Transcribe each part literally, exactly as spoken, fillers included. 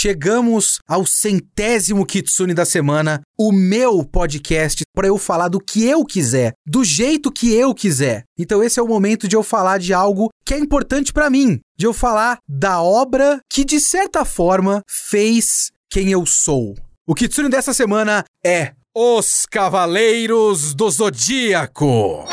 chegamos ao centésimo Kitsune da semana, o meu podcast para eu falar do que eu quiser, do jeito que eu quiser. Então esse é o momento de eu falar de algo que é importante para mim, de eu falar da obra que de certa forma fez quem eu sou. O Kitsune dessa semana é Os Cavaleiros do Zodíaco.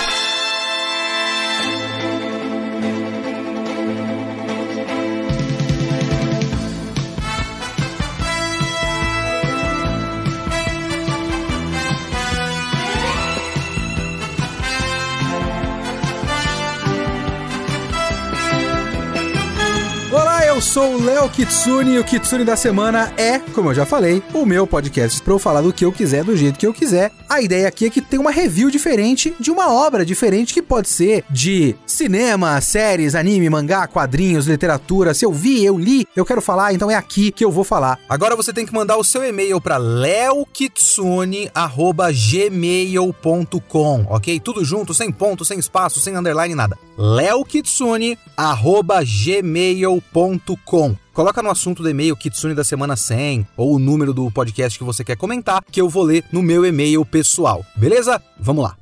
Eu sou o Léo Kitsune e o Kitsune da semana é, como eu já falei, o meu podcast pra eu falar do que eu quiser, do jeito que eu quiser. A ideia aqui é que tem uma review diferente de uma obra diferente que pode ser de cinema, séries, anime, mangá, quadrinhos, literatura. Se eu vi, eu li, eu quero falar, então é aqui que eu vou falar. Agora você tem que mandar o seu e-mail pra leokitsune arroba gmail ponto com, ok? Tudo junto, sem ponto, sem espaço, sem underline, nada. leokitsune arroba gmail ponto com. Coloca no assunto do e-mail Kitsune da semana cem ou o número do podcast que você quer comentar, que eu vou ler no meu e-mail pessoal. Beleza? Vamos lá.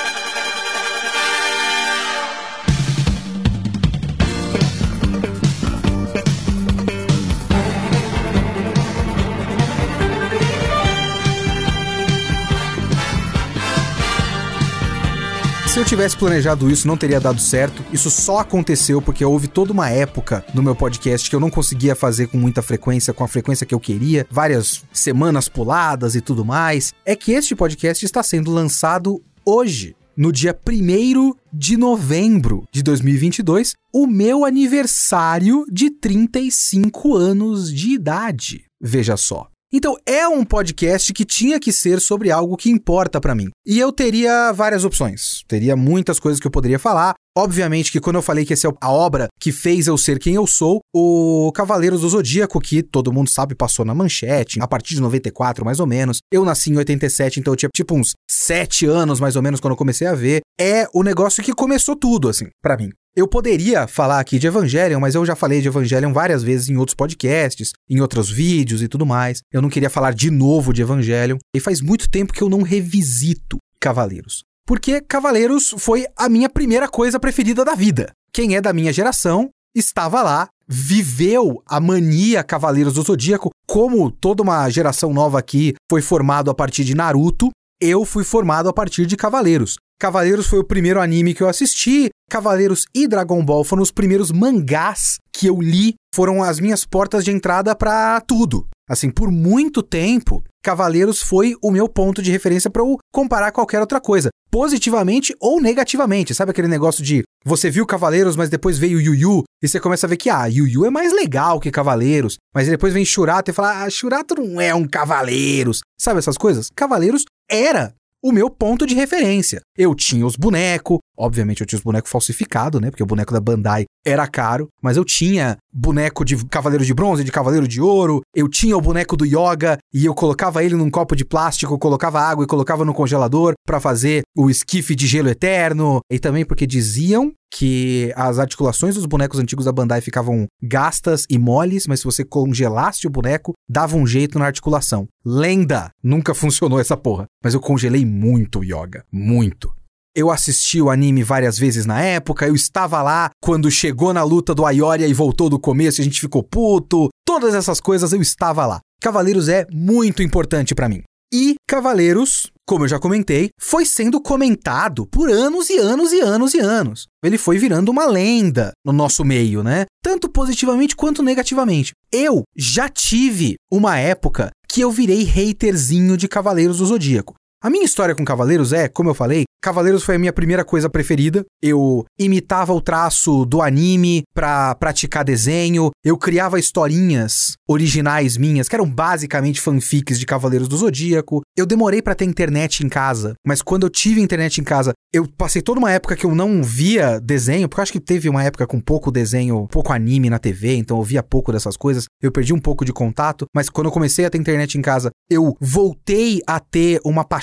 Se eu tivesse planejado isso, não teria dado certo. Isso só aconteceu porque houve toda uma época no meu podcast que eu não conseguia fazer com muita frequência, com a frequência que eu queria, várias semanas puladas e tudo mais. É que este podcast está sendo lançado hoje, no dia primeiro de novembro de dois mil e vinte e dois, o meu aniversário de trinta e cinco anos de idade. Veja só. Então, é um podcast que tinha que ser sobre algo que importa pra mim. E eu teria várias opções. Teria muitas coisas que eu poderia falar. Obviamente que quando eu falei que essa é a obra que fez eu ser quem eu sou, o Cavaleiros do Zodíaco, que todo mundo sabe, passou na manchete, a partir de noventa e quatro, mais ou menos. Eu nasci em oitenta e sete, então eu tinha tipo uns sete anos, mais ou menos, quando eu comecei a ver. É o negócio que começou tudo, assim, pra mim. Eu poderia falar aqui de Evangelion, mas eu já falei de Evangelion várias vezes em outros podcasts, em outros vídeos e tudo mais. Eu não queria falar de novo de Evangelion. E faz muito tempo que eu não revisito Cavaleiros. Porque Cavaleiros foi a minha primeira coisa preferida da vida. Quem é da minha geração estava lá, viveu a mania Cavaleiros do Zodíaco, como toda uma geração nova aqui foi formado a partir de Naruto, eu fui formado a partir de Cavaleiros. Cavaleiros foi o primeiro anime que eu assisti, Cavaleiros e Dragon Ball foram os primeiros mangás que eu li, foram as minhas portas de entrada pra tudo. Assim, por muito tempo, Cavaleiros foi o meu ponto de referência pra eu comparar qualquer outra coisa, positivamente ou negativamente. Sabe aquele negócio de você viu Cavaleiros, mas depois veio Yu Yu, e você começa a ver que, ah, Yu Yu é mais legal que Cavaleiros, mas depois vem Shurato e fala, ah, Shurato não é um Cavaleiros. Sabe essas coisas? Cavaleiros era o meu ponto de referência. Eu tinha os bonecos, obviamente eu tinha os bonecos falsificados, né? Porque o boneco da Bandai era caro, mas eu tinha boneco de Cavaleiro de Bronze, de Cavaleiro de Ouro, eu tinha o boneco do Yoga e eu colocava ele num copo de plástico, colocava água e colocava no congelador pra fazer o esquife de gelo eterno. E também porque diziam que as articulações dos bonecos antigos da Bandai ficavam gastas e moles, mas se você congelasse o boneco, dava um jeito na articulação. Lenda! Nunca funcionou essa porra. Mas eu congelei muito o Yoga. Muito. Eu assisti o anime várias vezes na época, eu estava lá quando chegou na luta do Aioria e voltou do começo e a gente ficou puto. Todas essas coisas eu estava lá. Cavaleiros é muito importante pra mim. E Cavaleiros, como eu já comentei, foi sendo comentado por anos e anos e anos e anos. Ele foi virando uma lenda no nosso meio, né? Tanto positivamente quanto negativamente. Eu já tive uma época que eu virei haterzinho de Cavaleiros do Zodíaco. A minha história com Cavaleiros é, como eu falei, Cavaleiros foi a minha primeira coisa preferida. Eu imitava o traço do anime pra praticar desenho. Eu criava historinhas originais minhas, que eram basicamente fanfics de Cavaleiros do Zodíaco. Eu demorei pra ter internet em casa, mas quando eu tive internet em casa, eu passei toda uma época que eu não via desenho, porque eu acho que teve uma época com pouco desenho, pouco anime na T V, então eu via pouco dessas coisas. Eu perdi um pouco de contato, mas quando eu comecei a ter internet em casa, eu voltei a ter uma paixão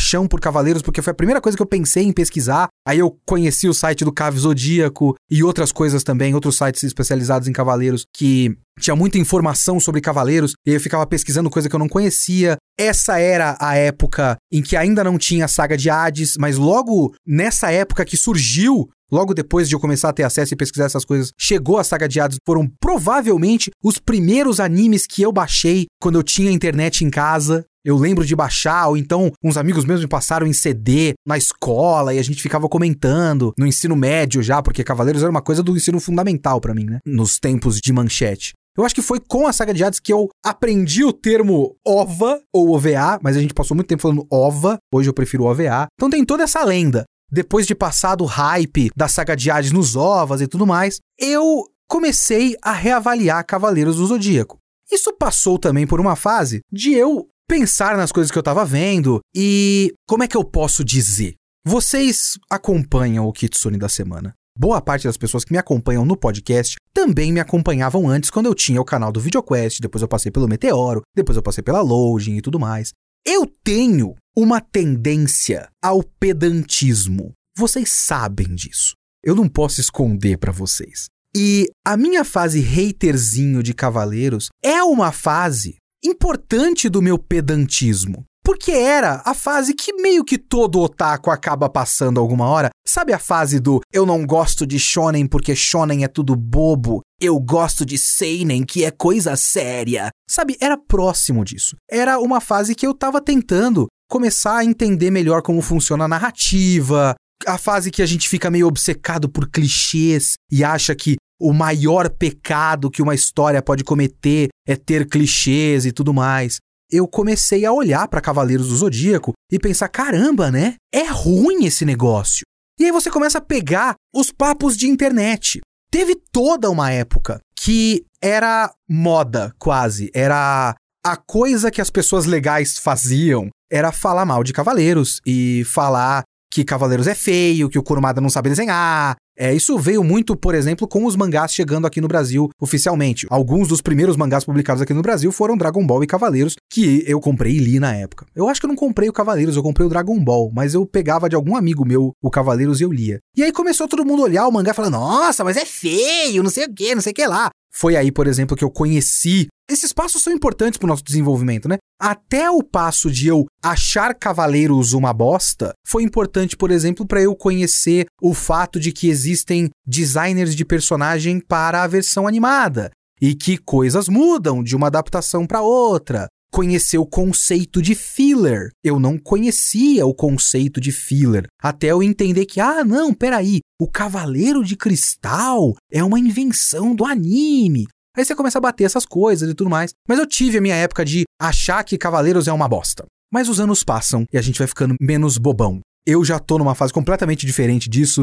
paixão por Cavaleiros, porque foi a primeira coisa que eu pensei em pesquisar. Aí eu conheci o site do Cave Zodíaco e outras coisas também, outros sites especializados em Cavaleiros que tinha muita informação sobre Cavaleiros, e eu ficava pesquisando coisa que eu não conhecia. Essa era a época em que ainda não tinha a saga de Hades, mas logo nessa época que surgiu, logo depois de eu começar a ter acesso e pesquisar essas coisas, chegou a saga de Hades. Foram provavelmente os primeiros animes que eu baixei quando eu tinha internet em casa. Eu lembro de baixar, ou então uns amigos meus me passaram em C D na escola e a gente ficava comentando no ensino médio já, porque Cavaleiros era uma coisa do ensino fundamental pra mim, né? Nos tempos de manchete. Eu acho que foi com a saga de Hades que eu aprendi o termo O V A ou O V A, mas a gente passou muito tempo falando O V A, hoje eu prefiro O V A. Então tem toda essa lenda. Depois de passar do hype da saga de Hades nos ovas e tudo mais, eu comecei a reavaliar Cavaleiros do Zodíaco. Isso passou também por uma fase de eu pensar nas coisas que eu tava vendo e... como é que eu posso dizer? Vocês acompanham o Kitsune da Semana. Boa parte das pessoas que me acompanham no podcast também me acompanhavam antes quando eu tinha o canal do VideoQuest, depois eu passei pelo Meteoro, depois eu passei pela Loading e tudo mais. Eu tenho uma tendência ao pedantismo. Vocês sabem disso. Eu não posso esconder pra vocês. E a minha fase haterzinho de Cavaleiros é uma fase importante do meu pedantismo. Porque era a fase que meio que todo otaku acaba passando alguma hora. Sabe a fase do eu não gosto de shonen porque shonen é tudo bobo, eu gosto de seinen que é coisa séria. Sabe, era próximo disso. Era uma fase que eu tava tentando começar a entender melhor como funciona a narrativa, a fase que a gente fica meio obcecado por clichês e acha que o maior pecado que uma história pode cometer é ter clichês e tudo mais. Eu comecei a olhar para Cavaleiros do Zodíaco e pensar, caramba, né? É ruim esse negócio. E aí você começa a pegar os papos de internet. Teve toda uma época que era moda, quase. Era a coisa que as pessoas legais faziam, era falar mal de Cavaleiros e falar que Cavaleiros é feio, que o Kurumada não sabe desenhar. É, isso veio muito, por exemplo, com os mangás chegando aqui no Brasil oficialmente. Alguns dos primeiros mangás publicados aqui no Brasil foram Dragon Ball e Cavaleiros, que eu comprei e li na época. Eu acho que eu não comprei o Cavaleiros, eu comprei o Dragon Ball, mas eu pegava de algum amigo meu o Cavaleiros e eu lia. E aí começou todo mundo a olhar o mangá e falar, nossa, mas é feio, não sei o que, não sei o que lá. Foi aí, por exemplo, que eu conheci... Esses passos são importantes pro nosso desenvolvimento, né? Até o passo de eu achar Cavaleiros uma bosta, foi importante, por exemplo, para eu conhecer o fato de que existem designers de personagem para a versão animada e que coisas mudam de uma adaptação para outra. Conhecer o conceito de filler. Eu não conhecia o conceito de filler, até eu entender que, ah, não, peraí, o Cavaleiro de Cristal é uma invenção do anime. Aí você começa a bater essas coisas e tudo mais. Mas eu tive a minha época de achar que Cavaleiros é uma bosta. Mas os anos passam e a gente vai ficando menos bobão. Eu já tô numa fase completamente diferente disso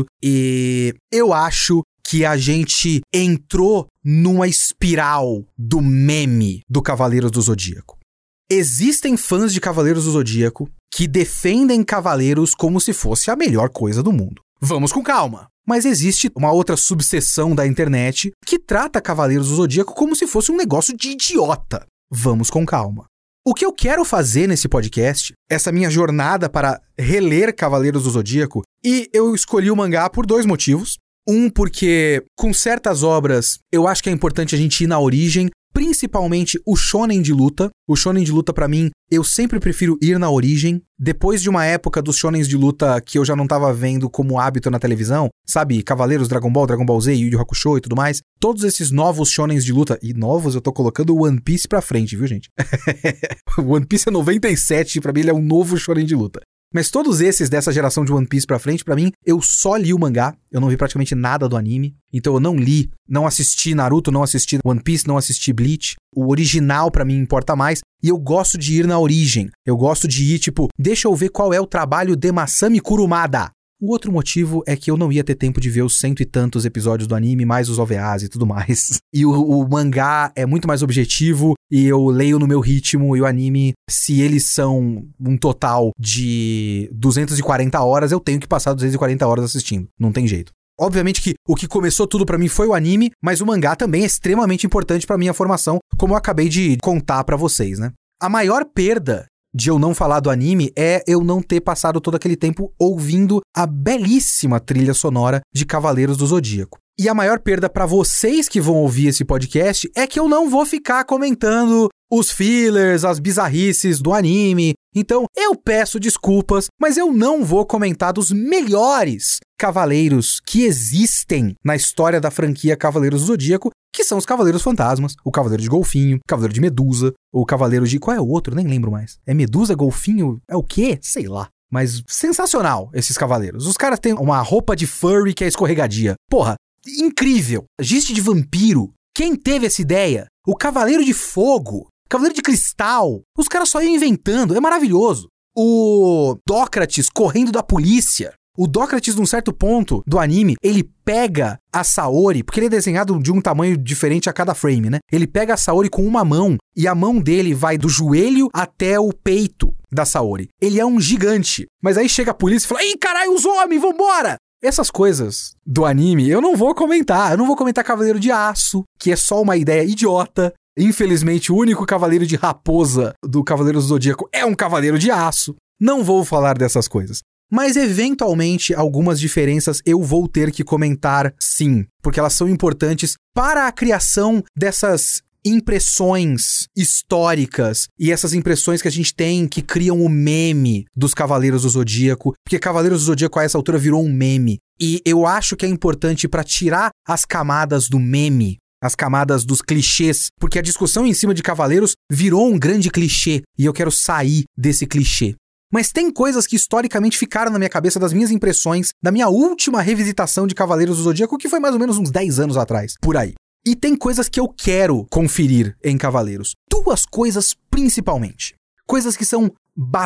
e eu acho que a gente entrou numa espiral do meme do Cavaleiros do Zodíaco. Existem fãs de Cavaleiros do Zodíaco que defendem Cavaleiros como se fosse a melhor coisa do mundo. Vamos com calma. Mas existe uma outra subseção da internet que trata Cavaleiros do Zodíaco como se fosse um negócio de idiota. Vamos com calma. O que eu quero fazer nesse podcast, essa minha jornada para reler Cavaleiros do Zodíaco, e eu escolhi o mangá por dois motivos. Um, porque com certas obras eu acho que é importante a gente ir na origem, principalmente o shonen de luta. O shonen de luta, pra mim, eu sempre prefiro ir na origem. Depois de uma época dos shonens de luta que eu já não tava vendo como hábito na televisão, sabe? Cavaleiros, Dragon Ball, Dragon Ball Z, Yu Yu Hakusho e tudo mais. Todos esses novos shonens de luta, e novos eu tô colocando o One Piece pra frente, viu, gente? O One Piece é noventa e sete, pra mim ele é um novo shonen de luta. Mas todos esses dessa geração de One Piece pra frente, pra mim, eu só li o mangá. Eu não vi praticamente nada do anime. Então eu não li, não assisti Naruto, não assisti One Piece, não assisti Bleach. O original pra mim importa mais. E eu gosto de ir na origem. Eu gosto de ir, tipo, deixa eu ver qual é o trabalho de Masami Kurumada. O outro motivo é que eu não ia ter tempo de ver os cento e tantos episódios do anime, mais os O V As e tudo mais. E o, o mangá é muito mais objetivo e eu leio no meu ritmo, e o anime, se eles são um total de duzentas e quarenta horas, eu tenho que passar duzentas e quarenta horas assistindo. Não tem jeito. Obviamente que o que começou tudo pra mim foi o anime, mas o mangá também é extremamente importante pra minha formação, como eu acabei de contar pra vocês, né? A maior perda de eu não falar do anime é eu não ter passado todo aquele tempo ouvindo a belíssima trilha sonora de Cavaleiros do Zodíaco. E a maior perda pra vocês que vão ouvir esse podcast é que eu não vou ficar comentando os fillers, as bizarrices do anime. Então, eu peço desculpas, mas eu não vou comentar dos melhores cavaleiros que existem na história da franquia Cavaleiros do Zodíaco, que são os Cavaleiros Fantasmas, o Cavaleiro de Golfinho, o Cavaleiro de Medusa, o Cavaleiro de... Qual é o outro? Nem lembro mais. É Medusa, Golfinho? É o quê? Sei lá. Mas sensacional esses cavaleiros. Os caras têm uma roupa de furry que é escorregadia. Porra, incrível. Giste de vampiro. Quem teve essa ideia? O Cavaleiro de Fogo. Cavaleiro de Cristal. Os caras só iam inventando. É maravilhoso. O Dócrates correndo da polícia. O Dócrates, num certo ponto do anime, ele pega a Saori, porque ele é desenhado de um tamanho diferente a cada frame, né? Ele pega a Saori com uma mão e a mão dele vai do joelho até o peito da Saori. Ele é um gigante. Mas aí chega a polícia e fala: "Ih, caralho, os homens, vambora!" Essas coisas do anime eu não vou comentar. Eu não vou comentar Cavaleiro de Aço, que é só uma ideia idiota. Infelizmente, o único Cavaleiro de Raposa do Cavaleiro do Zodíaco é um Cavaleiro de Aço. Não vou falar dessas coisas. Mas, eventualmente, algumas diferenças eu vou ter que comentar sim, porque elas são importantes para a criação dessas impressões históricas e essas impressões que a gente tem que criam o meme dos Cavaleiros do Zodíaco, porque Cavaleiros do Zodíaco a essa altura virou um meme. E eu acho que é importante para tirar as camadas do meme, as camadas dos clichês, porque a discussão em cima de Cavaleiros virou um grande clichê e eu quero sair desse clichê. Mas tem coisas que historicamente ficaram na minha cabeça das minhas impressões da minha última revisitação de Cavaleiros do Zodíaco, que foi mais ou menos uns dez anos atrás, por aí. E tem coisas que eu quero conferir em Cavaleiros. Duas coisas principalmente. Coisas que são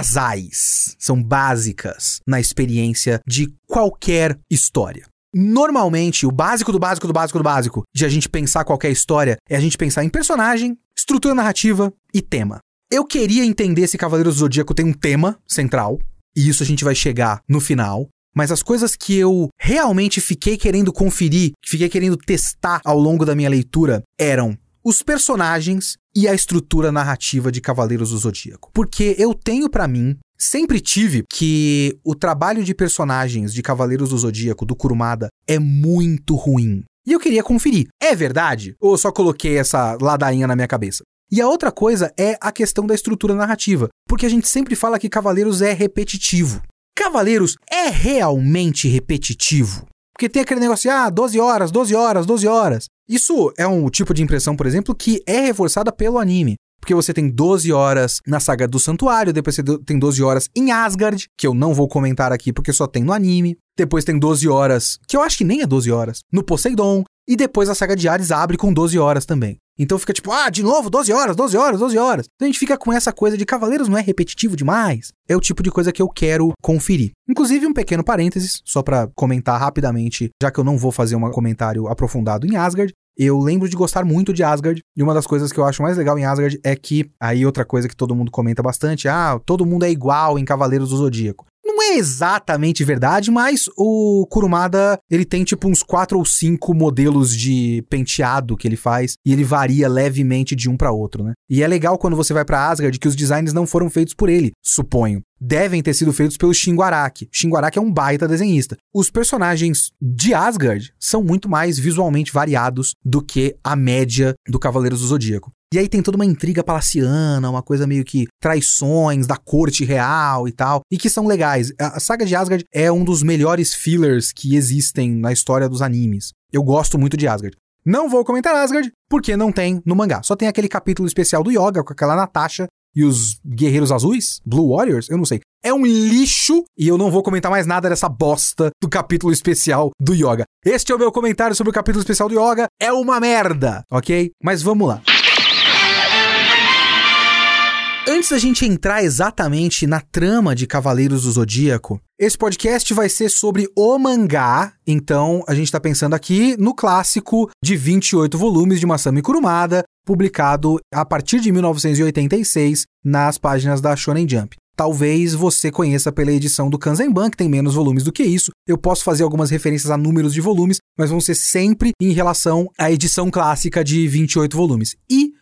basais, são básicas na experiência de qualquer história. Normalmente, o básico do básico do básico do básico de a gente pensar qualquer história é a gente pensar em personagem, estrutura narrativa e tema. Eu queria entender se Cavaleiros do Zodíaco tem um tema central, e isso a gente vai chegar no final, mas as coisas que eu realmente fiquei querendo conferir, fiquei querendo testar ao longo da minha leitura, eram os personagens e a estrutura narrativa de Cavaleiros do Zodíaco. Porque eu tenho pra mim, sempre tive, que o trabalho de personagens de Cavaleiros do Zodíaco, do Kurumada, é muito ruim. E eu queria conferir. É verdade? Ou eu só coloquei essa ladainha na minha cabeça? E a outra coisa é a questão da estrutura narrativa, porque a gente sempre fala que Cavaleiros é repetitivo. Cavaleiros é realmente repetitivo? Porque tem aquele negócio, ah, doze horas, doze horas, doze horas. Isso é um tipo de impressão, por exemplo, que é reforçada pelo anime. Porque você tem doze horas na saga do Santuário, depois você tem doze horas em Asgard, que eu não vou comentar aqui porque só tem no anime. Depois tem doze horas, que eu acho que nem é doze horas, no Poseidon. E depois a saga de Ares abre com doze horas também. Então fica tipo, ah, de novo, doze horas, doze horas, doze horas. Então a gente fica com essa coisa de Cavaleiros não é repetitivo demais. É o tipo de coisa que eu quero conferir. Inclusive, um pequeno parênteses, só pra comentar rapidamente, já que eu não vou fazer um comentário aprofundado em Asgard. Eu lembro de gostar muito de Asgard, e uma das coisas que eu acho mais legal em Asgard é que, aí outra coisa que todo mundo comenta bastante, ah, todo mundo é igual em Cavaleiros do Zodíaco. Não é exatamente verdade, mas o Kurumada, ele tem tipo uns quatro ou cinco modelos de penteado que ele faz, e ele varia levemente de um pra outro, né? E é legal quando você vai pra Asgard que os designs não foram feitos por ele, suponho. Devem ter sido feitos pelo Shingo Araki. Shingo Araki é um baita desenhista. Os personagens de Asgard são muito mais visualmente variados do que a média do Cavaleiros do Zodíaco. E aí tem toda uma intriga palaciana, uma coisa meio que traições da corte real e tal, e que são legais. A saga de Asgard é um dos melhores fillers que existem na história dos animes. Eu gosto muito de Asgard. Não vou comentar Asgard, porque não tem no mangá. Só tem aquele capítulo especial do Yoga, com aquela Natasha e os Guerreiros Azuis, Blue Warriors, eu não sei. É um lixo e eu não vou comentar mais nada dessa bosta do capítulo especial do Yoga. Este é o meu comentário sobre o capítulo especial do Yoga. É uma merda, ok? Mas vamos lá. Antes da gente entrar exatamente na trama de Cavaleiros do Zodíaco, esse podcast vai ser sobre o mangá, então a gente tá pensando aqui no clássico de vinte e oito volumes de Masami Kurumada, publicado a partir de mil novecentos e oitenta e seis nas páginas da Shonen Jump. Talvez você conheça pela edição do Kanzenban, que tem menos volumes do que isso. Eu posso fazer algumas referências a números de volumes, mas vão ser sempre em relação à edição clássica de vinte e oito volumes. E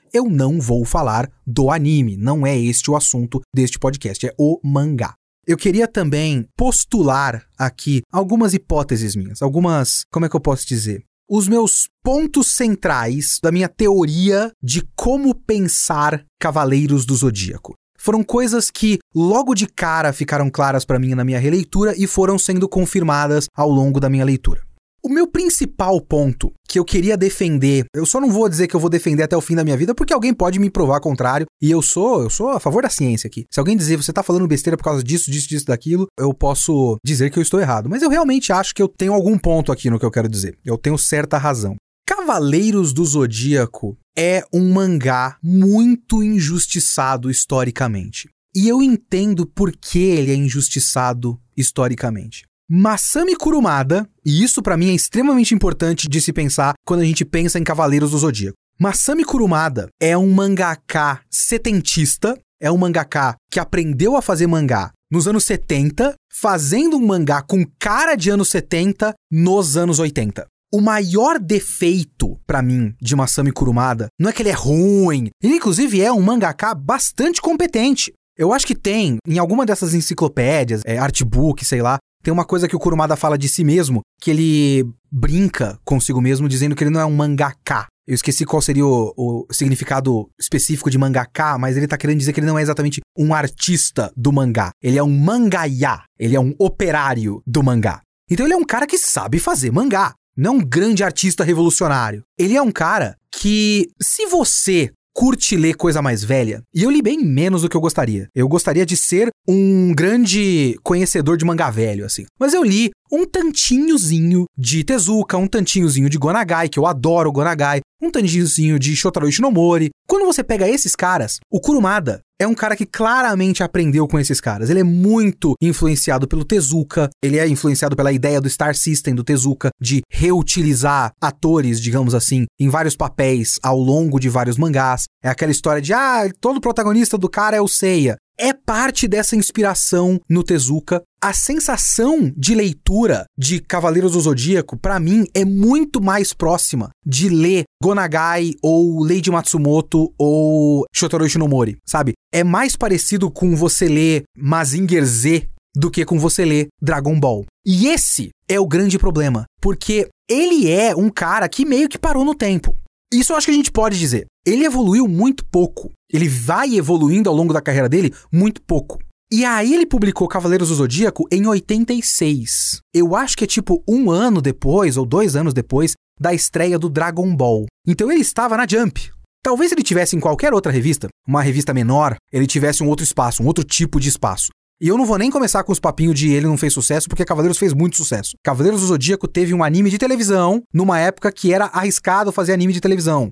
eu não vou falar do anime. Não é este o assunto deste podcast, é o mangá. Eu queria também postular aqui algumas hipóteses minhas, algumas, como é que eu posso dizer? Os meus pontos centrais da minha teoria de como pensar Cavaleiros do Zodíaco. Foram coisas que logo de cara ficaram claras para mim na minha releitura e foram sendo confirmadas ao longo da minha leitura. O meu principal ponto que eu queria defender, eu só não vou dizer que eu vou defender até o fim da minha vida, porque alguém pode me provar contrário, e eu sou, eu sou a favor da ciência aqui. Se alguém dizer, você tá falando besteira por causa disso, disso, disso, daquilo, eu posso dizer que eu estou errado. Mas eu realmente acho que eu tenho algum ponto aqui no que eu quero dizer. Eu tenho certa razão. Cavaleiros do Zodíaco é um mangá muito injustiçado historicamente. E eu entendo por que ele é injustiçado historicamente. Masami Kurumada, e isso pra mim é extremamente importante de se pensar quando a gente pensa em Cavaleiros do Zodíaco. Masami Kurumada é um mangaka setentista, é um mangaka que aprendeu a fazer mangá nos anos setenta, fazendo um mangá com cara de anos setenta nos anos oitenta. O maior defeito, pra mim, de Masami Kurumada, não é que ele é ruim, ele inclusive é um mangaka bastante competente. Eu acho que tem, em alguma dessas enciclopédias, é, artbook, sei lá, tem uma coisa que o Kurumada fala de si mesmo, que ele brinca consigo mesmo, dizendo que ele não é um mangaka. Eu esqueci qual seria o, o significado específico de mangaka, mas ele tá querendo dizer que ele não é exatamente um artista do mangá. Ele é um mangaiá, ele é um operário do mangá. Então ele é um cara que sabe fazer mangá, não um grande artista revolucionário. Ele é um cara que, se você curte ler coisa mais velha, e eu li bem menos do que eu gostaria. Eu gostaria de ser um grande conhecedor de mangá velho, assim. Mas eu li um tantinhozinho de Tezuka, um tantinhozinho de Gonagai, que eu adoro Gonagai, um tantinhozinho de Shotaro Ishinomori. Quando você pega esses caras, o Kurumada é um cara que claramente aprendeu com esses caras. Ele é muito influenciado pelo Tezuka, ele é influenciado pela ideia do Star System do Tezuka, de reutilizar atores, digamos assim, em vários papéis ao longo de vários mangás. É aquela história de, ah, todo protagonista do cara é o Seiya. É parte dessa inspiração no Tezuka. A sensação de leitura de Cavaleiros do Zodíaco, pra mim, é muito mais próxima de ler Gonagai ou Lady Matsumoto ou Shotaro Ishinomori, sabe? É mais parecido com você ler Mazinger Z do que com você ler Dragon Ball. E esse é o grande problema, porque ele é um cara que meio que parou no tempo. Isso eu acho que a gente pode dizer. Ele evoluiu muito pouco. Ele vai evoluindo ao longo da carreira dele muito pouco. E aí ele publicou Cavaleiros do Zodíaco em oitenta e seis. Eu acho que é tipo um ano depois, ou dois anos depois, da estreia do Dragon Ball. Então ele estava na Jump. Talvez ele tivesse em qualquer outra revista, uma revista menor, ele tivesse um outro espaço, um outro tipo de espaço. E eu não vou nem começar com os papinhos de ele não fez sucesso, porque Cavaleiros fez muito sucesso. Cavaleiros do Zodíaco teve um anime de televisão, numa época que era arriscado fazer anime de televisão.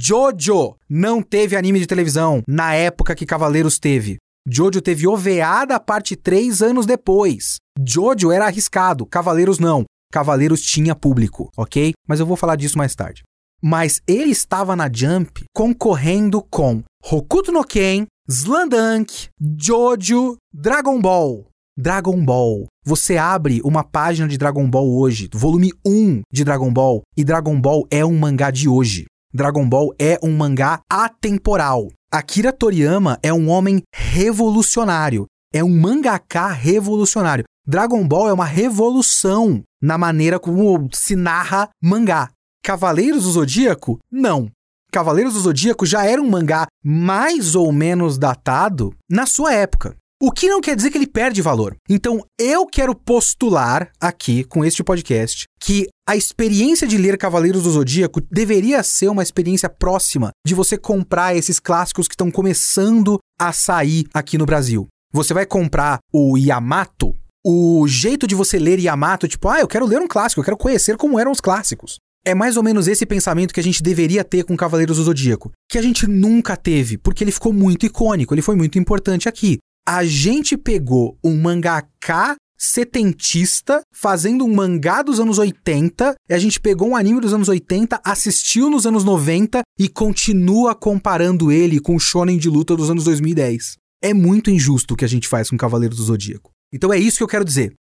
Jojo não teve anime de televisão na época que Cavaleiros teve. Jojo teve O V A da parte três anos depois. Jojo era arriscado, Cavaleiros não. Cavaleiros tinha público, ok? Mas eu vou falar disso mais tarde. Mas ele estava na Jump concorrendo com Hokuto no Ken, Slandunk, Jojo, Dragon Ball. Dragon Ball. Você abre uma página de Dragon Ball hoje, volume um de Dragon Ball, e Dragon Ball é um mangá de hoje. Dragon Ball é um mangá atemporal. Akira Toriyama é um homem revolucionário. É um mangaka revolucionário. Dragon Ball é uma revolução na maneira como se narra mangá. Cavaleiros do Zodíaco? Não. Cavaleiros do Zodíaco já era um mangá mais ou menos datado na sua época. O que não quer dizer que ele perde valor. Então, eu quero postular aqui, com este podcast, que a experiência de ler Cavaleiros do Zodíaco deveria ser uma experiência próxima de você comprar esses clássicos que estão começando a sair aqui no Brasil. Você vai comprar o Yamato, o jeito de você ler Yamato, tipo, ah, eu quero ler um clássico, eu quero conhecer como eram os clássicos. É mais ou menos esse pensamento que a gente deveria ter com Cavaleiros do Zodíaco, que a gente nunca teve, porque ele ficou muito icônico, ele foi muito importante aqui. A gente pegou um mangaka setentista fazendo um mangá dos anos oitenta, e a gente pegou um anime dos anos oitenta, assistiu nos anos noventa e continua comparando ele com o shonen de luta dos anos dois mil e dez. É muito injusto o que a gente faz com Cavaleiros do Zodíaco. Então é isso que eu quero dizer.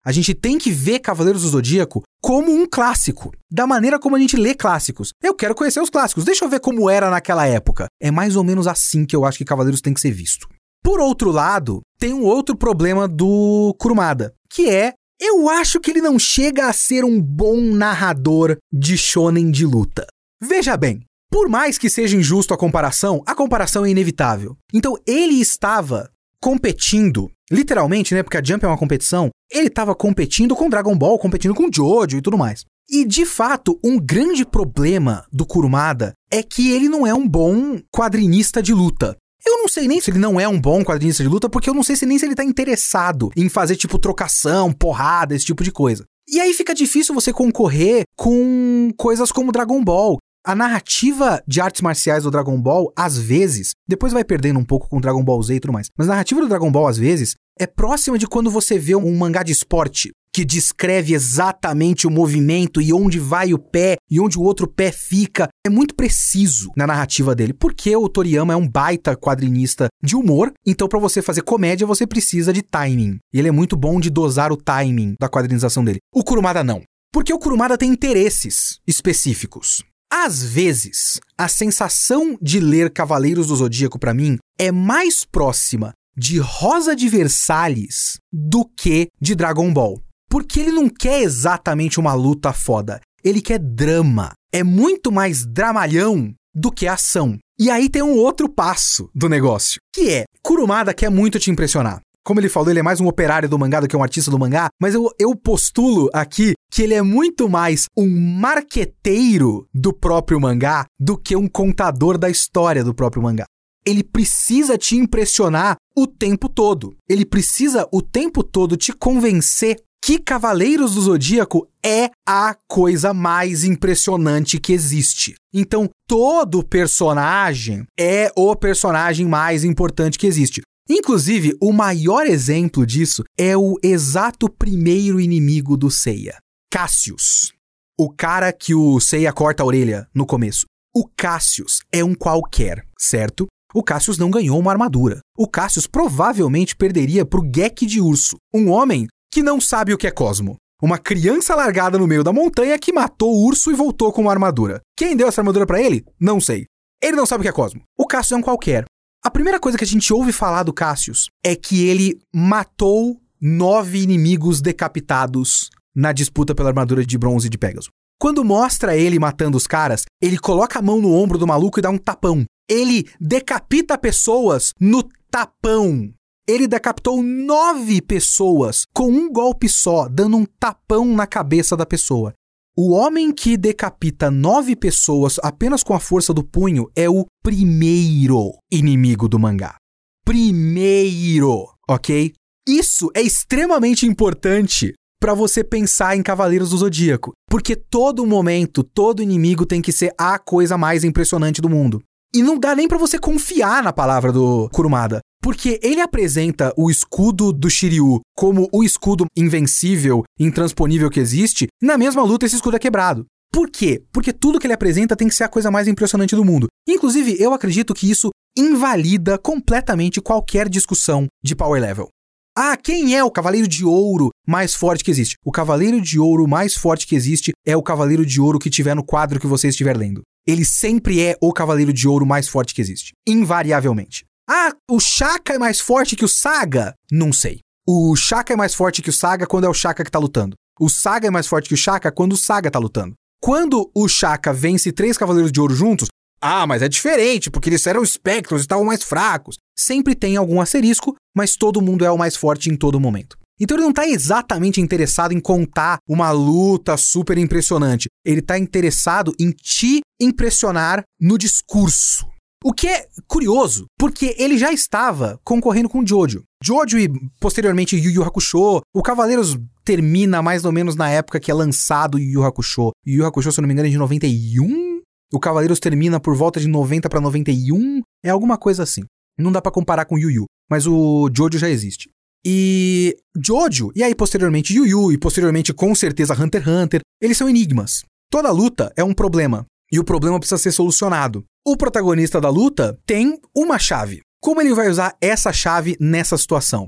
A gente tem que ver Cavaleiros do Zodíaco como um clássico, da maneira como a gente lê clássicos. Eu quero conhecer os clássicos, deixa eu ver como era naquela época. É mais ou menos assim que eu acho que Cavaleiros tem que ser visto. Por outro lado, tem um outro problema do Kurumada, que é, eu acho que ele não chega a ser um bom narrador de shonen de luta. Veja bem, por mais que seja injusto a comparação, a comparação é inevitável. Então ele estava competindo, literalmente, né, porque a Jump é uma competição, ele estava competindo com Dragon Ball, competindo com Jojo e tudo mais. E, de fato, um grande problema do Kurumada é que ele não é um bom quadrinista de luta. Eu não sei nem se ele não é um bom quadrinista de luta, porque eu não sei se nem se ele tá interessado em fazer, tipo, trocação, porrada, esse tipo de coisa. E aí fica difícil você concorrer com coisas como Dragon Ball. A narrativa de artes marciais do Dragon Ball, às vezes, depois vai perdendo um pouco com Dragon Ball Z e tudo mais, mas a narrativa do Dragon Ball, às vezes, é próxima de quando você vê um mangá de esporte que descreve exatamente o movimento e onde vai o pé e onde o outro pé fica. É muito preciso na narrativa dele, porque o Toriyama é um baita quadrinista de humor, então pra você fazer comédia você precisa de timing. E ele é muito bom de dosar o timing da quadrinização dele. O Kurumada não, porque o Kurumada tem interesses específicos. Às vezes, a sensação de ler Cavaleiros do Zodíaco pra mim é mais próxima de Rosa de Versalhes do que de Dragon Ball. Porque ele não quer exatamente uma luta foda, ele quer drama. É muito mais dramalhão do que ação. E aí tem um outro passo do negócio, que é, Kurumada quer muito te impressionar. Como ele falou, ele é mais um operário do mangá do que um artista do mangá, mas eu, eu postulo aqui que ele é muito mais um marqueteiro do próprio mangá do que um contador da história do próprio mangá. Ele precisa te impressionar o tempo todo. Ele precisa o tempo todo te convencer que Cavaleiros do Zodíaco é a coisa mais impressionante que existe. Então, todo personagem é o personagem mais importante que existe. Inclusive, o maior exemplo disso é o exato primeiro inimigo do Seiya, Cassius. O cara que o Seiya corta a orelha no começo. O Cassius é um qualquer, certo? O Cassius não ganhou uma armadura. O Cassius provavelmente perderia pro Gek de Urso, um homem que não sabe o que é Cosmo. Uma criança largada no meio da montanha que matou o urso e voltou com uma armadura. Quem deu essa armadura pra ele? Não sei. Ele não sabe o que é Cosmo. O Cassius é um qualquer. A primeira coisa que a gente ouve falar do Cassius é que ele matou nove inimigos decapitados na disputa pela armadura de bronze de Pégaso. Quando mostra ele matando os caras, ele coloca a mão no ombro do maluco e dá um tapão. Ele decapita pessoas no tapão. Ele decapitou nove pessoas com um golpe só, dando um tapão na cabeça da pessoa. O homem que decapita nove pessoas apenas com a força do punho é o primeiro inimigo do mangá. Primeiro, ok? Isso é extremamente importante para você pensar em Cavaleiros do Zodíaco, porque todo momento, todo inimigo tem que ser a coisa mais impressionante do mundo. E não dá nem pra você confiar na palavra do Kurumada, porque ele apresenta o escudo do Shiryu como o escudo invencível, intransponível que existe, e na mesma luta esse escudo é quebrado. Por quê? Porque tudo que ele apresenta tem que ser a coisa mais impressionante do mundo. Inclusive, eu acredito que isso invalida completamente qualquer discussão de power level. Ah, quem é o Cavaleiro de Ouro mais forte que existe? O Cavaleiro de Ouro mais forte que existe é o Cavaleiro de Ouro que tiver no quadro que você estiver lendo. Ele sempre é o Cavaleiro de Ouro mais forte que existe. Invariavelmente. Ah, o Shaka é mais forte que o Saga? Não sei. O Shaka é mais forte que o Saga quando é o Shaka que tá lutando. O Saga é mais forte que o Shaka quando o Saga tá lutando. Quando o Shaka vence três Cavaleiros de Ouro juntos, ah, mas é diferente, porque eles eram espectros e estavam mais fracos. Sempre tem algum asterisco, mas todo mundo é o mais forte em todo momento. Então ele não tá exatamente interessado em contar uma luta super impressionante. Ele tá interessado em te impressionar no discurso. O que é curioso, porque ele já estava concorrendo com Jojo. Jojo e, posteriormente, Yu Yu Hakusho. O Cavaleiros termina mais ou menos na época que é lançado Yu Yu Hakusho. Yu Yu Hakusho, se eu não me engano, é de noventa e um. O Cavaleiros termina por volta de noventa para noventa e um. É alguma coisa assim. Não dá pra comparar com Yu Yu, mas o Jojo já existe. E Jojo, e aí posteriormente Yu Yu, e posteriormente com certeza Hunter x Hunter, eles são enigmas. Toda luta é um problema, e o problema precisa ser solucionado. O protagonista da luta tem uma chave. Como ele vai usar essa chave nessa situação?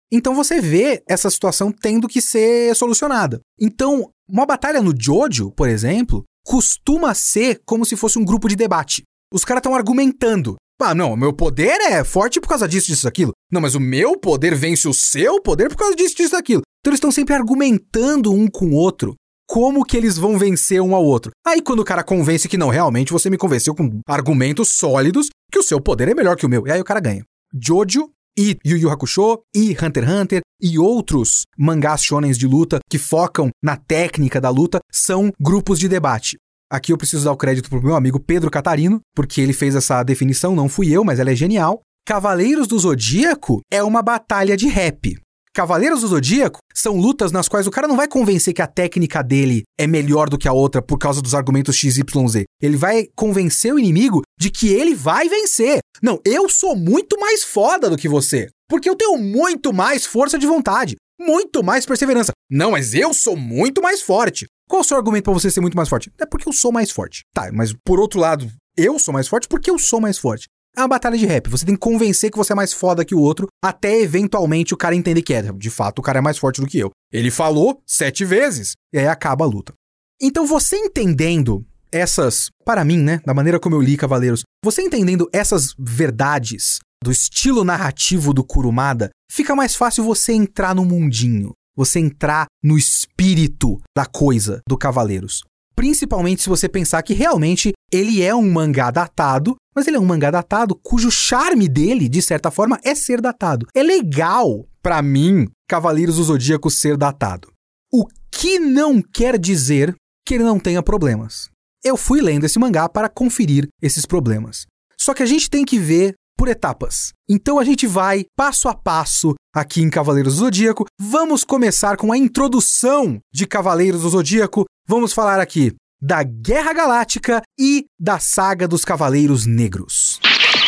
Então você vê essa situação tendo que ser solucionada. Então, uma batalha no Jojo, por exemplo, costuma ser como se fosse um grupo de debate. Os caras estão argumentando. Ah, não, o meu poder é forte por causa disso, disso, daquilo. Não, mas o meu poder vence o seu poder por causa disso, disso, daquilo. Então eles estão sempre argumentando um com o outro. Como que eles vão vencer um ao outro. Aí quando o cara convence que não, realmente você me convenceu com argumentos sólidos que o seu poder é melhor que o meu. E aí o cara ganha. Jojo e Yu Yu Hakusho e Hunter x Hunter e outros mangás shonens de luta que focam na técnica da luta são grupos de debate. Aqui eu preciso dar o crédito pro meu amigo Pedro Catarino, porque ele fez essa definição, não fui eu, mas ela é genial. Cavaleiros do Zodíaco é uma batalha de rap. Cavaleiros do Zodíaco são lutas nas quais o cara não vai convencer que a técnica dele é melhor do que a outra por causa dos argumentos X Y Z. Ele vai convencer o inimigo de que ele vai vencer. Não, eu sou muito mais foda do que você, porque eu tenho muito mais força de vontade, muito mais perseverança. Não, mas eu sou muito mais forte. Qual é o seu argumento pra você ser muito mais forte? É porque eu sou mais forte. Tá, mas por outro lado, eu sou mais forte porque eu sou mais forte. É uma batalha de rap. Você tem que convencer que você é mais foda que o outro, até eventualmente o cara entender que é. De fato, o cara é mais forte do que eu. Ele falou sete vezes. E aí acaba a luta. Então você entendendo essas, para mim, né, da maneira como eu li Cavaleiros, você entendendo essas verdades do estilo narrativo do Kurumada, fica mais fácil você entrar no mundinho. Você entrar no espírito da coisa do Cavaleiros. Principalmente se você pensar que realmente ele é um mangá datado, mas ele é um mangá datado cujo charme dele, de certa forma, é ser datado. É legal, pra mim, Cavaleiros do Zodíaco ser datado. O que não quer dizer que ele não tenha problemas. Eu fui lendo esse mangá para conferir esses problemas. Só que a gente tem que ver por etapas. Então a gente vai passo a passo aqui em Cavaleiros do Zodíaco. Vamos começar com a introdução de Cavaleiros do Zodíaco. Vamos falar aqui da Guerra Galáctica e da saga dos Cavaleiros Negros.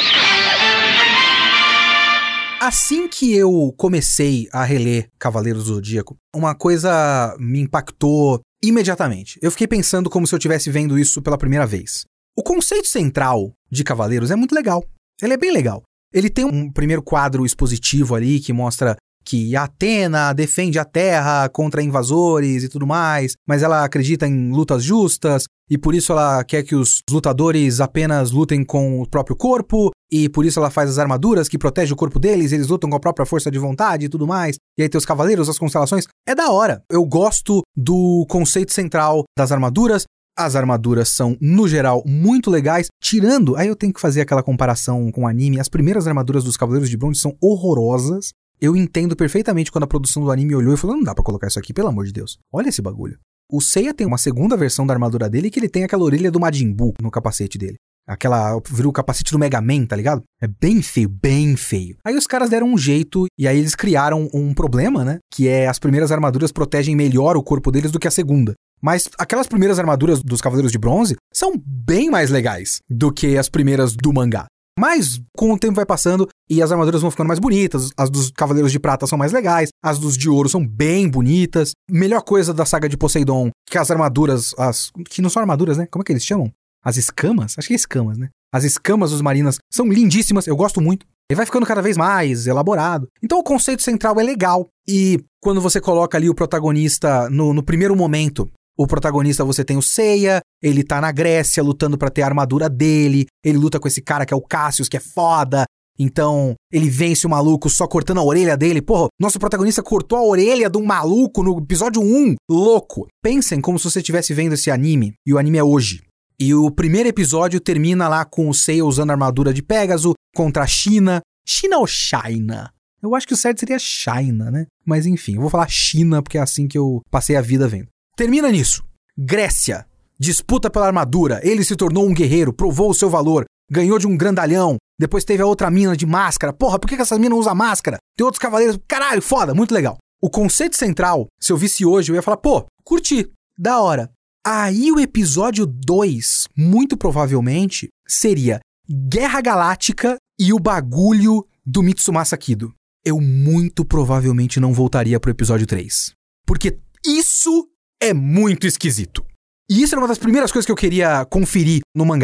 Assim que eu comecei a reler Cavaleiros do Zodíaco, uma coisa me impactou imediatamente. Eu fiquei pensando como se eu estivesse vendo isso pela primeira vez. O conceito central de Cavaleiros é muito legal. Ele é bem legal. Ele tem um primeiro quadro expositivo ali que mostra que a Athena defende a Terra contra invasores e tudo mais, mas ela acredita em lutas justas e por isso ela quer que os lutadores apenas lutem com o próprio corpo e por isso ela faz as armaduras que protegem o corpo deles, eles lutam com a própria força de vontade e tudo mais. E aí tem os cavaleiros, as constelações. É da hora. Eu gosto do conceito central das armaduras. As armaduras são, no geral, muito legais, tirando... Aí eu tenho que fazer aquela comparação com o anime. As primeiras armaduras dos Cavaleiros de Bronze são horrorosas. Eu entendo perfeitamente quando a produção do anime olhou e falou, não dá pra colocar isso aqui, pelo amor de Deus. Olha esse bagulho. O Seiya tem uma segunda versão da armadura dele que ele tem aquela orelha do Majin Buu no capacete dele. Aquela... virou o capacete do Mega Man, tá ligado? É bem feio, bem feio. Aí os caras deram um jeito e aí eles criaram um problema, né? Que é as primeiras armaduras protegem melhor o corpo deles do que a segunda. Mas aquelas primeiras armaduras dos Cavaleiros de Bronze são bem mais legais do que as primeiras do mangá. Mas com o tempo vai passando e as armaduras vão ficando mais bonitas. As dos Cavaleiros de Prata são mais legais. As dos de Ouro são bem bonitas. Melhor coisa da saga de Poseidon, que as armaduras, as que não são armaduras, né? Como é que eles chamam? As escamas? Acho que é escamas, né? As escamas dos marinas são lindíssimas, eu gosto muito. Ele vai ficando cada vez mais elaborado. Então o conceito central é legal. E quando você coloca ali o protagonista no, no primeiro momento... O protagonista, você tem o Seiya, ele tá na Grécia lutando pra ter a armadura dele, ele luta com esse cara que é o Cassius, que é foda, então ele vence o maluco só cortando a orelha dele. Porra, nosso protagonista cortou a orelha de um maluco no episódio um, louco. Pensem como se você estivesse vendo esse anime, e o anime é hoje. E o primeiro episódio termina lá com o Seiya usando a armadura de Pégaso contra a China. China ou China? Eu acho que o certo seria China, né? Mas enfim, eu vou falar China porque é assim que eu passei a vida vendo. Termina nisso. Grécia. Disputa pela armadura. Ele se tornou um guerreiro, provou o seu valor, ganhou de um grandalhão. Depois teve a outra mina de máscara. Porra, por que que essas minas usam máscara? Tem outros cavaleiros. Caralho, foda, muito legal. O conceito central, se eu visse hoje, eu ia falar, pô, curti, da hora. Aí o episódio dois, muito provavelmente, seria Guerra Galáctica e o bagulho do Mitsumasa Kido. Eu muito provavelmente não voltaria pro episódio três. Porque isso... é muito esquisito. E isso era uma das primeiras coisas que eu queria conferir no mangá.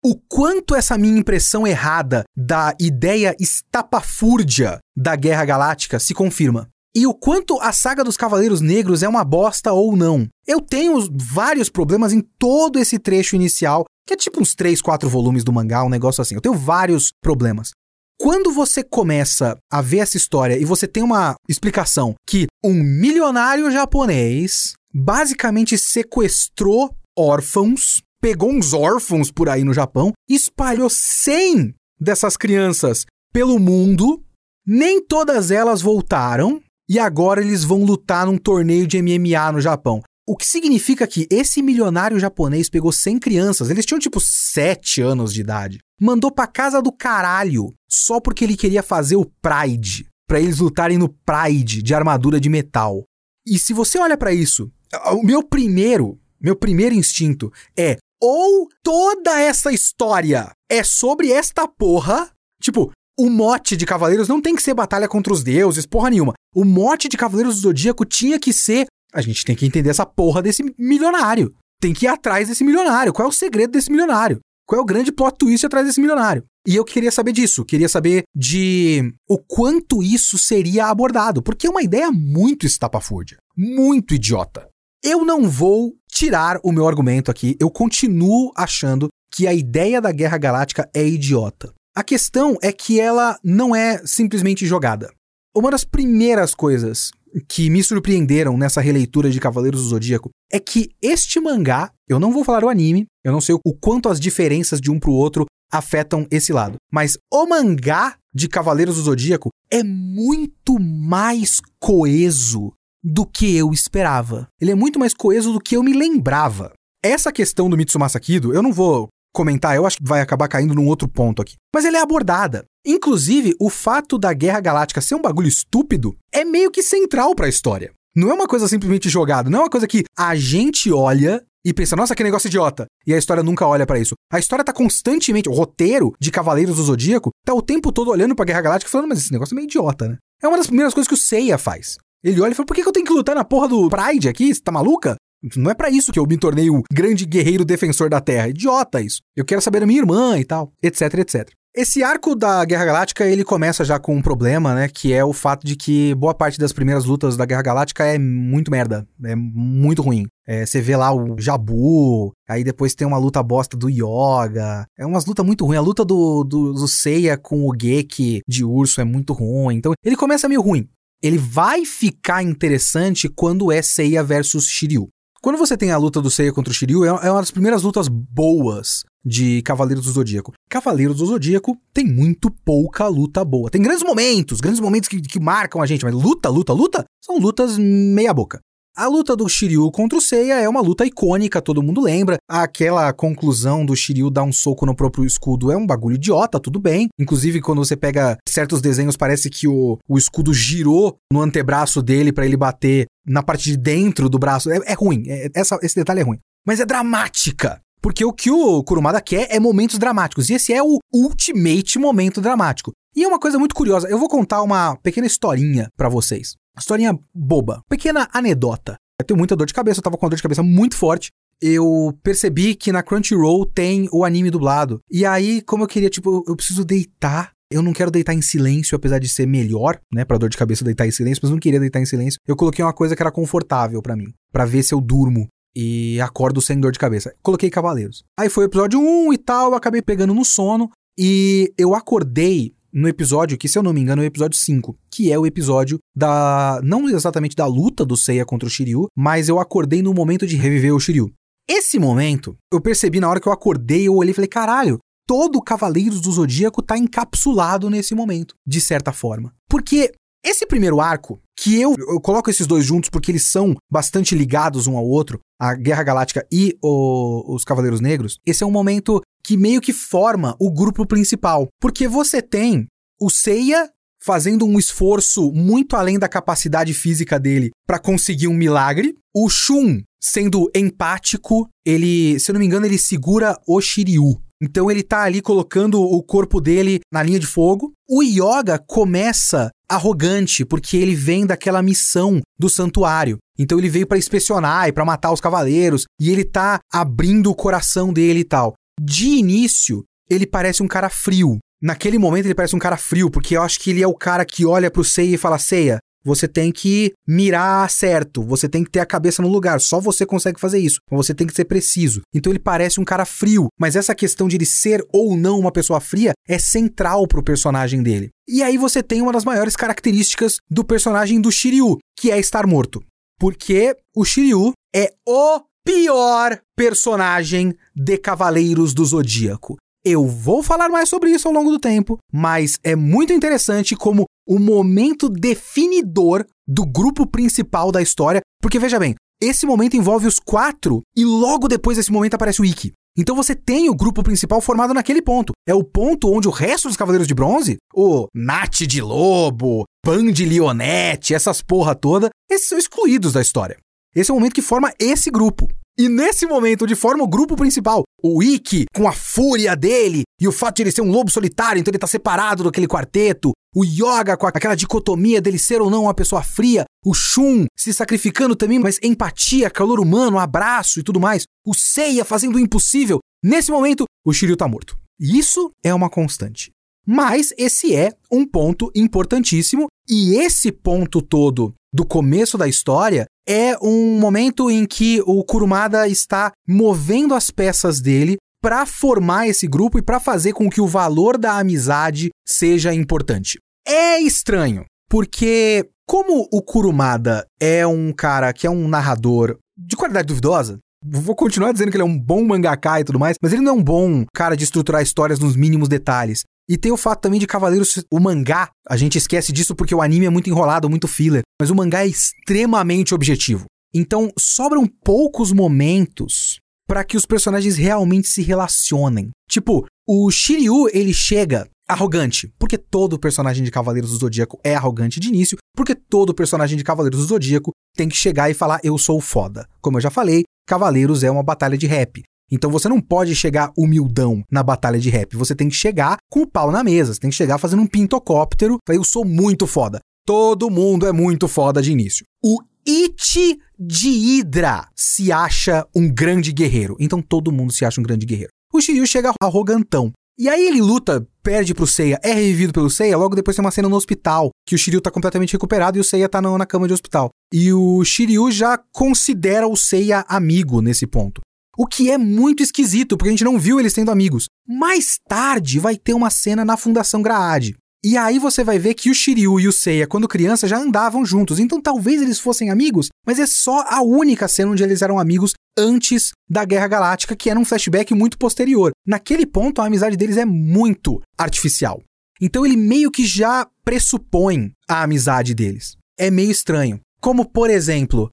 o quanto essa minha impressão errada da ideia estapafúrdia da Guerra Galáctica se confirma. E o quanto a saga dos Cavaleiros Negros é uma bosta ou não. Eu tenho vários problemas em todo esse trecho inicial, que é tipo uns três, quatro volumes do mangá, um negócio assim. Eu tenho vários problemas. Quando você começa a ver essa história e você tem uma explicação que um milionário japonês basicamente sequestrou órfãos, pegou uns órfãos por aí no Japão, espalhou cem dessas crianças pelo mundo, nem todas elas voltaram, e agora eles vão lutar num torneio de M M A no Japão. O que significa que esse milionário japonês pegou cem crianças, eles tinham tipo sete anos de idade, mandou pra casa do caralho, só porque ele queria fazer o Pride, pra eles lutarem no Pride de armadura de metal. E se você olha pra isso, o meu primeiro, meu primeiro instinto é, ou toda essa história é sobre esta porra, tipo, o mote de Cavaleiros não tem que ser batalha contra os deuses, porra nenhuma. O mote de Cavaleiros do Zodíaco tinha que ser, a gente tem que entender essa porra desse milionário. Tem que ir atrás desse milionário. Qual é o segredo desse milionário? Qual é o grande plot twist atrás desse milionário? E eu queria saber disso. Queria saber de o quanto isso seria abordado. Porque é uma ideia muito estapafúrdia. Muito idiota. Eu não vou tirar o meu argumento aqui. Eu continuo achando que a ideia da Guerra Galáctica é idiota. A questão é que ela não é simplesmente jogada. Uma das primeiras coisas que me surpreenderam nessa releitura de Cavaleiros do Zodíaco é que este mangá, eu não vou falar o anime, eu não sei o quanto as diferenças de um pro outro afetam esse lado, mas o mangá de Cavaleiros do Zodíaco é muito mais coeso do que eu esperava. Ele é muito mais coeso do que eu me lembrava. Essa questão do Mitsumasa Kido, eu não vou comentar, eu acho que vai acabar caindo num outro ponto aqui. Mas ela é abordada. Inclusive, o fato da Guerra Galáctica ser um bagulho estúpido é meio que central pra história. Não é uma coisa simplesmente jogada, não é uma coisa que a gente olha e pensa, nossa, que negócio idiota, e a história nunca olha pra isso. A história tá constantemente, o roteiro de Cavaleiros do Zodíaco tá o tempo todo olhando pra Guerra Galáctica e falando, mas esse negócio é meio idiota, né? É uma das primeiras coisas que o Seiya faz. Ele olha e fala, por que eu tenho que lutar na porra do Pride aqui? Você tá maluca? Não é pra isso que eu me tornei um grande guerreiro defensor da Terra. Idiota isso. Eu quero saber da minha irmã e tal, etc, etcétera. Esse arco da Guerra Galáctica, ele começa já com um problema, né? Que é o fato de que boa parte das primeiras lutas da Guerra Galáctica é muito merda. É muito ruim. É, você vê lá o Jabu, aí depois tem uma luta bosta do Yoga. É umas lutas muito ruins. A luta do, do, do Seiya com o Geki de urso é muito ruim. Então, ele começa meio ruim. Ele vai ficar interessante quando é Seiya versus Shiryu. Quando você tem a luta do Seiya contra o Shiryu, é uma das primeiras lutas boas de Cavaleiros do Zodíaco. Cavaleiros do Zodíaco tem muito pouca luta boa. Tem grandes momentos, grandes momentos que, que marcam a gente, mas luta, luta, luta, são lutas meia boca. A luta do Shiryu contra o Seiya é uma luta icônica, todo mundo lembra. Aquela conclusão do Shiryu dar um soco no próprio escudo é um bagulho idiota, tudo bem. Inclusive, quando você pega certos desenhos, parece que o, o escudo girou no antebraço dele pra ele bater na parte de dentro do braço. É, é ruim, é, essa, esse detalhe é ruim. Mas é dramática. Porque o que o Kurumada quer é momentos dramáticos. E esse é o ultimate momento dramático. E é uma coisa muito curiosa. Eu vou contar uma pequena historinha pra vocês. Historinha boba. Pequena anedota. Eu tenho muita dor de cabeça. Eu tava com uma dor de cabeça muito forte. Eu percebi que na Crunchyroll tem o anime dublado. E aí, como eu queria, tipo, eu preciso deitar. Eu não quero deitar em silêncio, apesar de ser melhor, né? Pra dor de cabeça deitar em silêncio. Mas eu não queria deitar em silêncio. Eu coloquei uma coisa que era confortável pra mim. Pra ver se eu durmo. E acordo sem dor de cabeça. Coloquei Cavaleiros. Aí foi o episódio um e tal, eu acabei pegando no sono. E eu acordei no episódio, que se eu não me engano é o episódio cinco. Que é o episódio da... não exatamente da luta do Seiya contra o Shiryu, mas eu acordei no momento de reviver o Shiryu. Esse momento, eu percebi na hora que eu acordei, eu olhei e falei, caralho, todo Cavaleiros do Zodíaco tá encapsulado nesse momento, de certa forma. Porque esse primeiro arco, que eu, eu coloco esses dois juntos porque eles são bastante ligados um ao outro, a Guerra Galáctica e o, os Cavaleiros Negros, esse é um momento que meio que forma o grupo principal. Porque você tem o Seiya fazendo um esforço muito além da capacidade física dele pra conseguir um milagre, o Shun sendo empático, ele, se eu não me engano, ele segura o Shiryu. Então ele tá ali colocando o corpo dele na linha de fogo. O Yoga começa arrogante, porque ele vem daquela missão do santuário. Então ele veio pra inspecionar e pra matar os cavaleiros, e ele tá abrindo o coração dele e tal. De início, ele parece um cara frio. Naquele momento ele parece um cara frio, porque eu acho que ele é o cara que olha pro Seiya e fala, Seiya, você tem que mirar certo, você tem que ter a cabeça no lugar, só você consegue fazer isso, mas você tem que ser preciso. Então ele parece um cara frio, mas essa questão de ele ser ou não uma pessoa fria é central pro personagem dele. E aí você tem uma das maiores características do personagem do Shiryu, que é estar morto. Porque o Shiryu é o pior personagem de Cavaleiros do Zodíaco. Eu vou falar mais sobre isso ao longo do tempo, mas é muito interessante como o momento definidor do grupo principal da história, porque veja bem, esse momento envolve os quatro e logo depois desse momento aparece o Ikki. Então você tem o grupo principal formado naquele ponto. É o ponto onde o resto dos Cavaleiros de Bronze, o Nath de Lobo, Pan de Leonette, essas porra toda, esses são excluídos da história. Esse é o momento que forma esse grupo. E nesse momento onde forma o grupo principal, o Ikki com a fúria dele e o fato de ele ser um lobo solitário, então ele tá separado daquele quarteto, o Yoga com aquela dicotomia dele ser ou não uma pessoa fria, o Shun se sacrificando também, mas empatia, calor humano, abraço e tudo mais, o Seiya fazendo o impossível. Nesse momento, o Shiryu tá morto. E isso é uma constante. Mas esse é um ponto importantíssimo e esse ponto todo do começo da história é um momento em que o Kurumada está movendo as peças dele para formar esse grupo e para fazer com que o valor da amizade seja importante. É estranho, porque como o Kurumada é um cara que é um narrador de qualidade duvidosa, vou continuar dizendo que ele é um bom mangaka e tudo mais, mas ele não é um bom cara de estruturar histórias nos mínimos detalhes. E tem o fato também de Cavaleiros, o mangá, a gente esquece disso porque o anime é muito enrolado, muito filler, mas o mangá é extremamente objetivo. Então, sobram poucos momentos para que os personagens realmente se relacionem. Tipo, o Shiryu, ele chega arrogante, porque todo personagem de Cavaleiros do Zodíaco é arrogante de início, porque todo personagem de Cavaleiros do Zodíaco tem que chegar e falar, eu sou foda. Como eu já falei, Cavaleiros é uma batalha de rap. Então você não pode chegar humildão na batalha de rap, você tem que chegar com o pau na mesa, você tem que chegar fazendo um pintocóptero, eu sou muito foda. Todo mundo é muito foda de início. O Ichi de Hydra se acha um grande guerreiro, então todo mundo se acha um grande guerreiro. O Shiryu chega arrogantão, e aí ele luta, perde pro Seiya, é revivido pelo Seiya, logo depois tem uma cena no hospital, que o Shiryu tá completamente recuperado e o Seiya tá na, na cama de hospital. E o Shiryu já considera o Seiya amigo nesse ponto. O que é muito esquisito, porque a gente não viu eles tendo amigos. Mais tarde vai ter uma cena na Fundação Graad. E aí você vai ver que o Shiryu e o Seiya, quando criança, já andavam juntos. Então talvez eles fossem amigos, mas é só a única cena onde eles eram amigos antes da Guerra Galáctica, que era um flashback muito posterior. Naquele ponto, a amizade deles é muito artificial. Então ele meio que já pressupõe a amizade deles. É meio estranho. Como, por exemplo,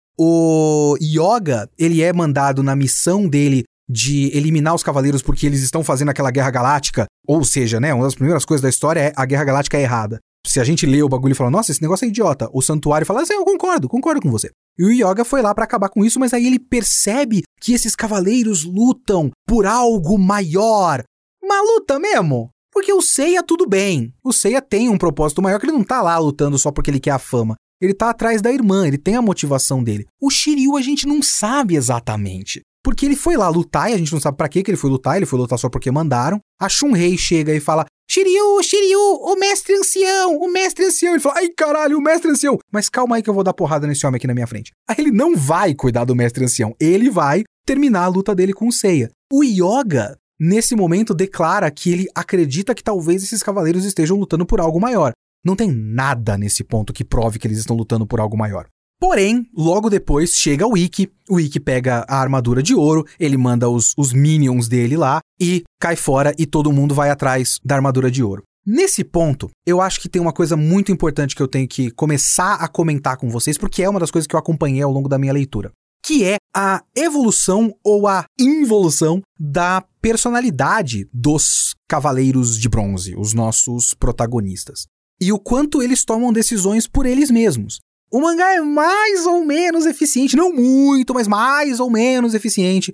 o Yoga, ele é mandado na missão dele de eliminar os cavaleiros porque eles estão fazendo aquela Guerra Galáctica, ou seja, né, uma das primeiras coisas da história é a Guerra Galáctica é errada. Se a gente lê o bagulho e fala, nossa, esse negócio é idiota, o Santuário fala, assim, eu concordo, concordo com você. E o Yoga foi lá pra acabar com isso, mas aí ele percebe que esses cavaleiros lutam por algo maior. Uma luta mesmo? Porque o Seiya tudo bem, o Seiya tem um propósito maior, que ele não tá lá lutando só porque ele quer a fama. Ele tá atrás da irmã, ele tem a motivação dele. O Shiryu a gente não sabe exatamente. Porque ele foi lá lutar e a gente não sabe pra que que ele foi lutar, ele foi lutar só porque mandaram. A Shunrei chega e fala, Shiryu, Shiryu, o mestre ancião, o mestre ancião. Ele fala, ai caralho, o mestre ancião. Mas calma aí que eu vou dar porrada nesse homem aqui na minha frente. Aí ele não vai cuidar do mestre ancião, ele vai terminar a luta dele com o Seiya. O Yoga, nesse momento, declara que ele acredita que talvez esses cavaleiros estejam lutando por algo maior. Não tem nada nesse ponto que prove que eles estão lutando por algo maior. Porém, logo depois chega o Ikki, o Ikki pega a armadura de ouro, ele manda os, os minions dele lá e cai fora e todo mundo vai atrás da armadura de ouro. Nesse ponto, eu acho que tem uma coisa muito importante que eu tenho que começar a comentar com vocês, porque é uma das coisas que eu acompanhei ao longo da minha leitura, que é a evolução ou a involução da personalidade dos Cavaleiros de Bronze, os nossos protagonistas. E o quanto eles tomam decisões por eles mesmos. O mangá é mais ou menos eficiente, não muito, mas mais ou menos eficiente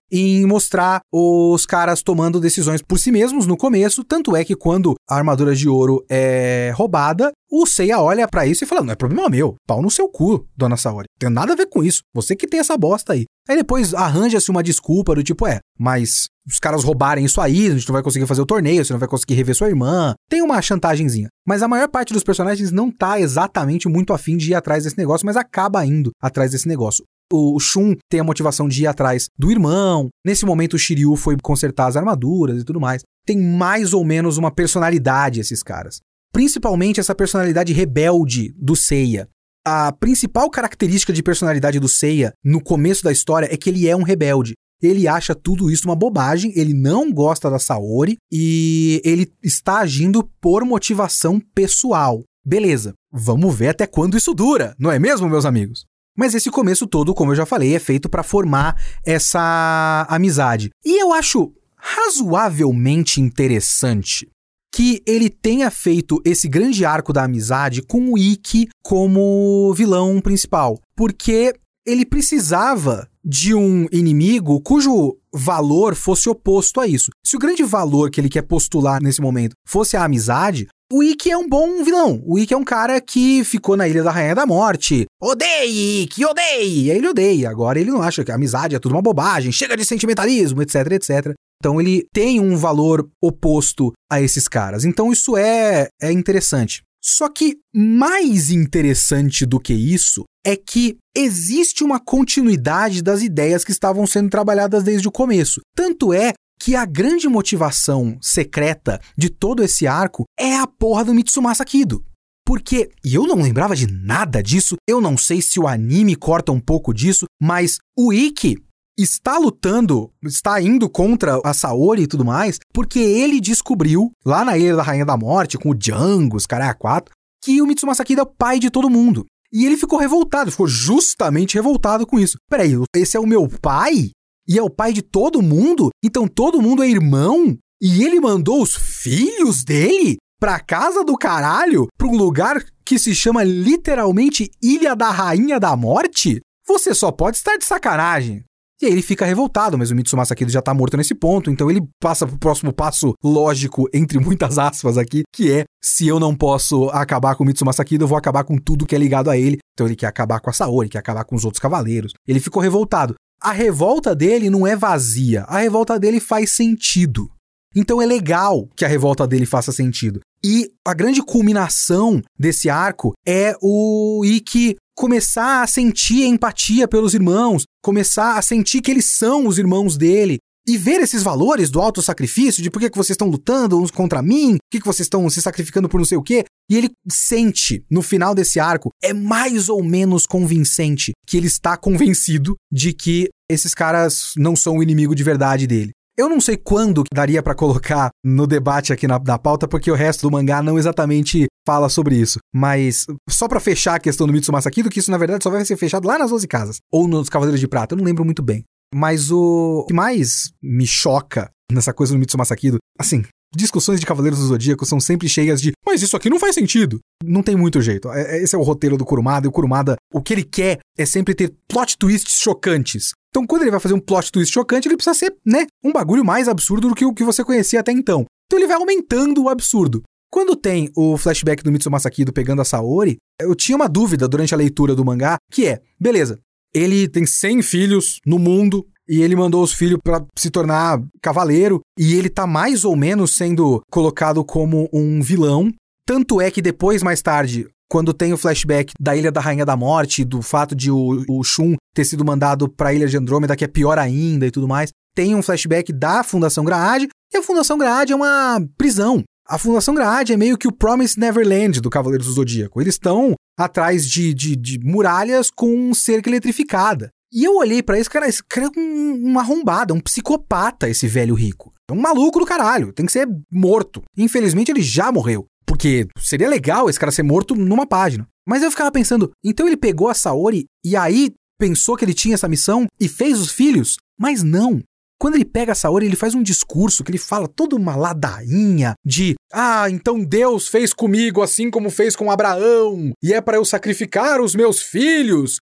em mostrar os caras tomando decisões por si mesmos no começo, tanto é que quando a armadura de ouro é roubada, o Seiya olha pra isso e fala, não é problema meu, pau no seu cu, dona Saori, tem nada a ver com isso, você que tem essa bosta aí. Aí depois arranja-se uma desculpa do tipo, é, mas os caras roubarem isso aí, a gente não vai conseguir fazer o torneio, você não vai conseguir rever sua irmã, tem uma chantagenzinha. Mas a maior parte dos personagens não tá exatamente muito afim de ir atrás desse negócio, mas acaba indo atrás desse negócio. O Shun tem a motivação de ir atrás do irmão, nesse momento o Shiryu foi consertar as armaduras e tudo mais. Tem mais ou menos uma personalidade esses caras. Principalmente essa personalidade rebelde do Seiya. A principal característica de personalidade do Seiya no começo da história é que ele é um rebelde. Ele acha tudo isso uma bobagem, ele não gosta da Saori e ele está agindo por motivação pessoal. Beleza, vamos ver até quando isso dura, não é mesmo, meus amigos? Mas esse começo todo, como eu já falei, é feito para formar essa amizade. E eu acho razoavelmente interessante que ele tenha feito esse grande arco da amizade com o Ikki como vilão principal. Porque ele precisava de um inimigo cujo valor fosse oposto a isso. Se o grande valor que ele quer postular nesse momento fosse a amizade, o Ikki é um bom vilão. O Ikki é um cara que ficou na Ilha da Rainha da Morte. Odeie, Ikki, odeie! E aí ele odeia. Agora ele não acha que a amizade é tudo uma bobagem, chega de sentimentalismo, etc, etcétera. Então ele tem um valor oposto a esses caras. Então isso é, é interessante. Só que mais interessante do que isso é que existe uma continuidade das ideias que estavam sendo trabalhadas desde o começo. Tanto é que a grande motivação secreta de todo esse arco é a porra do Mitsumasa Kido. Porque, e eu não lembrava de nada disso, eu não sei se o anime corta um pouco disso, mas o Ikki está lutando, está indo contra a Saori e tudo mais, porque ele descobriu, lá na Ilha da Rainha da Morte, com o Django, os caras quatro, que o Mitsumasa Kido é o pai de todo mundo. E ele ficou revoltado, ficou justamente revoltado com isso. Peraí, esse é o meu pai? E é o pai de todo mundo? Então todo mundo é irmão? E ele mandou os filhos dele pra casa do caralho? Pra um lugar que se chama literalmente Ilha da Rainha da Morte? Você só pode estar de sacanagem. E aí ele fica revoltado, mas o Mitsumasa Kido já tá morto nesse ponto, então ele passa pro próximo passo lógico, entre muitas aspas aqui, que é, se eu não posso acabar com o Mitsumasa Kido, eu vou acabar com tudo que é ligado a ele. Então ele quer acabar com a Saori, quer acabar com os outros cavaleiros. Ele ficou revoltado. A revolta dele não é vazia, a revolta dele faz sentido. Então é legal que a revolta dele faça sentido. E a grande culminação desse arco é o Ikki começar a sentir empatia pelos irmãos, começar a sentir que eles são os irmãos dele, e ver esses valores do autossacrifício, de por que, que vocês estão lutando uns contra mim, por que, que vocês estão se sacrificando por não sei o quê, e ele sente, no final desse arco, é mais ou menos convincente que ele está convencido de que esses caras não são o inimigo de verdade dele. Eu não sei quando daria pra colocar no debate aqui na, na pauta, porque o resto do mangá não exatamente fala sobre isso. Mas só pra fechar a questão do Mitsumasa Kido, que isso na verdade só vai ser fechado lá nas doze casas. Ou nos Cavaleiros de Prata, eu não lembro muito bem. Mas o que mais me choca nessa coisa do Mitsumasa Kido, assim, discussões de Cavaleiros do Zodíaco são sempre cheias de mas isso aqui não faz sentido. Não tem muito jeito. Esse é o roteiro do Kurumada, e o Kurumada, o que ele quer é sempre ter plot twists chocantes. Então, quando ele vai fazer um plot twist chocante, ele precisa ser, né, um bagulho mais absurdo do que o que você conhecia até então. Então, ele vai aumentando o absurdo. Quando tem o flashback do Mitsumasa Kido pegando a Saori, eu tinha uma dúvida durante a leitura do mangá, que é, beleza, ele tem cem filhos no mundo, e ele mandou os filhos pra se tornar cavaleiro, e ele tá mais ou menos sendo colocado como um vilão. Tanto é que depois, mais tarde, quando tem o flashback da Ilha da Rainha da Morte, do fato de o, o Shun ter sido mandado pra Ilha de Andrômeda, que é pior ainda e tudo mais, tem um flashback da Fundação Graad, e a Fundação Graad é uma prisão. A Fundação Graad é meio que o Promised Neverland do Cavaleiros do Zodíaco. Eles estão atrás de, de, de muralhas com cerca eletrificada. E eu olhei pra isso, cara, esse cara é um, um arrombado, um psicopata, esse velho rico. É um maluco do caralho, tem que ser morto. Infelizmente ele já morreu. Porque seria legal esse cara ser morto numa página. Mas eu ficava pensando, então ele pegou a Saori e aí pensou que ele tinha essa missão e fez os filhos? Mas não. Quando ele pega a Saori, ele faz um discurso que ele fala toda uma ladainha de ah, então Deus fez comigo assim como fez com Abraão e é para eu sacrificar os meus filhos.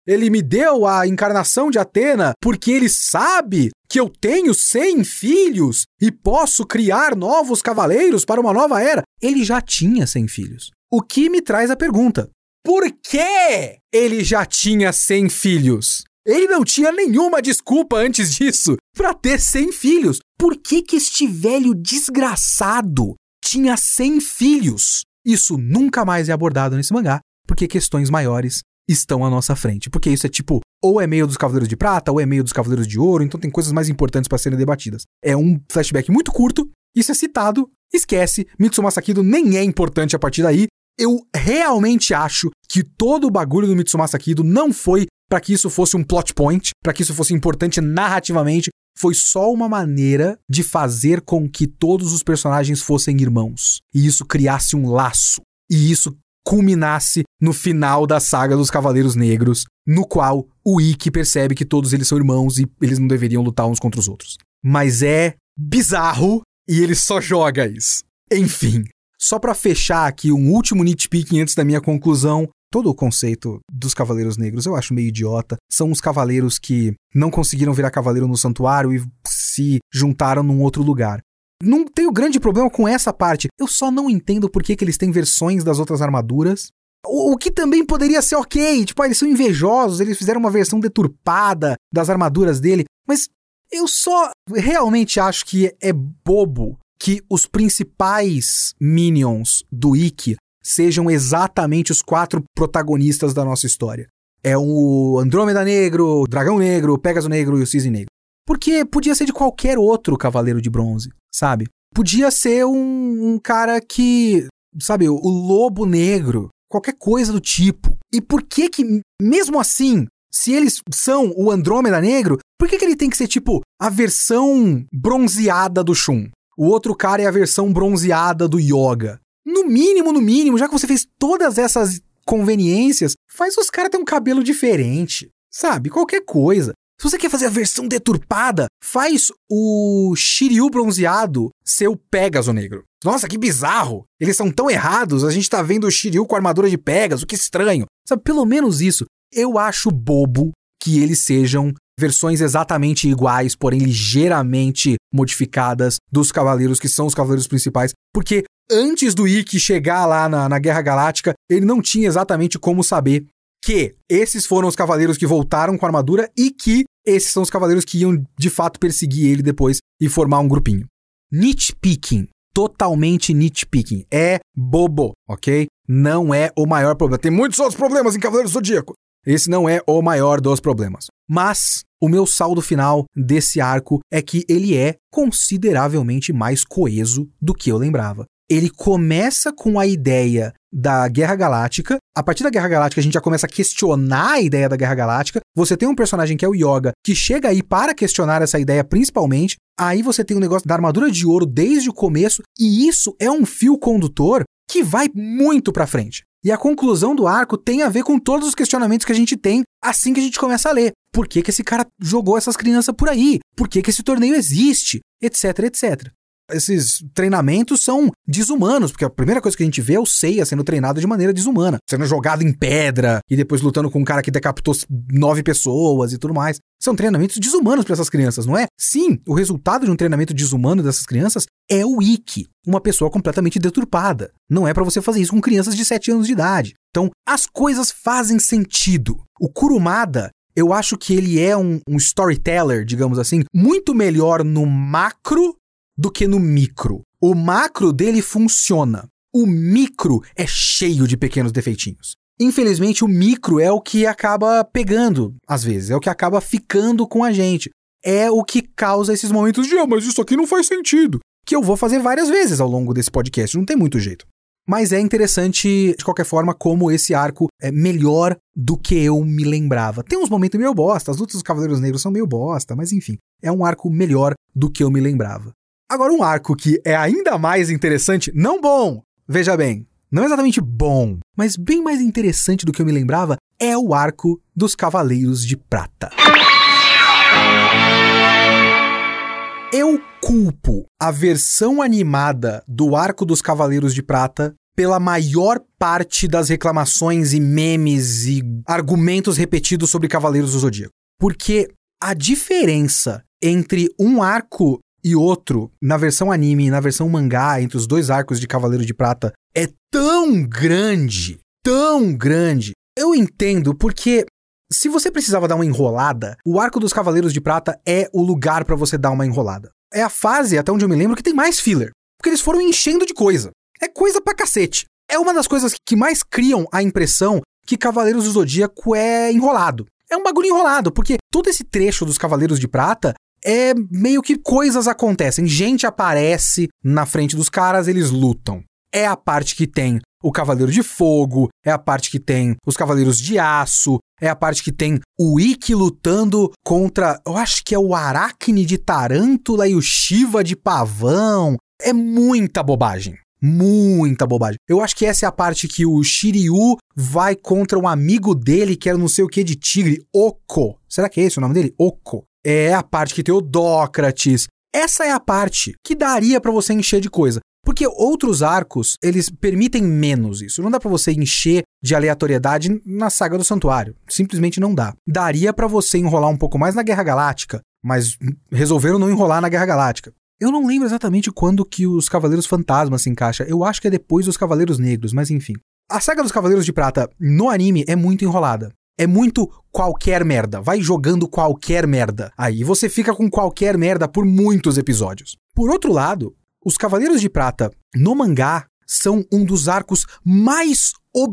Ele me deu a encarnação de Atena porque ele sabe que eu tenho cem filhos e posso criar novos cavaleiros para uma nova era. Ele já tinha cem filhos. O que me traz a pergunta: por que ele já tinha cem filhos? Ele não tinha nenhuma desculpa antes disso para ter cem filhos. Por que que este velho desgraçado tinha cem filhos? Isso nunca mais é abordado nesse mangá, porque questões maiores estão à nossa frente. Porque isso é tipo, ou é meio dos Cavaleiros de Prata, ou é meio dos Cavaleiros de Ouro, então tem coisas mais importantes para serem debatidas. É um flashback muito curto, isso é citado, esquece, Mitsumasa Kido nem é importante a partir daí. Eu realmente acho que todo o bagulho do Mitsumasa Kido não foi para que isso fosse um plot point, para que isso fosse importante narrativamente, foi só uma maneira de fazer com que todos os personagens fossem irmãos, e isso criasse um laço, e isso culminasse no final da saga dos Cavaleiros Negros, no qual o Ikki percebe que todos eles são irmãos e eles não deveriam lutar uns contra os outros. Mas é bizarro e ele só joga isso. Enfim, só pra fechar aqui um último nitpicking antes da minha conclusão, todo o conceito dos Cavaleiros Negros eu acho meio idiota. São uns cavaleiros que não conseguiram virar cavaleiro no santuário e se juntaram num outro lugar. Não tenho grande problema com essa parte. Eu só não entendo por que que eles têm versões das outras armaduras. O, o que também poderia ser ok. Tipo, ah, eles são invejosos, eles fizeram uma versão deturpada das armaduras dele. Mas eu só realmente acho que é bobo que os principais minions do Ikki sejam exatamente os quatro protagonistas da nossa história. É o Andrômeda Negro, o Dragão Negro, o Pégaso Negro e o Cisne Negro. Porque podia ser de qualquer outro Cavaleiro de Bronze, sabe? Podia ser um, um cara que, sabe, o, o Lobo Negro, qualquer coisa do tipo. E por que que, mesmo assim, se eles são o Andrômeda Negro, por que que ele tem que ser, tipo, a versão bronzeada do Shun? O outro cara é a versão bronzeada do Yoga. No mínimo, no mínimo, já que você fez todas essas conveniências, faz os caras ter um cabelo diferente, sabe? Qualquer coisa. Se você quer fazer a versão deturpada, faz o Shiryu bronzeado ser o Pégaso Negro. Nossa, que bizarro! Eles são tão errados, a gente tá vendo o Shiryu com a armadura de Pégaso, que estranho. Sabe, pelo menos isso. Eu acho bobo que eles sejam versões exatamente iguais, porém ligeiramente modificadas dos cavaleiros que são os cavaleiros principais, porque antes do Ikki chegar lá na, na Guerra Galáctica, ele não tinha exatamente como saber que esses foram os cavaleiros que voltaram com a armadura e que esses são os cavaleiros que iam de fato perseguir ele depois e formar um grupinho. Nitpicking. Totalmente nitpicking. É bobo, ok? Não é o maior problema. Tem muitos outros problemas em Cavaleiro do Zodíaco. Esse não é o maior dos problemas. Mas o meu saldo final desse arco é que ele é consideravelmente mais coeso do que eu lembrava. Ele começa com a ideia da Guerra Galáctica. A partir da Guerra Galáctica, a gente já começa a questionar a ideia da Guerra Galáctica. Você tem um personagem que é o Yoga, que chega aí para questionar essa ideia principalmente. Aí você tem o negócio da armadura de ouro desde o começo. E isso é um fio condutor que vai muito pra frente. E a conclusão do arco tem a ver com todos os questionamentos que a gente tem assim que a gente começa a ler. Por que que esse cara jogou essas crianças por aí? Por que que esse torneio existe? Etc, etcétera. Esses treinamentos são desumanos, porque a primeira coisa que a gente vê é o Seiya sendo treinado de maneira desumana, sendo jogado em pedra e depois lutando com um cara que decapitou nove pessoas e tudo mais. São treinamentos desumanos para essas crianças, não é? Sim, o resultado de um treinamento desumano dessas crianças é o Ikki, uma pessoa completamente deturpada. Não é para você fazer isso com crianças de sete anos de idade. Então, as coisas fazem sentido. O Kurumada, eu acho que ele é um, um storyteller, digamos assim, muito melhor no macro do que no micro. O macro dele funciona. O micro é cheio de pequenos defeitinhos. Infelizmente, o micro é o que acaba pegando, às vezes. É o que acaba ficando com a gente. É o que causa esses momentos de, ah, mas isso aqui não faz sentido. Que eu vou fazer várias vezes ao longo desse podcast. Não tem muito jeito. Mas é interessante, de qualquer forma, como esse arco é melhor do que eu me lembrava. Tem uns momentos meio bosta. As lutas dos Cavaleiros Negros são meio bosta. Mas enfim, é um arco melhor do que eu me lembrava. Agora, um arco que é ainda mais interessante, não bom, veja bem, não exatamente bom, mas bem mais interessante do que eu me lembrava, é o arco dos Cavaleiros de Prata. Eu culpo a versão animada do arco dos Cavaleiros de Prata pela maior parte das reclamações e memes e argumentos repetidos sobre Cavaleiros do Zodíaco. Porque a diferença entre um arco e outro, na versão anime e na versão mangá, entre os dois arcos de Cavaleiro de Prata, é tão grande, tão grande. Eu entendo, porque se você precisava dar uma enrolada, o arco dos Cavaleiros de Prata é o lugar pra você dar uma enrolada. É a fase, até onde eu me lembro, que tem mais filler. Porque eles foram enchendo de coisa. É coisa pra cacete. É uma das coisas que mais criam a impressão que Cavaleiros do Zodíaco é enrolado. É um bagulho enrolado, porque todo esse trecho dos Cavaleiros de Prata é meio que coisas acontecem. Gente aparece na frente dos caras, eles lutam. É a parte que tem o Cavaleiro de Fogo, é a parte que tem os Cavaleiros de Aço, é a parte que tem o Ikki lutando contra, eu acho que é o Aracne de Tarântula e o Shiva de Pavão. É muita bobagem. Muita bobagem. Eu acho que essa é a parte que o Shiryu vai contra um amigo dele, que era não sei o que de tigre, Oko. Será que é esse o nome dele? Oko. É a parte que tem o Dócrates. Essa é a parte que daria pra você encher de coisa. Porque outros arcos, eles permitem menos isso. Não dá pra você encher de aleatoriedade na Saga do Santuário. Simplesmente não dá. Daria pra você enrolar um pouco mais na Guerra Galáctica, mas resolveram não enrolar na Guerra Galáctica. Eu não lembro exatamente quando que os Cavaleiros Fantasmas se encaixam. Eu acho que é depois dos Cavaleiros Negros, mas enfim. A Saga dos Cavaleiros de Prata no anime é muito enrolada. É muito qualquer merda. Vai jogando qualquer merda. Aí você fica com qualquer merda por muitos episódios. Por outro lado, os Cavaleiros de Prata no mangá são um dos arcos mais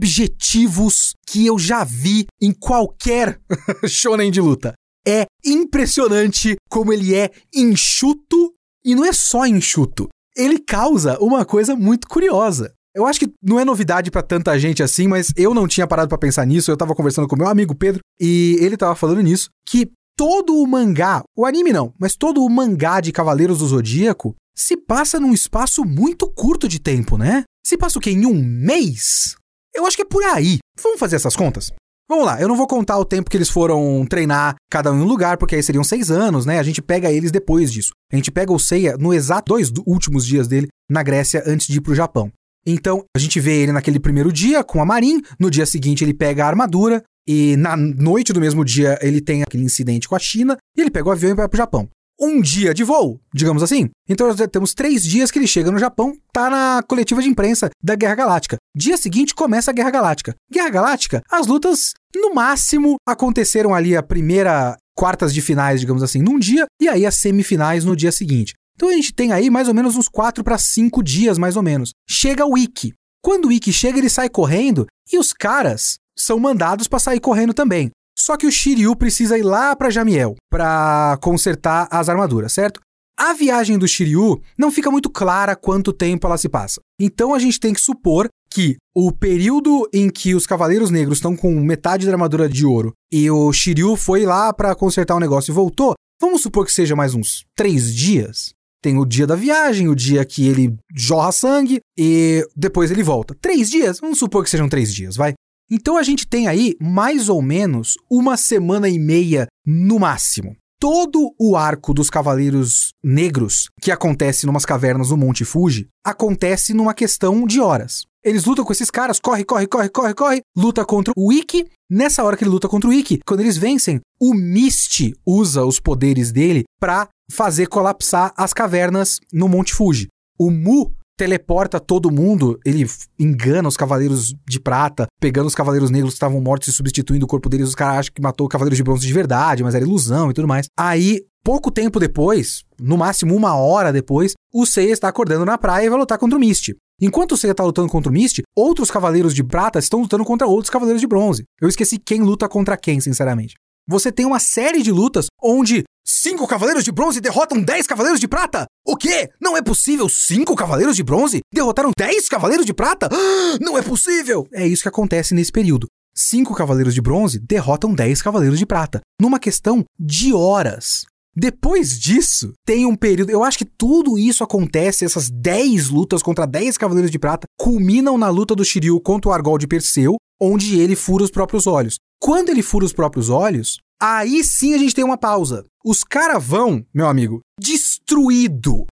objetivos que eu já vi em qualquer shonen de luta. É impressionante como ele é enxuto. E não é só enxuto, ele causa uma coisa muito curiosa. Eu acho que não é novidade pra tanta gente assim, mas eu não tinha parado pra pensar nisso. Eu tava conversando com meu amigo Pedro e ele tava falando nisso, que todo o mangá, o anime não, mas todo o mangá de Cavaleiros do Zodíaco se passa num espaço muito curto de tempo, né? Se passa o quê? Em um mês? Eu acho que é por aí. Vamos fazer essas contas? Vamos lá, eu não vou contar o tempo que eles foram treinar cada um em um lugar, porque aí seriam seis anos, né? A gente pega eles depois disso. A gente pega o Seiya no exato dois últimos dias dele na Grécia antes de ir pro Japão. Então, a gente vê ele naquele primeiro dia com a Marin, no dia seguinte ele pega a armadura, e na noite do mesmo dia ele tem aquele incidente com a China, e ele pega o avião e vai pro Japão. Um dia de voo, digamos assim. Então nós temos três dias que ele chega no Japão, tá na coletiva de imprensa da Guerra Galáctica. Dia seguinte começa a Guerra Galáctica. Guerra Galáctica, as lutas, no máximo, aconteceram ali a primeira quartas de finais, digamos assim, num dia, e aí as semifinais no dia seguinte. Então a gente tem aí mais ou menos uns quatro para cinco dias, mais ou menos. Chega o Ikki. Quando o Ikki chega, ele sai correndo, e os caras são mandados para sair correndo também. Só que o Shiryu precisa ir lá pra Jamiel pra consertar as armaduras, certo? A viagem do Shiryu não fica muito clara quanto tempo ela se passa. Então a gente tem que supor que o período em que os Cavaleiros Negros estão com metade da armadura de ouro e o Shiryu foi lá pra consertar o negócio e voltou, vamos supor que seja mais uns três dias. Tem o dia da viagem, o dia que ele jorra sangue e depois ele volta. Três dias? Vamos supor que sejam três dias, vai? Então a gente tem aí, mais ou menos, uma semana e meia no máximo. Todo o arco dos Cavaleiros Negros, que acontece numas cavernas no Monte Fuji, acontece numa questão de horas. Eles lutam com esses caras, corre, corre, corre, corre, corre, luta contra o Ikki. Nessa hora que ele luta contra o Ikki, quando eles vencem, o Misty usa os poderes dele pra fazer colapsar as cavernas no Monte Fuji. O Mu teleporta todo mundo, ele engana os Cavaleiros de Prata, pegando os Cavaleiros Negros que estavam mortos e substituindo o corpo deles, os caras acham que matou o Cavaleiro de Bronze de verdade, mas era ilusão e tudo mais. Aí, pouco tempo depois, no máximo uma hora depois, o Seiya está acordando na praia e vai lutar contra o Misty. Enquanto o Seiya tá lutando contra o Misty, outros Cavaleiros de Prata estão lutando contra outros Cavaleiros de Bronze. Eu esqueci quem luta contra quem, sinceramente. Você tem uma série de lutas onde cinco Cavaleiros de Bronze derrotam dez Cavaleiros de Prata? O quê? Não é possível! Cinco Cavaleiros de Bronze derrotaram dez Cavaleiros de Prata? Não é possível! É isso que acontece nesse período. Cinco Cavaleiros de Bronze derrotam dez Cavaleiros de Prata, numa questão de horas. Depois disso, tem um período... Eu acho que tudo isso acontece, essas dez lutas contra dez Cavaleiros de Prata, culminam na luta do Shiryu contra o Argol de Perseu, onde ele fura os próprios olhos. Quando ele fura os próprios olhos, aí sim a gente tem uma pausa. Os caras vão, meu amigo, destruído.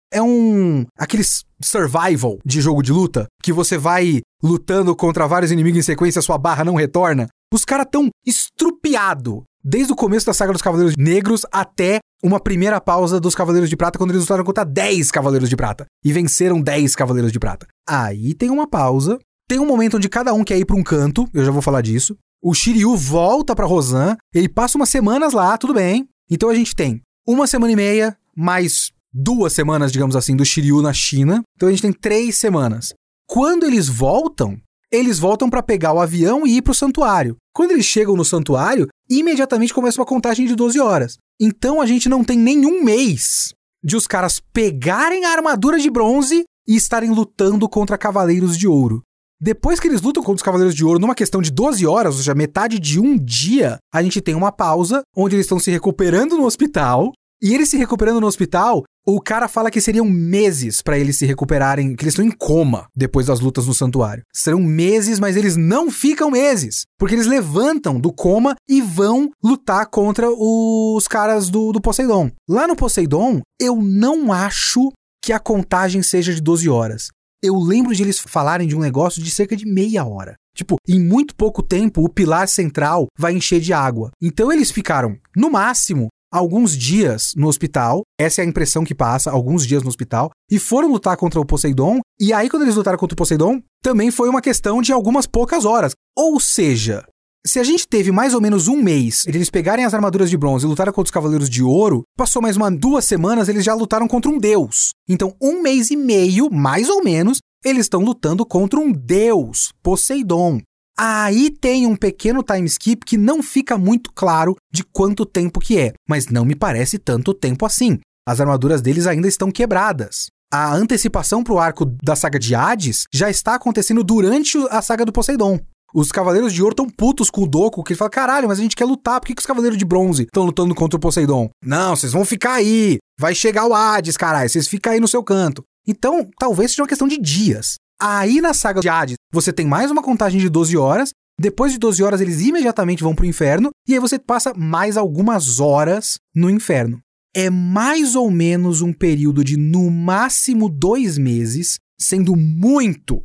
é um... aqueles survival de jogo de luta, que você vai lutando contra vários inimigos em sequência, sua barra não retorna. Os caras tão estrupiados desde o começo da saga dos Cavaleiros Negros até uma primeira pausa dos Cavaleiros de Prata, quando eles lutaram contra dez Cavaleiros de Prata. E venceram dez Cavaleiros de Prata. Aí tem uma pausa, tem um momento onde cada um quer ir pra um canto, eu já vou falar disso. O Shiryu volta pra Rosan, ele passa umas semanas lá, tudo bem. Então a gente tem uma semana e meia, mais duas semanas, digamos assim, do Shiryu na China. Então a gente tem três semanas. Quando eles voltam, eles voltam pra pegar o avião e ir pro santuário. Quando eles chegam no santuário, imediatamente começa uma contagem de doze horas. Então a gente não tem nenhum mês de os caras pegarem a armadura de bronze e estarem lutando contra Cavaleiros de Ouro. Depois que eles lutam contra os Cavaleiros de Ouro numa questão de doze horas, ou seja, metade de um dia, a gente tem uma pausa onde eles estão se recuperando no hospital. E eles se recuperando no hospital, o cara fala que seriam meses pra eles se recuperarem, que eles estão em coma depois das lutas no santuário. Serão meses, mas eles não ficam meses, porque eles levantam do coma e vão lutar contra os caras do, do Poseidon. Lá no Poseidon, eu não acho que a contagem seja de doze horas. Eu lembro de eles falarem de um negócio de cerca de meia hora. Tipo, em muito pouco tempo, o pilar central vai encher de água. Então eles ficaram, no máximo, alguns dias no hospital, essa é a impressão que passa, alguns dias no hospital, e foram lutar contra o Poseidon, e aí quando eles lutaram contra o Poseidon, também foi uma questão de algumas poucas horas. Ou seja, se a gente teve mais ou menos um mês de eles pegarem as armaduras de bronze e lutaram contra os Cavaleiros de Ouro, passou mais uma duas semanas, eles já lutaram contra um deus. Então, um mês e meio, mais ou menos, eles estão lutando contra um deus, Poseidon. Aí tem um pequeno time skip que não fica muito claro de quanto tempo que é, mas não me parece tanto tempo assim. As armaduras deles ainda estão quebradas. A antecipação pro arco da saga de Hades já está acontecendo durante a saga do Poseidon. Os Cavaleiros de Ouro estão putos com o Doku, que ele fala, caralho, mas a gente quer lutar, por que, que os Cavaleiros de Bronze estão lutando contra o Poseidon? Não, vocês vão ficar aí, vai chegar o Hades, caralho, vocês ficam aí no seu canto. Então, talvez seja uma questão de dias. Aí na saga de Hades, você tem mais uma contagem de doze horas, depois de doze horas eles imediatamente vão pro inferno, e aí você passa mais algumas horas no inferno. É mais ou menos um período de no máximo dois meses, sendo muito,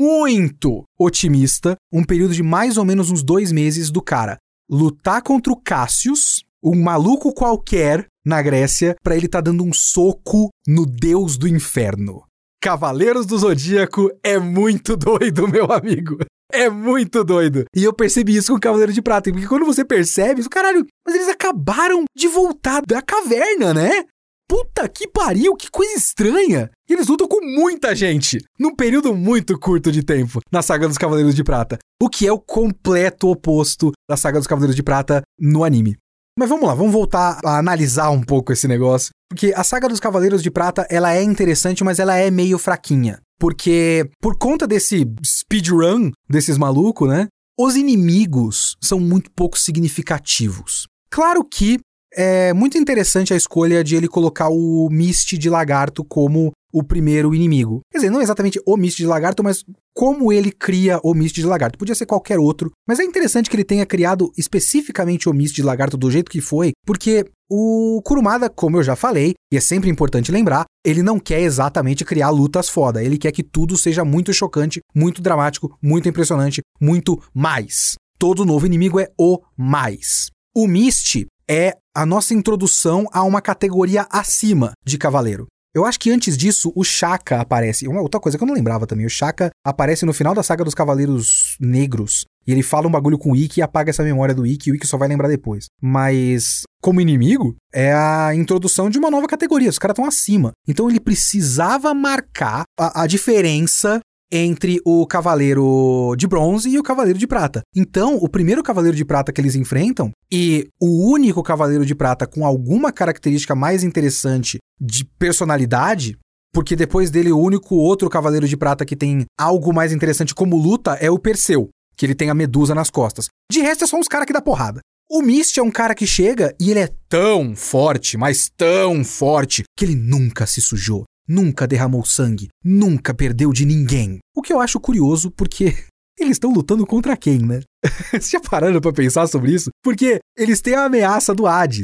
muito otimista, um período de mais ou menos uns dois meses do cara lutar contra o Cassius, um maluco qualquer na Grécia, pra ele tá dando um soco no deus do inferno. Cavaleiros do Zodíaco é muito doido, meu amigo. É muito doido. E eu percebi isso com o Cavaleiro de Prata. Porque quando você percebe, isso, caralho, mas eles acabaram de voltar da caverna, né? Puta que pariu, que coisa estranha. E eles lutam com muita gente, num período muito curto de tempo, na saga dos Cavaleiros de Prata. O que é o completo oposto da saga dos Cavaleiros de Prata no anime. Mas vamos lá, vamos voltar a analisar um pouco esse negócio. Porque a saga dos Cavaleiros de Prata, ela é interessante, mas ela é meio fraquinha. Porque, por conta desse speedrun desses malucos, né? Os inimigos são muito pouco significativos. Claro que é muito interessante a escolha de ele colocar o Mist de Lagarto como o primeiro inimigo. Quer dizer, não exatamente o Mist de Lagarto, mas como ele cria o Mist de Lagarto. Podia ser qualquer outro, mas é interessante que ele tenha criado especificamente o Mist de Lagarto do jeito que foi, porque o Kurumada, como eu já falei, e é sempre importante lembrar, ele não quer exatamente criar lutas foda, ele quer que tudo seja muito chocante, muito dramático, muito impressionante, muito mais. Todo novo inimigo é o mais. O Mist é a nossa introdução a uma categoria acima de cavaleiro. Eu acho que antes disso, o Shaka aparece. Uma outra coisa que eu não lembrava também. O Shaka aparece no final da saga dos Cavaleiros Negros. E ele fala um bagulho com o Ikki e apaga essa memória do Ikki. E o Ikki só vai lembrar depois. Mas, como inimigo, é a introdução de uma nova categoria. Os caras estão acima. Então ele precisava marcar a, a diferença entre o Cavaleiro de Bronze e o Cavaleiro de Prata. Então, o primeiro Cavaleiro de Prata que eles enfrentam, e o único Cavaleiro de Prata com alguma característica mais interessante de personalidade, porque depois dele o único outro Cavaleiro de Prata que tem algo mais interessante como luta é o Perseu, que ele tem a Medusa nas costas. De resto é só uns caras que dá porrada. O Mist é um cara que chega e ele é tão forte, mas tão forte, que ele nunca se sujou. Nunca derramou sangue, nunca perdeu de ninguém. O que eu acho curioso, porque eles estão lutando contra quem, né? Você já parando pra pensar sobre isso? Porque eles têm a ameaça do Hades.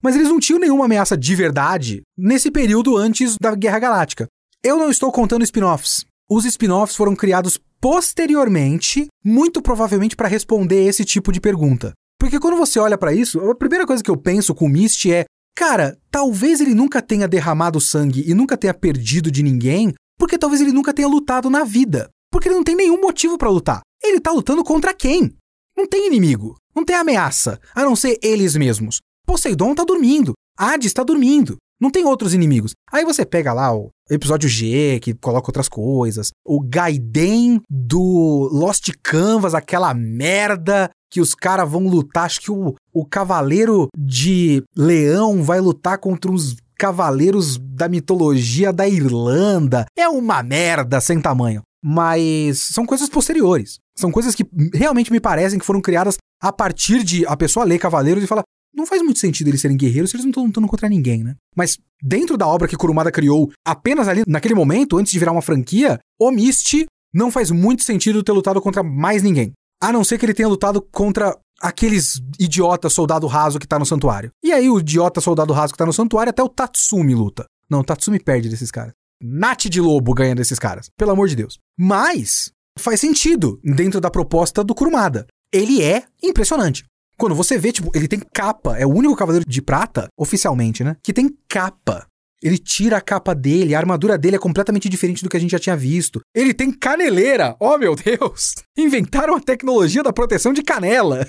Mas eles não tinham nenhuma ameaça de verdade nesse período antes da Guerra Galáctica. Eu não estou contando spin-offs. Os spin-offs foram criados posteriormente, muito provavelmente para responder esse tipo de pergunta. Porque quando você olha pra isso, a primeira coisa que eu penso com o Misty é, cara, talvez ele nunca tenha derramado sangue e nunca tenha perdido de ninguém, porque talvez ele nunca tenha lutado na vida. Porque ele não tem nenhum motivo pra lutar. Ele tá lutando contra quem? Não tem inimigo, não tem ameaça, a não ser eles mesmos. Poseidon tá dormindo, Hades tá dormindo, não tem outros inimigos. Aí você pega lá o episódio G, que coloca outras coisas, o Gaiden do Lost Canvas, aquela merda que os caras vão lutar, acho que o, o Cavaleiro de Leão vai lutar contra uns cavaleiros da mitologia da Irlanda. É uma merda sem tamanho. Mas são coisas posteriores. São coisas que realmente me parecem que foram criadas a partir de a pessoa ler Cavaleiros e falar, não faz muito sentido eles serem guerreiros se eles não estão lutando contra ninguém, né? Mas dentro da obra que Kurumada criou, apenas ali naquele momento, antes de virar uma franquia, o Misty não faz muito sentido ter lutado contra mais ninguém. A não ser que ele tenha lutado contra aqueles idiota soldado raso que tá no santuário. E aí o idiota soldado raso que tá no santuário, até o Tatsumi luta. Não, o Tatsumi perde desses caras. Nath de Lobo ganha desses caras, pelo amor de Deus. Mas faz sentido dentro da proposta do Kurumada. Ele é impressionante. Quando você vê, tipo, ele tem capa, é o único Cavaleiro de Prata, oficialmente, né, que tem capa. Ele tira a capa dele, a armadura dele é completamente diferente do que a gente já tinha visto. Ele tem caneleira, oh meu Deus! Inventaram a tecnologia da proteção de canela.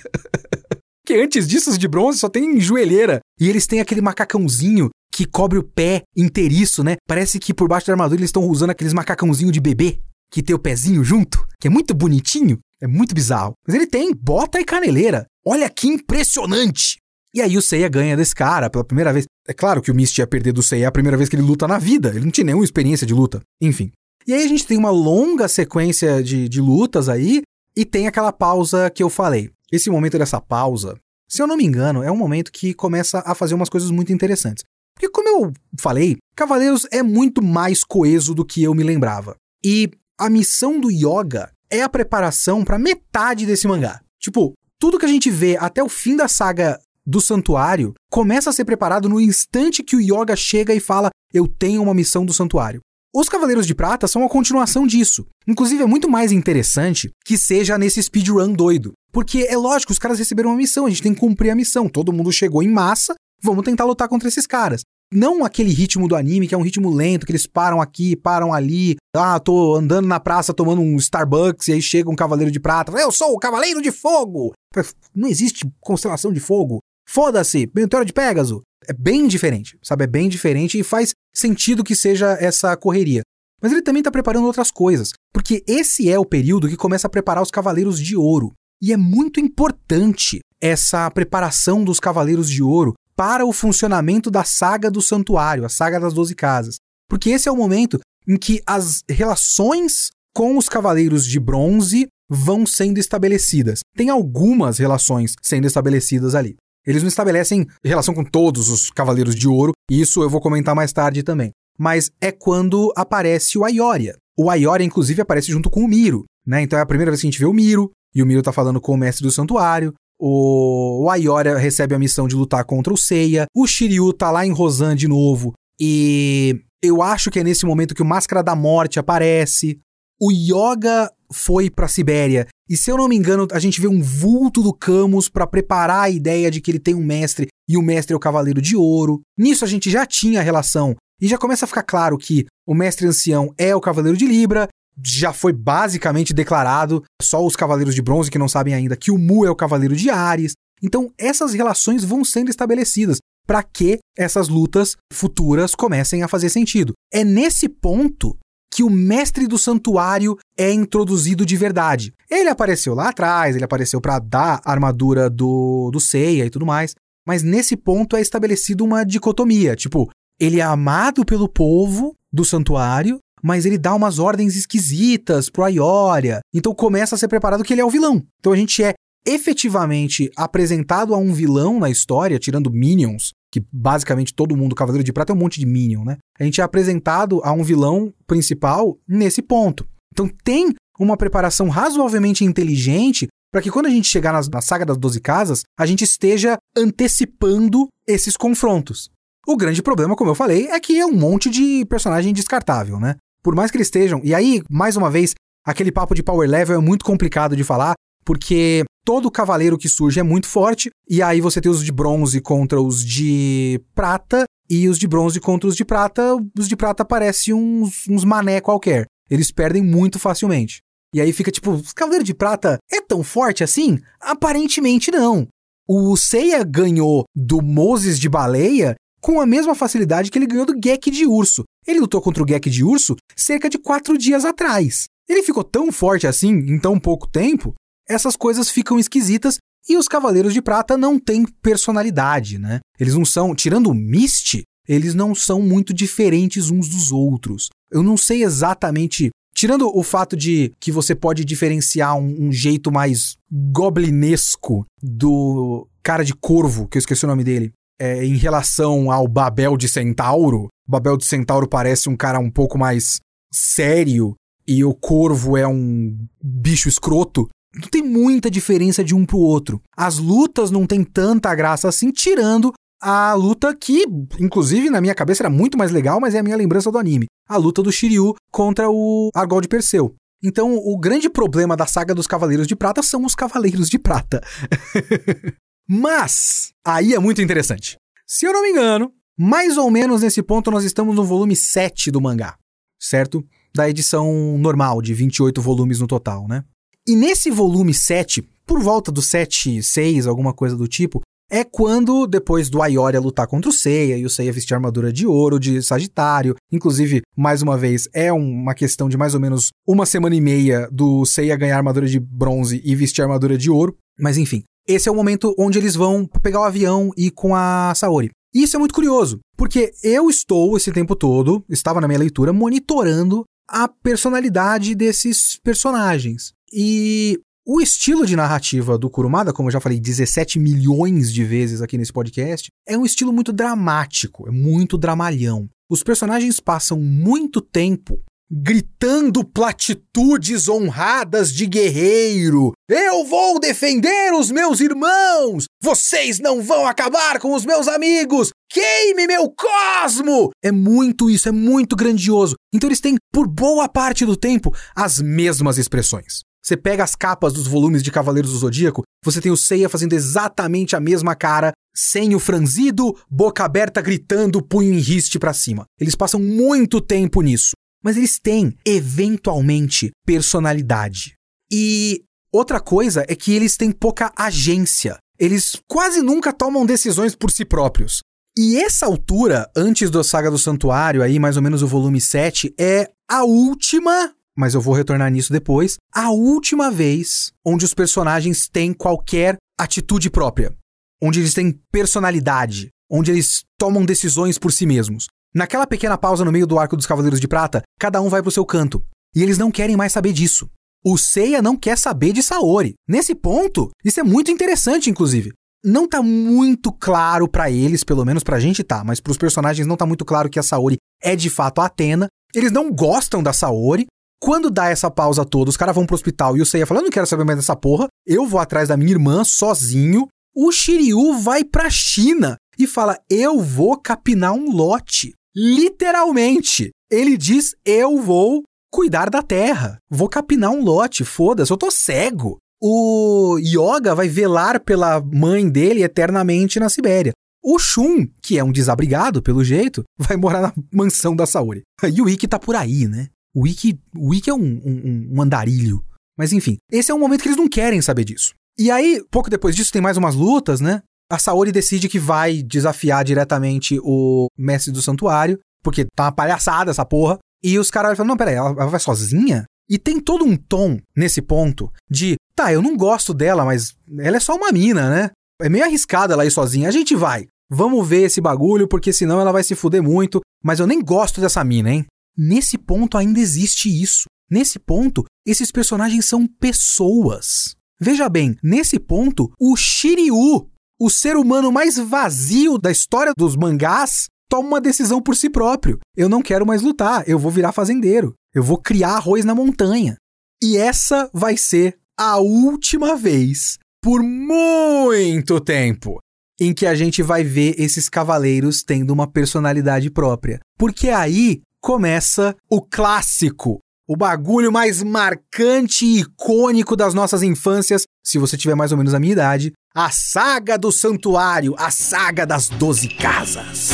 Que antes disso, os de bronze só tem joelheira. E eles têm aquele macacãozinho que cobre o pé inteiriço, né? Parece que por baixo da armadura eles estão usando aqueles macacãozinho de bebê, que tem o pezinho junto, que é muito bonitinho. É muito bizarro. Mas ele tem bota e caneleira. Olha que impressionante! E aí o Seiya ganha desse cara pela primeira vez. É claro que o Misty ia perder do Seiya a primeira vez que ele luta na vida. Ele não tinha nenhuma experiência de luta. Enfim. E aí a gente tem uma longa sequência de, de lutas aí. E tem aquela pausa que eu falei. Esse momento dessa pausa, se eu não me engano, é um momento que começa a fazer umas coisas muito interessantes. Porque como eu falei, Cavaleiros é muito mais coeso do que eu me lembrava. E a missão do Yoga é a preparação pra metade desse mangá. Tipo, tudo que a gente vê até o fim da saga do Santuário começa a ser preparado no instante que o Yoga chega e fala, eu tenho uma missão do Santuário. Os Cavaleiros de Prata são a continuação disso. Inclusive, é muito mais interessante que seja nesse speedrun doido. Porque é lógico, os caras receberam uma missão, a gente tem que cumprir a missão. Todo mundo chegou em massa, vamos tentar lutar contra esses caras. Não aquele ritmo do anime, que é um ritmo lento, que eles param aqui, param ali. Ah, tô andando na praça tomando um Starbucks e aí chega um Cavaleiro de Prata. Eu sou o Cavaleiro de Fogo! Não existe constelação de fogo. Foda-se, Meteoro de Pégaso. É bem diferente, sabe? É bem diferente e faz sentido que seja essa correria. Mas ele também tá preparando outras coisas, porque esse é o período que começa a preparar os Cavaleiros de Ouro. E é muito importante essa preparação dos Cavaleiros de Ouro para o funcionamento da saga do Santuário, a saga das Doze Casas. Porque esse é o momento em que as relações com os Cavaleiros de Bronze vão sendo estabelecidas. Tem algumas relações sendo estabelecidas ali. Eles não estabelecem relação com todos os Cavaleiros de Ouro, e isso eu vou comentar mais tarde também. Mas é quando aparece o Aioria. O Aioria, inclusive, aparece junto com o Miro, né? Então é a primeira vez que a gente vê o Miro, e o Miro tá falando com o Mestre do Santuário. O Aioria recebe a missão de lutar contra o Seiya. O Shiryu tá lá em Rosan de novo. E eu acho que é nesse momento que o Máscara da Morte aparece. O Yoga foi pra Sibéria. E se eu não me engano, a gente vê um vulto do Camus pra preparar a ideia de que ele tem um mestre. E o mestre é o Cavaleiro de Ouro. Nisso a gente já tinha a relação. E já começa a ficar claro que o Mestre Ancião é o Cavaleiro de Libra. Já foi basicamente declarado, só os Cavaleiros de Bronze que não sabem ainda, que o Mu é o Cavaleiro de Ares. Então essas relações vão sendo estabelecidas para que essas lutas futuras comecem a fazer sentido. É nesse ponto que o Mestre do Santuário é introduzido de verdade. Ele apareceu lá atrás, ele apareceu para dar a armadura do, do Seiya e tudo mais, mas nesse ponto é estabelecido uma dicotomia, tipo, ele é amado pelo povo do Santuário, mas ele dá umas ordens esquisitas pro Aioria. Então começa a ser preparado que ele é o vilão. Então a gente é efetivamente apresentado a um vilão na história, tirando Minions, que basicamente todo mundo, Cavaleiro de Prata é um monte de Minion, né? A gente é apresentado a um vilão principal nesse ponto. Então tem uma preparação razoavelmente inteligente para que quando a gente chegar nas, na saga das doze casas, a gente esteja antecipando esses confrontos. O grande problema, como eu falei, é que é um monte de personagem descartável, né? Por mais que eles estejam... E aí, mais uma vez, aquele papo de power level é muito complicado de falar, porque todo cavaleiro que surge é muito forte, e aí você tem os de bronze contra os de prata, e os de bronze contra os de prata, os de prata parecem uns, uns mané qualquer. Eles perdem muito facilmente. E aí fica tipo, o cavaleiro de prata é tão forte assim? Aparentemente não. O Seiya ganhou do Moses de baleia com a mesma facilidade que ele ganhou do Gek de urso. Ele lutou contra o Gek de urso cerca de quatro dias atrás. Ele ficou tão forte assim em tão pouco tempo, essas coisas ficam esquisitas e os Cavaleiros de Prata não têm personalidade, né? Eles não são, tirando o Misty, eles não são muito diferentes uns dos outros. Eu não sei exatamente, tirando o fato de que você pode diferenciar um, um jeito mais goblinesco do cara de corvo, que eu esqueci o nome dele, é, em relação ao Babel de Centauro. O Babel de Centauro parece um cara um pouco mais sério e o corvo é um bicho escroto. Não tem muita diferença de um pro outro. As lutas não tem tanta graça assim, tirando a luta que, inclusive, na minha cabeça era muito mais legal, mas é a minha lembrança do anime. A luta do Shiryu contra o Argol de Perseu. Então, o grande problema da saga dos Cavaleiros de Prata são os Cavaleiros de Prata. Mas, aí é muito interessante. Se eu não me engano, mais ou menos nesse ponto nós estamos no volume sete do mangá, certo? Da edição normal, de vinte e oito volumes no total, né? E nesse volume sete, por volta do sete, seis, alguma coisa do tipo, é quando, depois do Aioria lutar contra o Seiya, e o Seiya vestir a armadura de ouro de Sagitário, inclusive, mais uma vez, é uma questão de mais ou menos uma semana e meia do Seiya ganhar a armadura de bronze e vestir a armadura de ouro, mas enfim, esse é o momento onde eles vão pegar o avião e ir com a Saori. E isso é muito curioso, porque eu estou, esse tempo todo, estava na minha leitura, monitorando a personalidade desses personagens. E o estilo de narrativa do Kurumada, como eu já falei dezessete milhões de vezes aqui nesse podcast, é um estilo muito dramático, é muito dramalhão. Os personagens passam muito tempo gritando platitudes honradas de guerreiro. Eu vou defender os meus irmãos! Vocês não vão acabar com os meus amigos! Queime meu cosmo! É muito isso, é muito grandioso. Então eles têm, por boa parte do tempo, as mesmas expressões. Você pega as capas dos volumes de Cavaleiros do Zodíaco, você tem o Seiya fazendo exatamente a mesma cara, senho franzido, boca aberta gritando, punho em riste pra cima. Eles passam muito tempo nisso. Mas eles têm, eventualmente, personalidade. E outra coisa é que eles têm pouca agência. Eles quase nunca tomam decisões por si próprios. E essa altura, antes da Saga do Santuário, aí mais ou menos o volume sete, é a última, mas eu vou retornar nisso depois, a última vez onde os personagens têm qualquer atitude própria. Onde eles têm personalidade. Onde eles tomam decisões por si mesmos. Naquela pequena pausa no meio do arco dos Cavaleiros de Prata, cada um vai pro seu canto. E eles não querem mais saber disso. O Seiya não quer saber de Saori. Nesse ponto, isso é muito interessante, inclusive. Não tá muito claro pra eles, pelo menos pra gente tá, mas pros personagens não tá muito claro que a Saori é de fato a Athena. Eles não gostam da Saori. Quando dá essa pausa toda, os caras vão pro hospital e o Seiya fala, eu não quero saber mais dessa porra, eu vou atrás da minha irmã sozinho. O Shiryu vai pra China e fala, eu vou capinar um lote. Literalmente. Ele diz, eu vou cuidar da terra. Vou capinar um lote, foda-se, eu tô cego. O Yoga vai velar pela mãe dele eternamente na Sibéria. O Shun, que é um desabrigado, pelo jeito, vai morar na mansão da Saori. E o Ikki tá por aí, né? O Ikki, o Ikki é um, um, um andarilho. Mas enfim, esse é um momento que eles não querem saber disso. E aí, pouco depois disso, tem mais umas lutas, né? A Saori decide que vai desafiar diretamente o mestre do santuário, porque tá uma palhaçada essa porra. E os caras falam, não, peraí, ela, ela vai sozinha? E tem todo um tom nesse ponto de, tá, eu não gosto dela, mas ela é só uma mina, né? É meio arriscada ela ir sozinha. A gente vai, vamos ver esse bagulho, porque senão ela vai se fuder muito. Mas eu nem gosto dessa mina, hein? Nesse ponto ainda existe isso. Nesse ponto, esses personagens são pessoas. Veja bem, nesse ponto, o Shiryu, o ser humano mais vazio da história dos mangás, toma uma decisão por si próprio. Eu não quero mais lutar, eu vou virar fazendeiro. Eu vou criar arroz na montanha. E essa vai ser a última vez, por muito tempo, em que a gente vai ver esses cavaleiros tendo uma personalidade própria. Porque aí começa o clássico, o bagulho mais marcante e icônico das nossas infâncias, se você tiver mais ou menos a minha idade, a Saga do Santuário, a Saga das Doze Casas.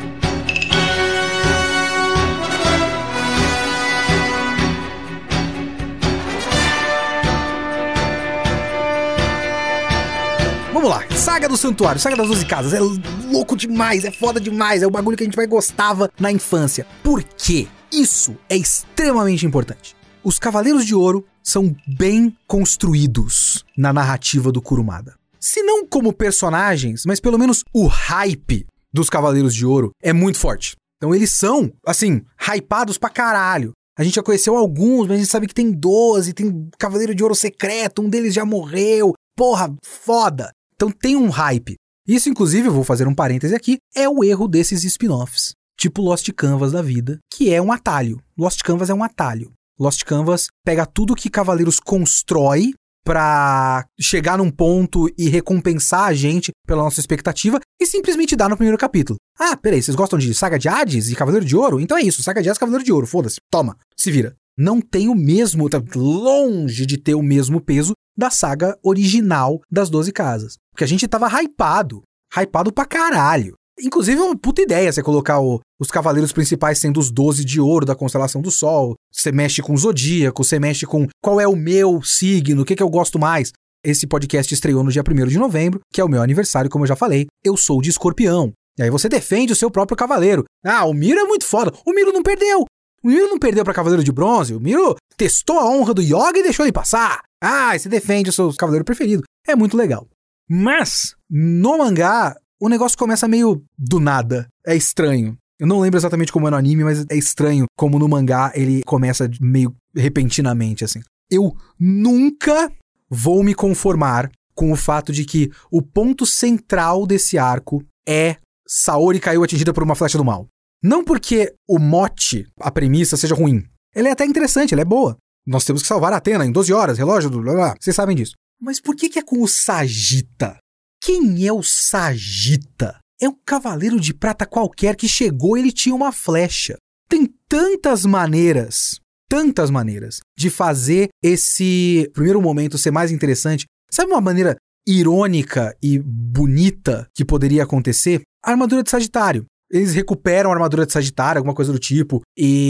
Vamos lá, Saga do Santuário, Saga das Doze Casas, é louco demais, é foda demais, é o bagulho que a gente mais gostava na infância. Por quê? Isso é extremamente importante. Os Cavaleiros de Ouro são bem construídos na narrativa do Kurumada. Se não como personagens, mas pelo menos o hype dos Cavaleiros de Ouro é muito forte. Então eles são, assim, hypados pra caralho. A gente já conheceu alguns, mas a gente sabe que tem doze, tem Cavaleiro de Ouro secreto, um deles já morreu. Porra, foda! Então tem um hype. Isso, inclusive, eu vou fazer um parêntese aqui, é o erro desses spin-offs. Tipo Lost Canvas da vida, que é um atalho. Lost Canvas é um atalho. Lost Canvas pega tudo que Cavaleiros constrói pra chegar num ponto e recompensar a gente pela nossa expectativa e simplesmente dá no primeiro capítulo. Ah, peraí, vocês gostam de Saga de Hades e Cavaleiro de Ouro? Então é isso, Saga de Hades e Cavaleiro de Ouro, foda-se, toma, se vira. Não tem o mesmo, tá longe de ter o mesmo peso da saga original das Doze Casas. Porque a gente tava hypado, hypado pra caralho. Inclusive é uma puta ideia você colocar o, os cavaleiros principais sendo os doze de ouro da constelação do Sol. Você mexe com o zodíaco, você mexe com qual é o meu signo, o que, que eu gosto mais. Esse podcast estreou no dia primeiro de novembro, que é o meu aniversário, como eu já falei. Eu sou de Escorpião. E aí você defende o seu próprio cavaleiro. Ah, o Miro é muito foda. O Miro não perdeu. O Miro não perdeu pra Cavaleiro de Bronze. O Miro testou a honra do Yoga e deixou ele passar. Ah, e você defende o seu cavaleiro preferido. É muito legal. Mas, no mangá, o negócio começa meio do nada. É estranho. Eu não lembro exatamente como é no anime, mas é estranho como no mangá ele começa meio repentinamente, assim. Eu nunca vou me conformar com o fato de que o ponto central desse arco é Saori caiu atingida por uma flecha do mal. Não porque o mote, a premissa, seja ruim. Ela é até interessante, ela é boa. Nós temos que salvar a Athena em doze horas, relógio do... Blá, blá. Vocês sabem disso. Mas por que que é com o Sagitta? Quem é o Sagitta? É um cavaleiro de prata qualquer que chegou e ele tinha uma flecha. Tem tantas maneiras, tantas maneiras de fazer esse primeiro momento ser mais interessante. Sabe uma maneira irônica e bonita que poderia acontecer? A armadura de Sagitário. Eles recuperam a armadura de Sagitário, alguma coisa do tipo,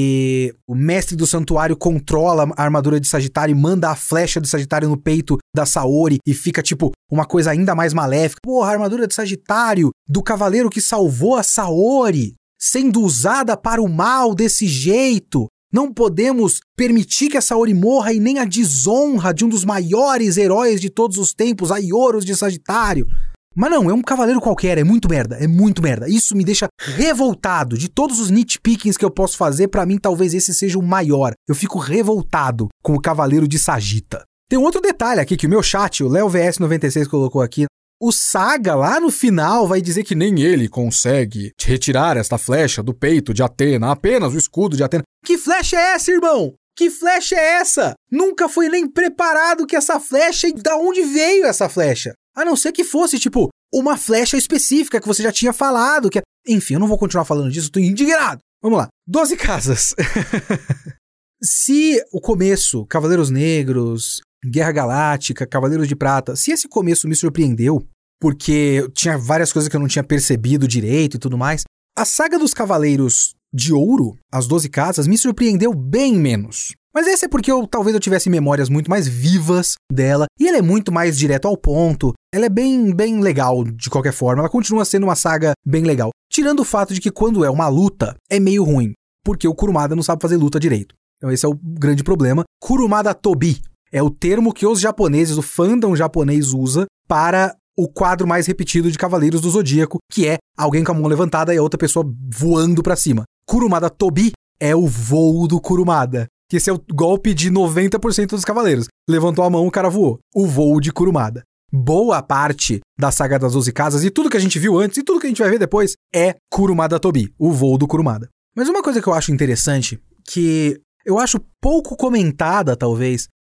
e o mestre do santuário controla a armadura de Sagitário e manda a flecha de Sagitário no peito da Saori e fica, tipo, uma coisa ainda mais maléfica. Porra, a armadura de Sagitário do cavaleiro que salvou a Saori, sendo usada para o mal desse jeito. Não podemos permitir que a Saori morra e nem a desonra de um dos maiores heróis de todos os tempos, a Ioros de Sagitário. Mas não, é um cavaleiro qualquer, é muito merda, é muito merda. Isso me deixa revoltado. De todos os nitpickings que eu posso fazer, pra mim talvez esse seja o maior. Eu fico revoltado com o cavaleiro de Sagitta. Tem um outro detalhe aqui que o meu chat, o Léo V S noventa e seis colocou aqui. O Saga lá no final vai dizer que nem ele consegue retirar esta flecha do peito de Athena, apenas o escudo de Athena. Que flecha é essa, irmão? Que flecha é essa? Nunca foi nem preparado que essa flecha e da onde veio essa flecha? A não ser que fosse, tipo, uma flecha específica que você já tinha falado. Que... Enfim, eu não vou continuar falando disso, tô indignado. Vamos lá. Doze Casas. Se o começo, Cavaleiros Negros, Guerra Galáctica, Cavaleiros de Prata, se esse começo me surpreendeu, porque tinha várias coisas que eu não tinha percebido direito e tudo mais, a saga dos Cavaleiros de Ouro, as Doze Casas, me surpreendeu bem menos. Mas essa é porque eu talvez eu tivesse memórias muito mais vivas dela, e ela é muito mais direto ao ponto, ela é bem, bem legal de qualquer forma, ela continua sendo uma saga bem legal. Tirando o fato de que quando é uma luta, é meio ruim, porque o Kurumada não sabe fazer luta direito. Então esse é o grande problema. Kurumada Tobi é o termo que os japoneses, o fandom japonês usa para o quadro mais repetido de Cavaleiros do Zodíaco, que é alguém com a mão levantada e a outra pessoa voando pra cima. Kurumada Tobi é o voo do Kurumada. Que esse é o golpe de noventa por cento dos cavaleiros. Levantou a mão, o cara voou. O voo de Kurumada. Boa parte da saga das Doze Casas e tudo que a gente viu antes e tudo que a gente vai ver depois é Kurumada Tobi, o voo do Kurumada. Mas uma coisa que eu acho interessante, que eu acho pouco comentada, talvez,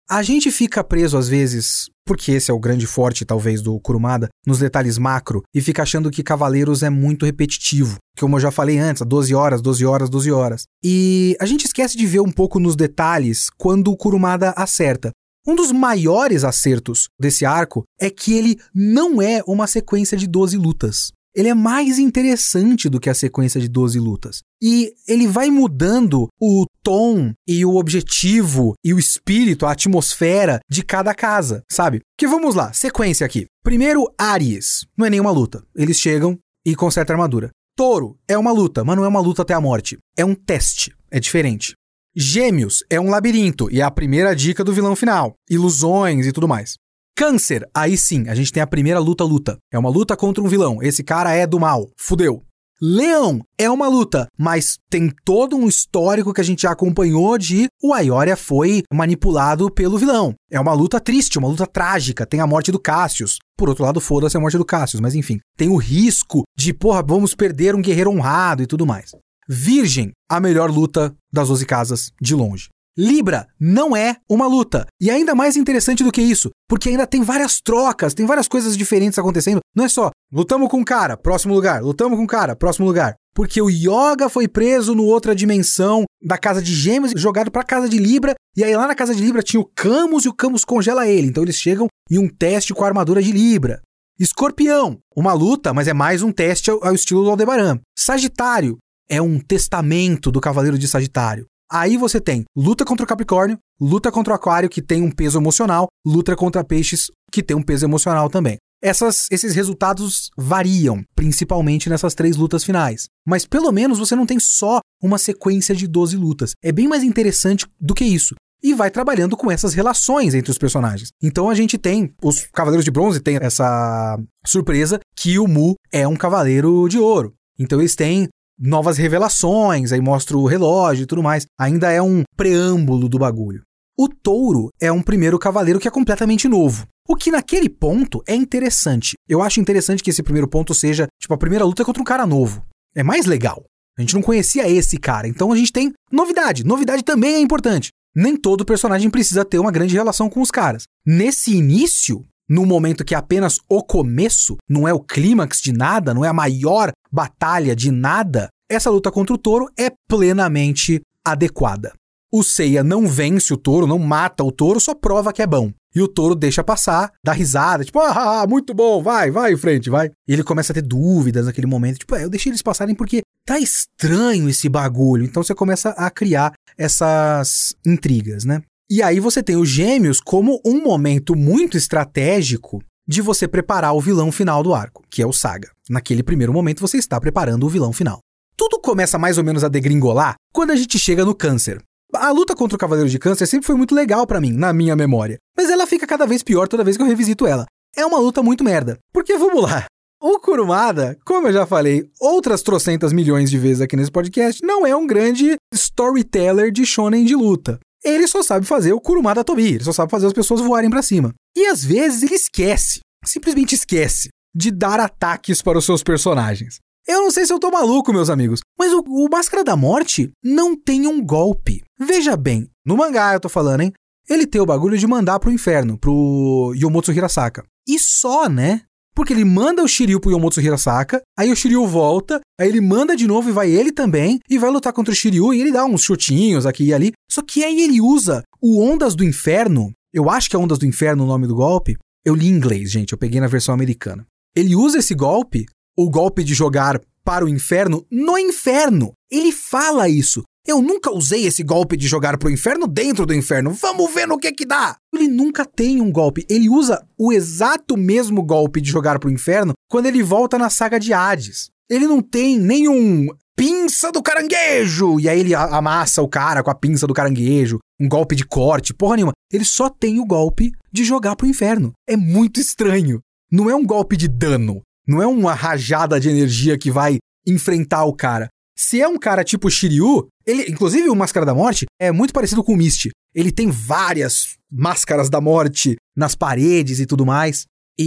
A gente fica preso às vezes, porque esse é o grande forte talvez do Kurumada, nos detalhes macro, e fica achando que Cavaleiros é muito repetitivo. Como eu já falei antes, doze horas, doze horas, doze horas. E a gente esquece de ver um pouco nos detalhes quando o Kurumada acerta. Um dos maiores acertos desse arco é que ele não é uma sequência de doze lutas. Ele é mais interessante do que a sequência de doze lutas. E ele vai mudando o tom e o objetivo e o espírito, a atmosfera de cada casa, sabe? Que vamos lá, sequência aqui. Primeiro, Aries. Não é nenhuma luta. Eles chegam e consertam a armadura. Touro é uma luta, mas não é uma luta até a morte. É um teste. É diferente. Gêmeos é um labirinto e é a primeira dica do vilão final. Ilusões e tudo mais. Câncer, aí sim, a gente tem a primeira luta-luta. É uma luta contra um vilão. Esse cara é do mal. Fudeu. Leão é uma luta, mas tem todo um histórico que a gente já acompanhou de o Aioria foi manipulado pelo vilão. É uma luta triste, uma luta trágica. Tem a morte do Cassius. Por outro lado, foda-se a morte do Cassius, mas enfim. Tem o risco de, porra, vamos perder um guerreiro honrado e tudo mais. Virgem, a melhor luta das doze casas, de longe. Libra não é uma luta. E ainda mais interessante do que isso, porque ainda tem várias trocas, tem várias coisas diferentes acontecendo. Não é só, lutamos com um cara, próximo lugar, lutamos com um cara, próximo lugar. Porque o Yoga foi preso no outra dimensão da casa de Gêmeos, jogado pra casa de Libra, e aí lá na casa de Libra tinha o Camus e o Camus congela ele. Então eles chegam em um teste com a armadura de Libra. Escorpião, uma luta, mas é mais um teste ao, ao estilo do Aldebaran. Sagitário, é um testamento do Cavaleiro de Sagitário. Aí você tem luta contra o Capricórnio, luta contra o Aquário, que tem um peso emocional, luta contra Peixes, que tem um peso emocional também. Essas, esses resultados variam, principalmente nessas três lutas finais. Mas pelo menos você não tem só uma sequência de doze lutas. É bem mais interessante do que isso. E vai trabalhando com essas relações entre os personagens. Então a gente tem, os Cavaleiros de Bronze tem essa surpresa que o Mu é um Cavaleiro de Ouro. Então eles têm novas revelações, aí mostra o relógio e tudo mais. Ainda é um preâmbulo do bagulho. O Touro é um primeiro cavaleiro que é completamente novo. O que naquele ponto é interessante. Eu acho interessante que esse primeiro ponto seja, tipo, a primeira luta contra um cara novo. É mais legal. A gente não conhecia esse cara, então a gente tem novidade. Novidade também é importante. Nem todo personagem precisa ter uma grande relação com os caras. Nesse início, no momento que é apenas o começo, não é o clímax de nada, não é a maior batalha de nada, essa luta contra o Touro é plenamente adequada. O Seiya não vence o Touro, não mata o Touro, só prova que é bom. E o Touro deixa passar, dá risada, tipo, ah, muito bom, vai, vai em frente, vai. E ele começa a ter dúvidas naquele momento, tipo, é, eu deixei eles passarem porque tá estranho esse bagulho. Então você começa a criar essas intrigas, né? E aí você tem os Gêmeos como um momento muito estratégico de você preparar o vilão final do arco, que é o Saga. Naquele primeiro momento você está preparando o vilão final. Tudo começa mais ou menos a degringolar quando a gente chega no Câncer. A luta contra o Cavaleiro de Câncer sempre foi muito legal pra mim, na minha memória. Mas ela fica cada vez pior toda vez que eu revisito ela. É uma luta muito merda. Porque, vamos lá, o Kurumada, como eu já falei outras trocentas milhões de vezes aqui nesse podcast, não é um grande storyteller de shonen de luta. Ele só sabe fazer o Kurumada Tobi, ele só sabe fazer as pessoas voarem pra cima. E às vezes ele esquece, simplesmente esquece, de dar ataques para os seus personagens. Eu não sei se eu tô maluco, meus amigos, mas o, o Máscara da Morte não tem um golpe. Veja bem, no mangá eu tô falando, hein? Ele tem o bagulho de mandar pro inferno, pro Yomotsu Hirasaka. E só, né? Porque ele manda o Shiryu pro Yomotsu Hirasaka, aí o Shiryu volta, aí ele manda de novo e vai ele também, e vai lutar contra o Shiryu, e ele dá uns chutinhos aqui e ali. Só que aí ele usa o Ondas do Inferno, eu acho que é Ondas do Inferno o nome do golpe, eu li em inglês, gente, eu peguei na versão americana. Ele usa esse golpe, o golpe de jogar para o inferno, no inferno. Ele fala isso. Eu nunca usei esse golpe de jogar pro inferno dentro do inferno. Vamos ver no que que dá. Ele nunca tem um golpe. Ele usa o exato mesmo golpe de jogar pro inferno quando ele volta na saga de Hades. Ele não tem nenhum pinça do caranguejo. E aí ele amassa o cara com a pinça do caranguejo. Um golpe de corte, porra nenhuma. Ele só tem o golpe de jogar pro inferno. É muito estranho. Não é um golpe de dano. Não é uma rajada de energia que vai enfrentar o cara. Se é um cara tipo Shiryu, ele, inclusive o Máscara da Morte, é muito parecido com o Misty. Ele tem várias máscaras da morte nas paredes e tudo mais.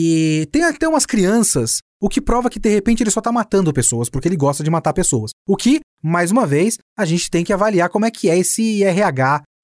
E tem até umas crianças, o que prova que de repente ele só tá matando pessoas, porque ele gosta de matar pessoas. O que, mais uma vez, a gente tem que avaliar como é que é esse I R H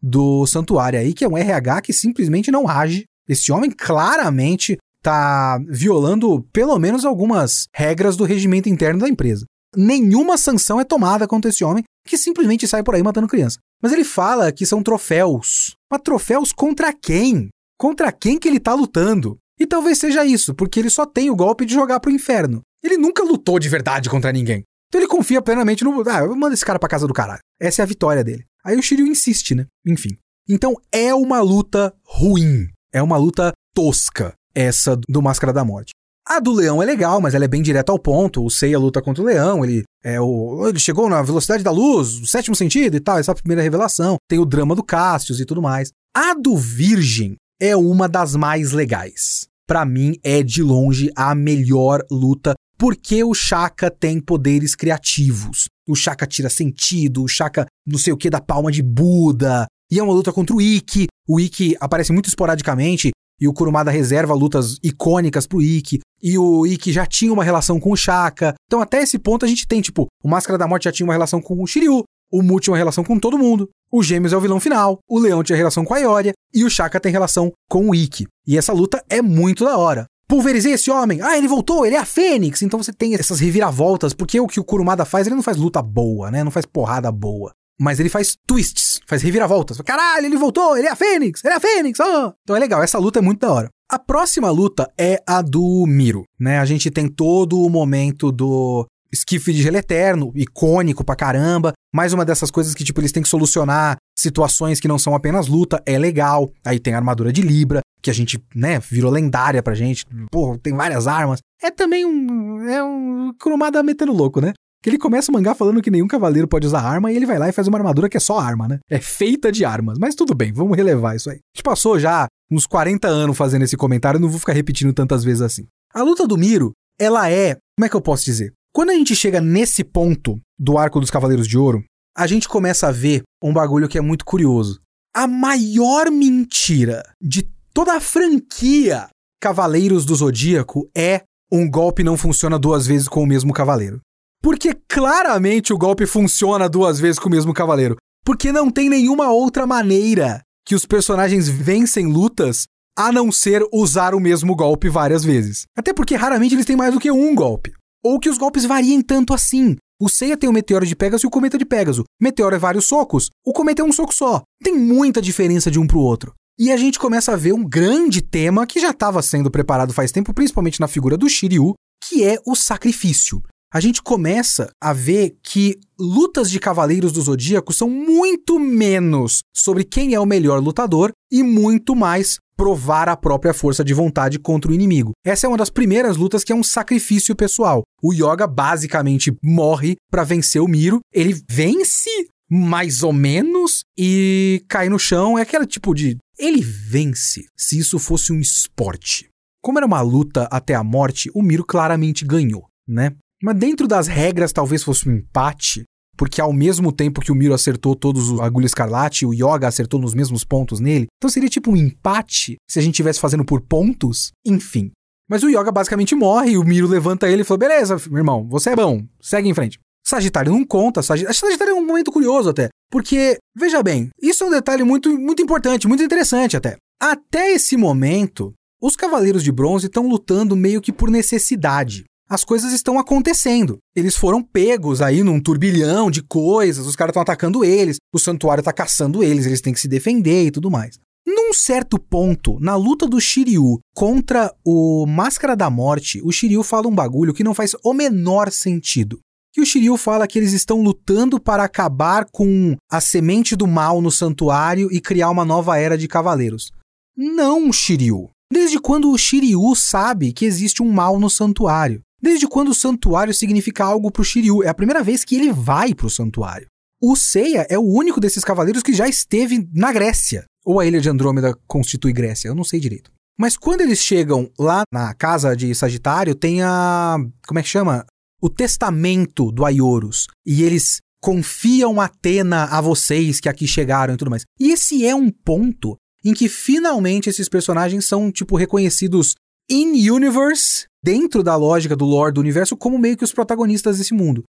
do santuário aí, que é um R H que simplesmente não age. Esse homem claramente tá violando pelo menos algumas regras do regimento interno da empresa. Nenhuma sanção é tomada contra esse homem, que simplesmente sai por aí matando criança. Mas ele fala que são troféus. Mas troféus contra quem? Contra quem que ele tá lutando? E talvez seja isso, porque ele só tem o golpe de jogar pro inferno. Ele nunca lutou de verdade contra ninguém. Então ele confia plenamente no... Ah, eu mando esse cara pra casa do caralho. Essa é a vitória dele. Aí o Shiryu insiste, né? Enfim. Então é uma luta ruim. É uma luta tosca, essa do Máscara da Morte. A do Leão é legal, mas ela é bem direta ao ponto. O Seiya luta contra o Leão, ele, é o, ele chegou na velocidade da luz, o sétimo sentido e tal, essa é a primeira revelação. Tem o drama do Cassius e tudo mais. A do Virgem é uma das mais legais. Pra mim, é de longe a melhor luta, porque o Shaka tem poderes criativos. O Shaka tira sentido, o Shaka não sei o que da palma de Buda. E é uma luta contra o Ikki. O Ikki aparece muito esporadicamente, e o Kurumada reserva lutas icônicas pro Ikki. E o Ikki já tinha uma relação com o Shaka. Então até esse ponto a gente tem, tipo, o Máscara da Morte já tinha uma relação com o Shiryu, o Mu tinha uma relação com todo mundo, o Gêmeos é o vilão final, o Leão tinha relação com a Ioria, e o Shaka tem relação com o Ikki. E essa luta é muito da hora. Pulverizei esse homem, ah, ele voltou, ele é a Fênix. Então você tem essas reviravoltas, porque o que o Kurumada faz, ele não faz luta boa, né? Não faz porrada boa. Mas ele faz twists, faz reviravoltas. Caralho, ele voltou, ele é a Fênix, ele é a Fênix, oh! Então é legal, essa luta é muito da hora. A próxima luta é a do Miro, né? A gente tem todo o momento do esquife de gelo eterno, icônico pra caramba. Mais uma dessas coisas que, tipo, eles têm que solucionar situações que não são apenas luta, é legal. Aí tem a armadura de Libra, que a gente, né, virou lendária pra gente. Pô, tem várias armas. É também um... é um Kurumada metendo louco, né? Que ele começa o mangá falando que nenhum cavaleiro pode usar arma e ele vai lá e faz uma armadura que é só arma, né? É feita de armas. Mas tudo bem, vamos relevar isso aí. A gente passou já uns quarenta anos fazendo esse comentário, não vou ficar repetindo tantas vezes assim. A luta do Miro, ela é... Como é que eu posso dizer? Quando a gente chega nesse ponto do arco dos Cavaleiros de Ouro, a gente começa a ver um bagulho que é muito curioso. A maior mentira de toda a franquia Cavaleiros do Zodíaco é um golpe não funciona duas vezes com o mesmo cavaleiro. Porque claramente o golpe funciona duas vezes com o mesmo cavaleiro. Porque não tem nenhuma outra maneira que os personagens vencem lutas a não ser usar o mesmo golpe várias vezes. Até porque raramente eles têm mais do que um golpe. Ou que os golpes variem tanto assim. O Seiya tem o Meteoro de Pégaso e o Cometa de Pégaso. Meteoro é vários socos, o Cometa é um soco só. Tem muita diferença de um pro outro. E a gente começa a ver um grande tema que já estava sendo preparado faz tempo, principalmente na figura do Shiryu, que é o sacrifício. A gente começa a ver que lutas de Cavaleiros do Zodíaco são muito menos sobre quem é o melhor lutador e muito mais provar a própria força de vontade contra o inimigo. Essa é uma das primeiras lutas que é um sacrifício pessoal. O Yoga basicamente morre para vencer o Miro. Ele vence mais ou menos e cai no chão. É aquele tipo de... Ele vence se isso fosse um esporte. Como era uma luta até a morte, o Miro claramente ganhou, né? Mas dentro das regras talvez fosse um empate, porque ao mesmo tempo que o Miro acertou todos os Agulha Escarlate, o Yoga acertou nos mesmos pontos nele. Então seria tipo um empate se a gente estivesse fazendo por pontos, enfim. Mas o Yoga basicamente morre e o Miro levanta ele e fala, beleza, meu irmão, você é bom, segue em frente. Sagitário não conta, Sag... Sagitário é um momento curioso até, porque, veja bem, isso é um detalhe muito, muito importante, muito interessante até. Até esse momento, os Cavaleiros de Bronze estão lutando meio que por necessidade. As coisas estão acontecendo. Eles foram pegos aí num turbilhão de coisas, os caras estão atacando eles, o santuário tá caçando eles, eles têm que se defender e tudo mais. Num certo ponto, na luta do Shiryu contra o Máscara da Morte, o Shiryu fala um bagulho que não faz o menor sentido. Que o Shiryu fala que eles estão lutando para acabar com a semente do mal no santuário e criar uma nova era de cavaleiros. Não, Shiryu. Desde quando o Shiryu sabe que existe um mal no santuário? Desde quando o santuário significa algo pro Shiryu? É a primeira vez que ele vai pro santuário. O Seiya é o único desses cavaleiros que já esteve na Grécia. Ou a Ilha de Andrômeda constitui Grécia, eu não sei direito. Mas quando eles chegam lá na casa de Sagitário, tem a... como é que chama? O testamento do Aioros. E eles confiam Atena a vocês que aqui chegaram e tudo mais. E esse é um ponto em que finalmente esses personagens são, tipo, reconhecidos in-universe, dentro da lógica do lore do universo, como meio que os protagonistas desse mundo.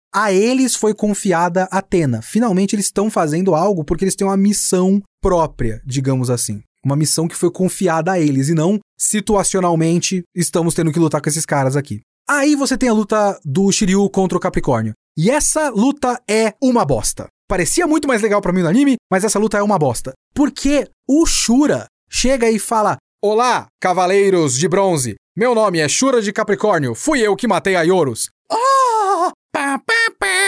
A eles foi confiada Athena. Finalmente eles estão fazendo algo porque eles têm uma missão própria, digamos assim. Uma missão que foi confiada a eles e não situacionalmente estamos tendo que lutar com esses caras aqui. Aí você tem a luta do Shiryu contra o Capricórnio. E essa luta é uma bosta. Parecia muito mais legal pra mim no anime, mas essa luta é uma bosta. Porque o Shura chega e fala: "Olá, cavaleiros de bronze. Meu nome é Shura de Capricórnio. Fui eu que matei a Iorus." Oh! Pá, pá,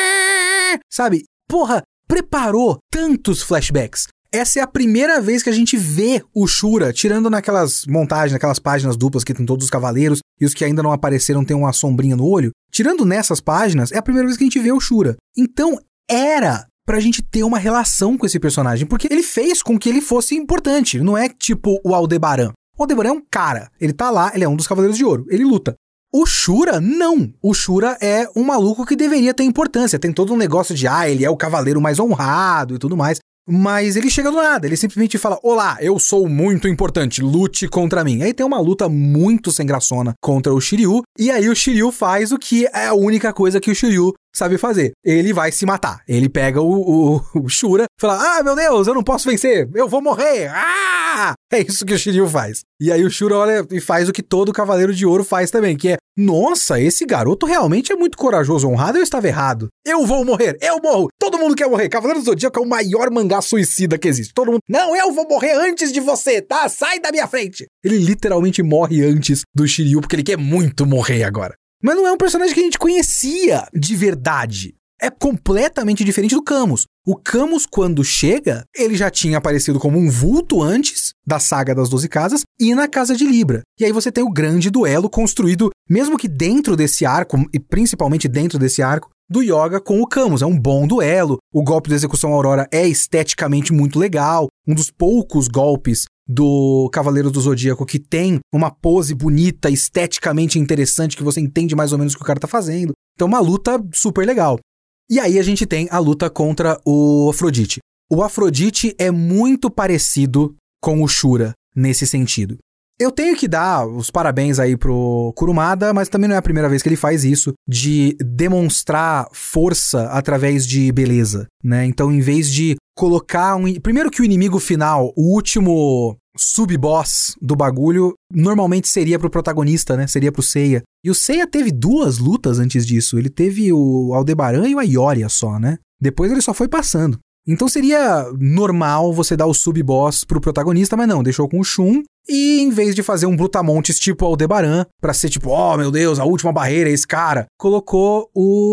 pá. Sabe? Porra, preparou tantos flashbacks. Essa é a primeira vez que a gente vê o Shura, tirando naquelas montagens, naquelas páginas duplas que tem todos os cavaleiros, e os que ainda não apareceram tem uma sombrinha no olho. Tirando nessas páginas, é a primeira vez que a gente vê o Shura. Então, era pra gente ter uma relação com esse personagem, porque ele fez com que ele fosse importante. Não é tipo o Aldebaran. O Aldebaran é um cara. Ele tá lá, ele é um dos Cavaleiros de Ouro. Ele luta. O Shura, não. O Shura é um maluco que deveria ter importância. Tem todo um negócio de, ah, ele é o cavaleiro mais honrado e tudo mais. Mas ele chega do nada, ele simplesmente fala: "Olá, eu sou muito importante, lute contra mim." Aí tem uma luta muito sem graçona contra o Shiryu, e aí o Shiryu faz o que é a única coisa que o Shiryu sabe fazer. Ele vai se matar. Ele pega o, o, o Shura e fala: "Ah, meu Deus, eu não posso vencer, eu vou morrer." Ah! É isso que o Shiryu faz. E aí o Shura olha e faz o que todo Cavaleiro de Ouro faz também, que é: "Nossa, esse garoto realmente é muito corajoso, honrado, eu estava errado. Eu vou morrer, eu morro, todo mundo quer morrer. Cavaleiro do Zodíaco é o maior mangá suicida que existe. Todo mundo, não, eu vou morrer antes de você, tá? Sai da minha frente." Ele literalmente morre antes do Shiryu, porque ele quer muito morrer agora. Mas não é um personagem que a gente conhecia de verdade. É completamente diferente do Camus. O Camus, quando chega, ele já tinha aparecido como um vulto antes da saga das doze casas e na Casa de Libra. E aí você tem o grande duelo construído, mesmo que dentro desse arco, e principalmente dentro desse arco, do Yoga com o Camus. É um bom duelo. O golpe da execução Aurora é esteticamente muito legal. Um dos poucos golpes do Cavaleiro do Zodíaco que tem uma pose bonita, esteticamente interessante, que você entende mais ou menos o que o cara tá fazendo. Então uma luta super legal. E aí a gente tem a luta contra o Afrodite. O Afrodite é muito parecido com o Shura nesse sentido. Eu tenho que dar os parabéns aí pro Kurumada, mas também não é a primeira vez que ele faz isso, de demonstrar força através de beleza, né? Então, em vez de colocar um... Primeiro que o inimigo final, o último sub-boss do bagulho, normalmente seria pro protagonista, né? Seria pro Seiya. E o Seiya teve duas lutas antes disso. Ele teve o Aldebaran e o Aioria só, né? Depois ele só foi passando. Então seria normal você dar o sub-boss pro protagonista, mas não, deixou com o Shun. E em vez de fazer um Brutamontes tipo Aldebaran, pra ser tipo, oh meu Deus, a última barreira é esse cara, colocou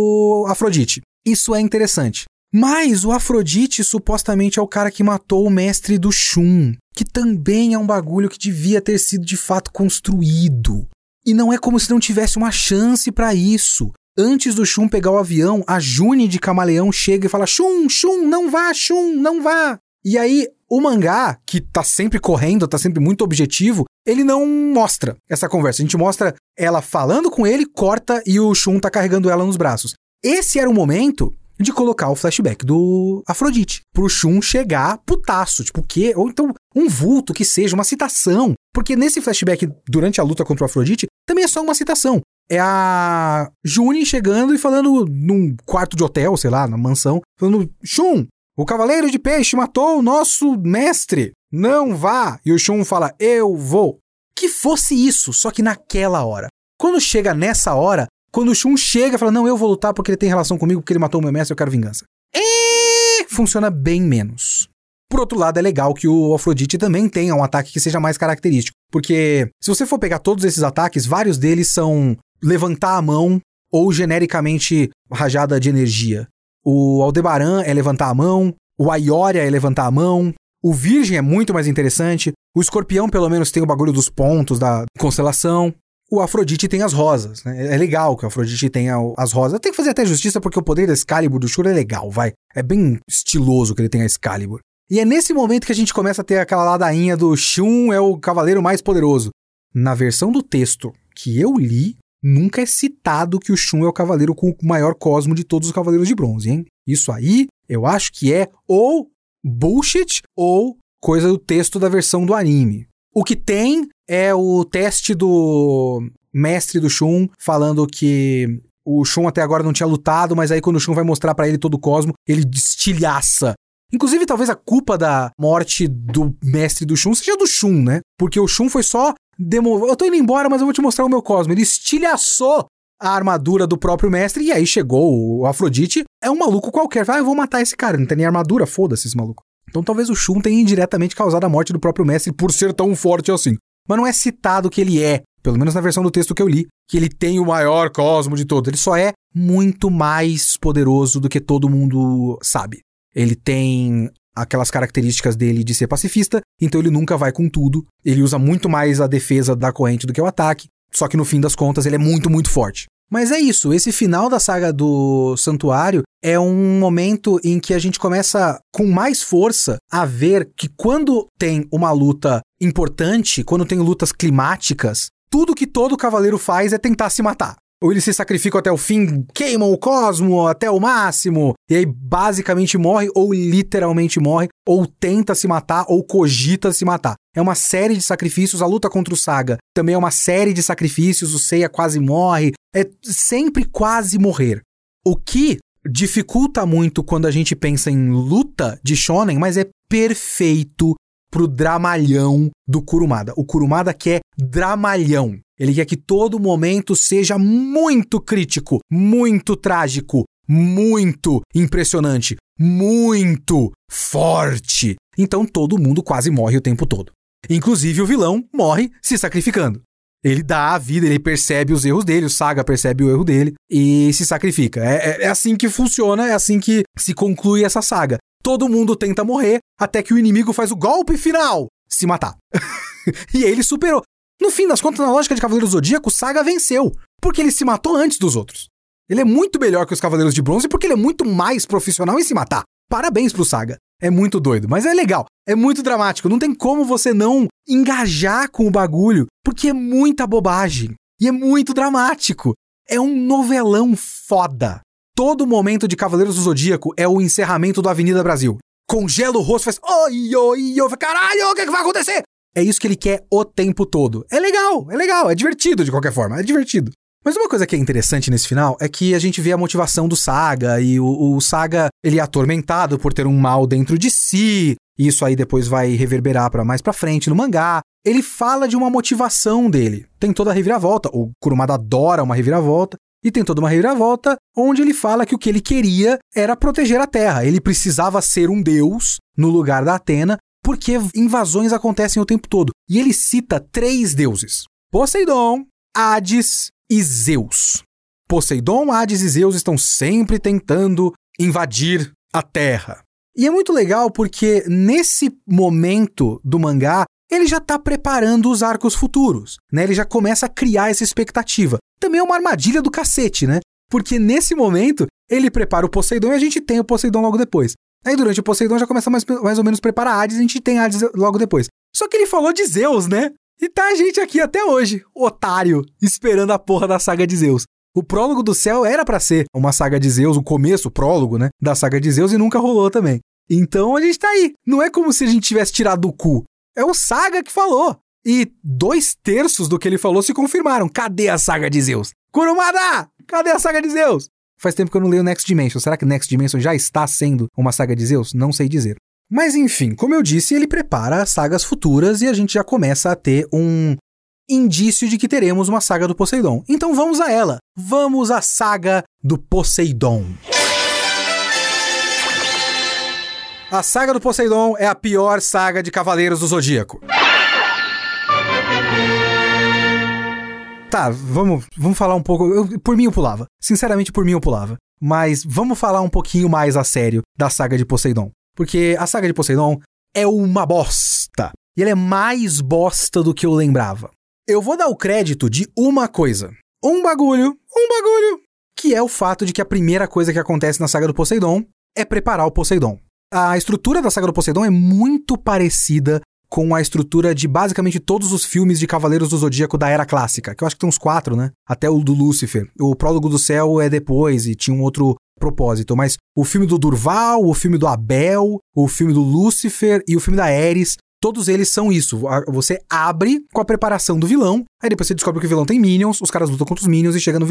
o Afrodite. Isso é interessante. Mas o Afrodite supostamente é o cara que matou o mestre do Shun, que também é um bagulho que devia ter sido de fato construído. E não é como se não tivesse uma chance pra isso. Antes do Shun pegar o avião, a June de Camaleão chega e fala: Shun, Shun, não vá, Shun, não vá. E aí, o mangá, que tá sempre correndo, tá sempre muito objetivo, ele não mostra essa conversa. A gente mostra ela falando com ele, corta e o Shun tá carregando ela nos braços. Esse era o momento de colocar o flashback do Afrodite, pro Shun chegar putaço, tipo o quê? Ou então um vulto que seja, uma citação. Porque nesse flashback, durante a luta contra o Afrodite, também é só uma citação. É a June chegando e falando num quarto de hotel, sei lá, na mansão, falando: Shun, o Cavaleiro de Peixe matou o nosso mestre, não vá. E o Shun fala: eu vou. Que fosse isso, só que naquela hora. Quando chega nessa hora, quando o Shun chega e fala: não, eu vou lutar porque ele tem relação comigo, porque ele matou o meu mestre, eu quero vingança. E funciona bem menos. Por outro lado, é legal que o Afrodite também tenha um ataque que seja mais característico. Porque se você for pegar todos esses ataques, vários deles são levantar a mão ou genericamente rajada de energia. O Aldebaran é levantar a mão, o Aioria é levantar a mão, o Virgem é muito mais interessante, o Escorpião pelo menos tem o bagulho dos pontos da constelação, o Afrodite tem as rosas, né? É legal que o Afrodite tenha as rosas. Tem que fazer até justiça porque o poder da Excalibur do Shura é legal, vai. É bem estiloso que ele tenha a Excalibur. E é nesse momento que a gente começa a ter aquela ladainha do Shun é o cavaleiro mais poderoso. Na versão do texto que eu li, nunca é citado que o Shun é o cavaleiro com o maior cosmo de todos os cavaleiros de bronze, hein? Isso aí, eu acho que é ou bullshit ou coisa do texto da versão do anime. O que tem é o teste do mestre do Shun falando que o Shun até agora não tinha lutado, mas aí quando o Shun vai mostrar pra ele todo o cosmo, ele destilhaça. Inclusive, talvez a culpa da morte do mestre do Shun seja do Shun, né? Porque o Shun foi só... Demo... Eu tô indo embora, mas eu vou te mostrar o meu cosmo. Ele estilhaçou a armadura do próprio mestre e aí chegou o Afrodite. É um maluco qualquer. Ah, eu vou matar esse cara. Não tem nem armadura, foda-se esse maluco. Então talvez o Shun tenha indiretamente causado a morte do próprio mestre por ser tão forte assim. Mas não é citado que ele é, pelo menos na versão do texto que eu li, que ele tem o maior cosmo de todos. Ele só é muito mais poderoso do que todo mundo sabe. Ele tem aquelas características dele de ser pacifista, então ele nunca vai com tudo. Ele usa muito mais a defesa da corrente do que o ataque, só que no fim das contas ele é muito, muito forte. Mas é isso, esse final da saga do Santuário é um momento em que a gente começa com mais força a ver que quando tem uma luta importante, quando tem lutas climáticas, tudo que todo cavaleiro faz é tentar se matar. Ou eles se sacrificam até o fim, queimam o cosmo até o máximo, e aí basicamente morre, ou literalmente morre, ou tenta se matar, ou cogita se matar. É uma série de sacrifícios, a luta contra o Saga também é uma série de sacrifícios, o Seiya quase morre, é sempre quase morrer. O que dificulta muito quando a gente pensa em luta de shonen, mas é perfeito pro dramalhão do Kurumada. O Kurumada quer dramalhão. Ele quer que todo momento seja muito crítico, muito trágico, muito impressionante, muito forte. Então todo mundo quase morre o tempo todo. Inclusive o vilão morre se sacrificando. Ele dá a vida, ele percebe os erros dele, o Saga percebe o erro dele e se sacrifica. É, é, é assim que funciona, é assim que se conclui essa saga. Todo mundo tenta morrer até que o inimigo faz o golpe final, se matar. E ele superou. No fim das contas, na lógica de Cavaleiro do Zodíaco, o Saga venceu, porque ele se matou antes dos outros. Ele é muito melhor que os Cavaleiros de Bronze porque ele é muito mais profissional em se matar. Parabéns pro Saga. É muito doido, mas é legal. É muito dramático. Não tem como você não engajar com o bagulho, porque é muita bobagem. E é muito dramático. É um novelão foda. Todo momento de Cavaleiros do Zodíaco é o encerramento do Avenida Brasil. Congela o rosto, faz... Oi, oi, oi, caralho, o que, é que vai acontecer? É isso que ele quer o tempo todo. É legal, é legal, é divertido de qualquer forma, é divertido. Mas uma coisa que é interessante nesse final é que a gente vê a motivação do Saga, e o, o Saga, ele é atormentado por ter um mal dentro de si, e isso aí depois vai reverberar pra mais pra frente no mangá. Ele fala de uma motivação dele. Tem toda a reviravolta, o Kurumada adora uma reviravolta, e tem toda uma reviravolta onde ele fala que o que ele queria era proteger a Terra. Ele precisava ser um deus no lugar da Atena, porque invasões acontecem o tempo todo. E ele cita três deuses: Poseidon, Hades e Zeus. Poseidon, Hades e Zeus estão sempre tentando invadir a Terra. E é muito legal porque nesse momento do mangá, ele já tá preparando os arcos futuros, né? Ele já começa a criar essa expectativa. Também é uma armadilha do cacete, né? Porque nesse momento, ele prepara o Poseidon e a gente tem o Poseidon logo depois. Aí durante o Poseidon já começa mais, mais ou menos a preparar Hades e a gente tem Hades logo depois. Só que ele falou de Zeus, né? E tá a gente aqui até hoje, otário, esperando a porra da saga de Zeus. O prólogo do céu era pra ser uma saga de Zeus, o começo, o prólogo, né? Da saga de Zeus e nunca rolou também. Então a gente tá aí. Não é como se a gente tivesse tirado do cu. É o Saga que falou. E dois terços do que ele falou se confirmaram. Cadê a saga de Zeus? Kurumada! Cadê a saga de Zeus? Faz tempo que eu não leio Next Dimension. Será que Next Dimension já está sendo uma saga de Zeus? Não sei dizer. Mas enfim, como eu disse, ele prepara sagas futuras e a gente já começa a ter um indício de que teremos uma saga do Poseidon. Então vamos a ela. Vamos à saga do Poseidon. A saga do Poseidon é a pior saga de Cavaleiros do Zodíaco. Tá, vamos, vamos falar um pouco... Eu, por mim eu pulava. Sinceramente, por mim eu pulava. Mas vamos falar um pouquinho mais a sério da saga de Poseidon. Porque a saga de Poseidon é uma bosta. E ela é mais bosta do que eu lembrava. Eu vou dar o crédito de uma coisa. Um bagulho, um bagulho. Que é o fato de que a primeira coisa que acontece na saga do Poseidon é preparar o Poseidon. A estrutura da saga do Poseidon é muito parecida com a estrutura de basicamente todos os filmes de Cavaleiros do Zodíaco da Era Clássica, que eu acho que tem uns quatro, né? Até o do Lúcifer. O Prólogo do Céu é depois e tinha um outro propósito, mas o filme do Durval, o filme do Abel, o filme do Lúcifer e o filme da Ares, todos eles são isso. Você abre com a preparação do vilão, aí depois você descobre que o vilão tem minions, os caras lutam contra os minions e chega no vilão.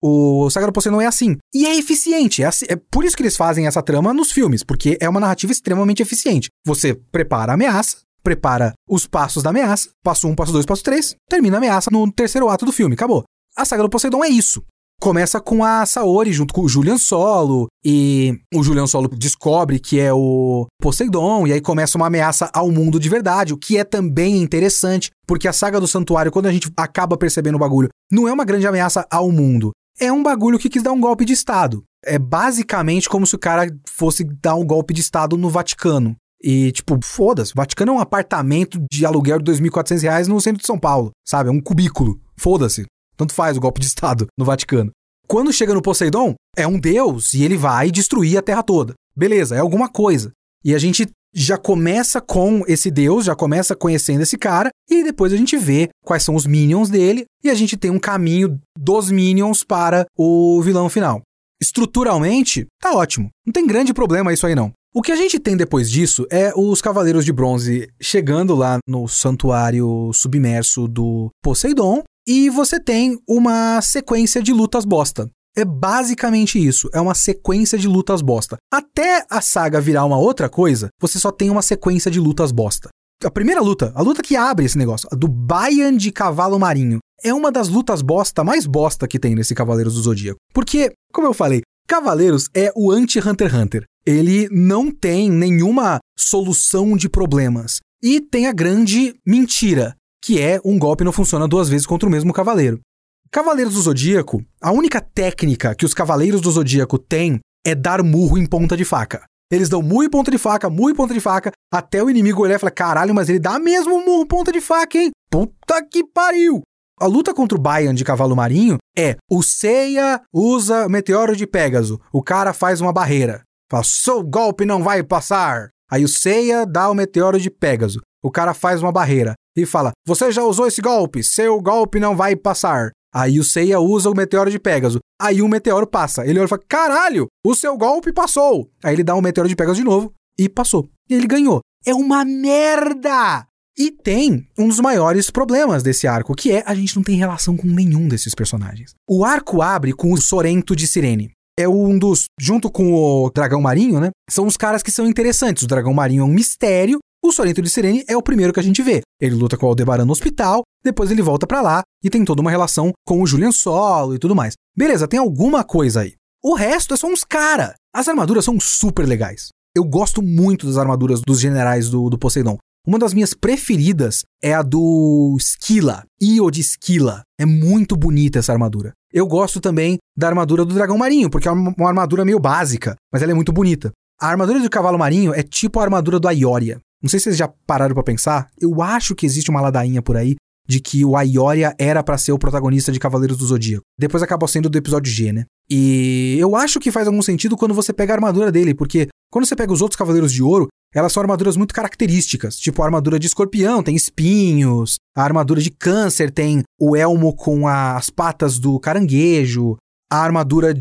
O Saga do Poseidon é assim. E é eficiente. É, assim, é por isso que eles fazem essa trama nos filmes, porque é uma narrativa extremamente eficiente. Você prepara a ameaça, prepara os passos da ameaça, passo um, passo dois, passo três, termina a ameaça no terceiro ato do filme, acabou. A Saga do Poseidon é isso. Começa com a Saori junto com o Julian Solo, e o Julian Solo descobre que é o Poseidon, e aí começa uma ameaça ao mundo de verdade, o que é também interessante, porque a Saga do Santuário, quando a gente acaba percebendo o bagulho, não é uma grande ameaça ao mundo, é um bagulho que quis dar um golpe de Estado. É basicamente como se o cara fosse dar um golpe de Estado no Vaticano. E, tipo, foda-se, o Vaticano é um apartamento de aluguel de dois mil e quatrocentos reais no centro de São Paulo, sabe? É um cubículo, foda-se. Tanto faz o golpe de Estado no Vaticano. Quando chega no Poseidon, é um deus e ele vai destruir a Terra toda. Beleza, é alguma coisa. E a gente já começa com esse deus, já começa conhecendo esse cara, e depois a gente vê quais são os minions dele, e a gente tem um caminho dos minions para o vilão final. Estruturalmente, tá ótimo. Não tem grande problema isso aí não. O que a gente tem depois disso é os Cavaleiros de Bronze chegando lá no santuário submerso do Poseidon, e você tem uma sequência de lutas bosta. É basicamente isso, é uma sequência de lutas bosta. Até a saga virar uma outra coisa, você só tem uma sequência de lutas bosta. A primeira luta, a luta que abre esse negócio, a do Baian de Cavalo Marinho, é uma das lutas bosta mais bosta que tem nesse Cavaleiros do Zodíaco. Porque, como eu falei, Cavaleiros é o anti-Hunter x Hunter. Ele não tem nenhuma solução de problemas. E tem a grande mentira, que é um golpe não funciona duas vezes contra o mesmo cavaleiro. Cavaleiros do Zodíaco, a única técnica que os Cavaleiros do Zodíaco têm é dar murro em ponta de faca. Eles dão murro em ponta de faca, murro em ponta de faca, até o inimigo olhar e falar, caralho, mas ele dá mesmo murro em ponta de faca, hein? Puta que pariu! A luta contra o Baian de Cavalo Marinho é, o Seiya usa Meteoro de Pégaso, o cara faz uma barreira, fala, seu golpe não vai passar. Aí o Seiya dá o Meteoro de Pégaso, o cara faz uma barreira e fala, você já usou esse golpe, seu golpe não vai passar. Aí o Seiya usa o Meteoro de Pégaso. Aí o Meteoro passa. Ele olha e fala, caralho, o seu golpe passou. Aí ele dá um Meteoro de Pégaso de novo e passou. E ele ganhou. É uma merda! E tem um dos maiores problemas desse arco, que é a gente não tem relação com nenhum desses personagens. O arco abre com o Sorento de Cirene. É um dos, junto com o Dragão Marinho, né? São os caras que são interessantes. O Dragão Marinho é um mistério. O Sorento de Cirene é o primeiro que a gente vê. Ele luta com o Aldebaran no hospital, depois ele volta pra lá e tem toda uma relação com o Julian Solo e tudo mais. Beleza, tem alguma coisa aí. O resto é só uns cara. As armaduras são super legais. Eu gosto muito das armaduras dos generais do, do Poseidon. Uma das minhas preferidas é a do Scylla, Io de Scylla. É muito bonita essa armadura. Eu gosto também da armadura do Dragão Marinho, porque é uma, uma armadura meio básica, mas ela é muito bonita. A armadura do Cavalo Marinho é tipo a armadura do Aioria. Não sei se vocês já pararam pra pensar, eu acho que existe uma ladainha por aí de que o Aioria era pra ser o protagonista de Cavaleiros do Zodíaco. Depois acabou sendo do episódio G, né? E eu acho que faz algum sentido quando você pega a armadura dele, porque quando você pega os outros Cavaleiros de Ouro, elas são armaduras muito características. Tipo, a armadura de Escorpião tem espinhos, a armadura de Câncer tem o elmo com as patas do caranguejo, a armadura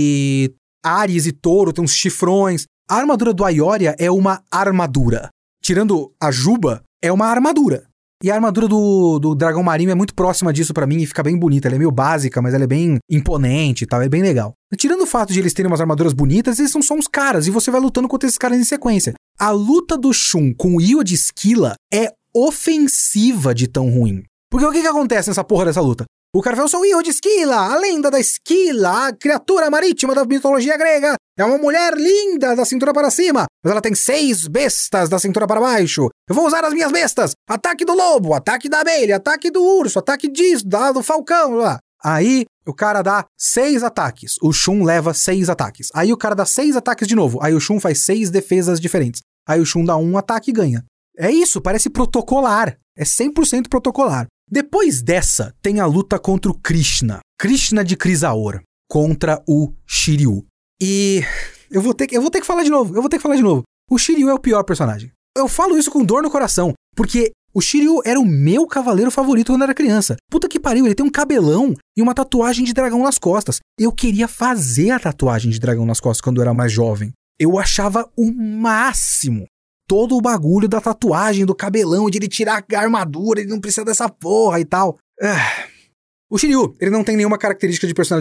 de Áries e Touro tem uns chifrões. A armadura do Aioria é uma armadura. Tirando a juba, é uma armadura. E a armadura do, do Dragão Marinho é muito próxima disso pra mim e fica bem bonita. Ela é meio básica, mas ela é bem imponente e tal, é bem legal. Tirando o fato de eles terem umas armaduras bonitas, eles são só uns caras e você vai lutando contra esses caras em sequência. A luta do Shun com o Io de Scylla é ofensiva de tão ruim. Porque o que que acontece nessa porra dessa luta? O cara fala, eu sou o Io de Scylla, a lenda da Scylla, a criatura marítima da mitologia grega. É uma mulher linda da cintura para cima, mas ela tem seis bestas da cintura para baixo. Eu vou usar as minhas bestas. Ataque do lobo, ataque da abelha, ataque do urso, ataque disso, do falcão, lá. Aí o cara dá seis ataques. O Shun leva seis ataques. Aí o cara dá seis ataques de novo. Aí o Shun faz seis defesas diferentes. Aí o Shun dá um ataque e ganha. É isso, parece protocolar. É cem por cento protocolar. Depois dessa, tem a luta contra o Krishna. Krishna de Chrysaor contra o Shiryu. E eu vou ter que, eu vou ter que falar de novo. Eu vou ter que falar de novo. O Shiryu é o pior personagem. Eu falo isso com dor no coração, porque o Shiryu era o meu cavaleiro favorito quando eu era criança. Puta que pariu, ele tem um cabelão e uma tatuagem de dragão nas costas. Eu queria fazer a tatuagem de dragão nas costas quando eu era mais jovem. Eu achava o máximo. Todo o bagulho da tatuagem, do cabelão, de ele tirar a armadura, ele não precisa dessa porra e tal. Ah. O Shiryu, ele não tem nenhuma característica de personalidade.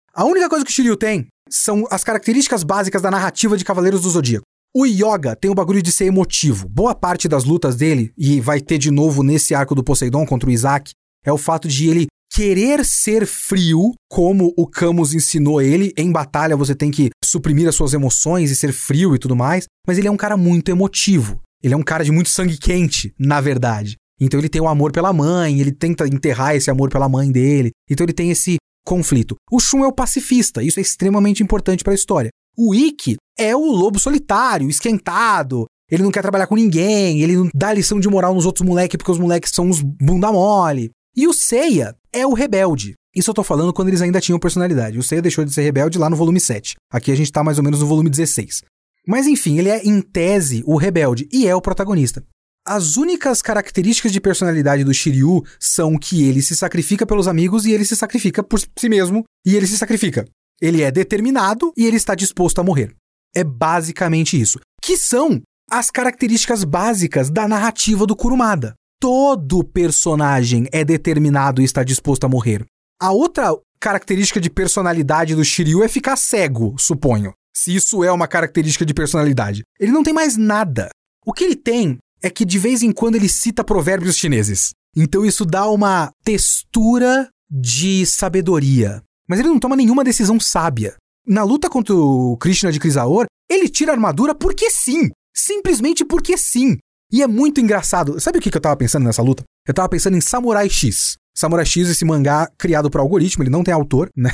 A única coisa que o Shiryu tem são as características básicas da narrativa de Cavaleiros do Zodíaco. O Yoga tem o bagulho de ser emotivo. Boa parte das lutas dele, e vai ter de novo nesse arco do Poseidon contra o Isaac, é o fato de ele querer ser frio, como o Camus ensinou ele. Em batalha você tem que suprimir as suas emoções e ser frio e tudo mais. Mas ele é um cara muito emotivo. Ele é um cara de muito sangue quente, na verdade. Então ele tem o amor pela mãe, ele tenta enterrar esse amor pela mãe dele. Então ele tem esse conflito. O Shun é o pacifista, isso é extremamente importante pra história. O Ikki é o lobo solitário, esquentado, ele não quer trabalhar com ninguém, ele não dá lição de moral nos outros moleques porque os moleques são uns bunda mole. E o Seiya é o rebelde. Isso eu tô falando quando eles ainda tinham personalidade. O Seiya deixou de ser rebelde lá no volume sete. Aqui a gente tá mais ou menos no volume dezesseis. Mas enfim, ele é, em tese, o rebelde e é o protagonista. As únicas características de personalidade do Shiryu são que ele se sacrifica pelos amigos e ele se sacrifica por si mesmo e ele se sacrifica. Ele é determinado e ele está disposto a morrer. É basicamente isso. Que são as características básicas da narrativa do Kurumada. Todo personagem é determinado e está disposto a morrer. A outra característica de personalidade do Shiryu é ficar cego, suponho. Se isso é uma característica de personalidade. Ele não tem mais nada. O que ele tem é que de vez em quando ele cita provérbios chineses. Então isso dá uma textura de sabedoria. Mas ele não toma nenhuma decisão sábia. Na luta contra o Krishna de Chrysaor, ele tira a armadura porque sim. Simplesmente porque sim. E é muito engraçado. Sabe o que eu tava pensando nessa luta? Eu tava pensando em Samurai X. Samurai X, esse mangá criado por algoritmo, ele não tem autor, né?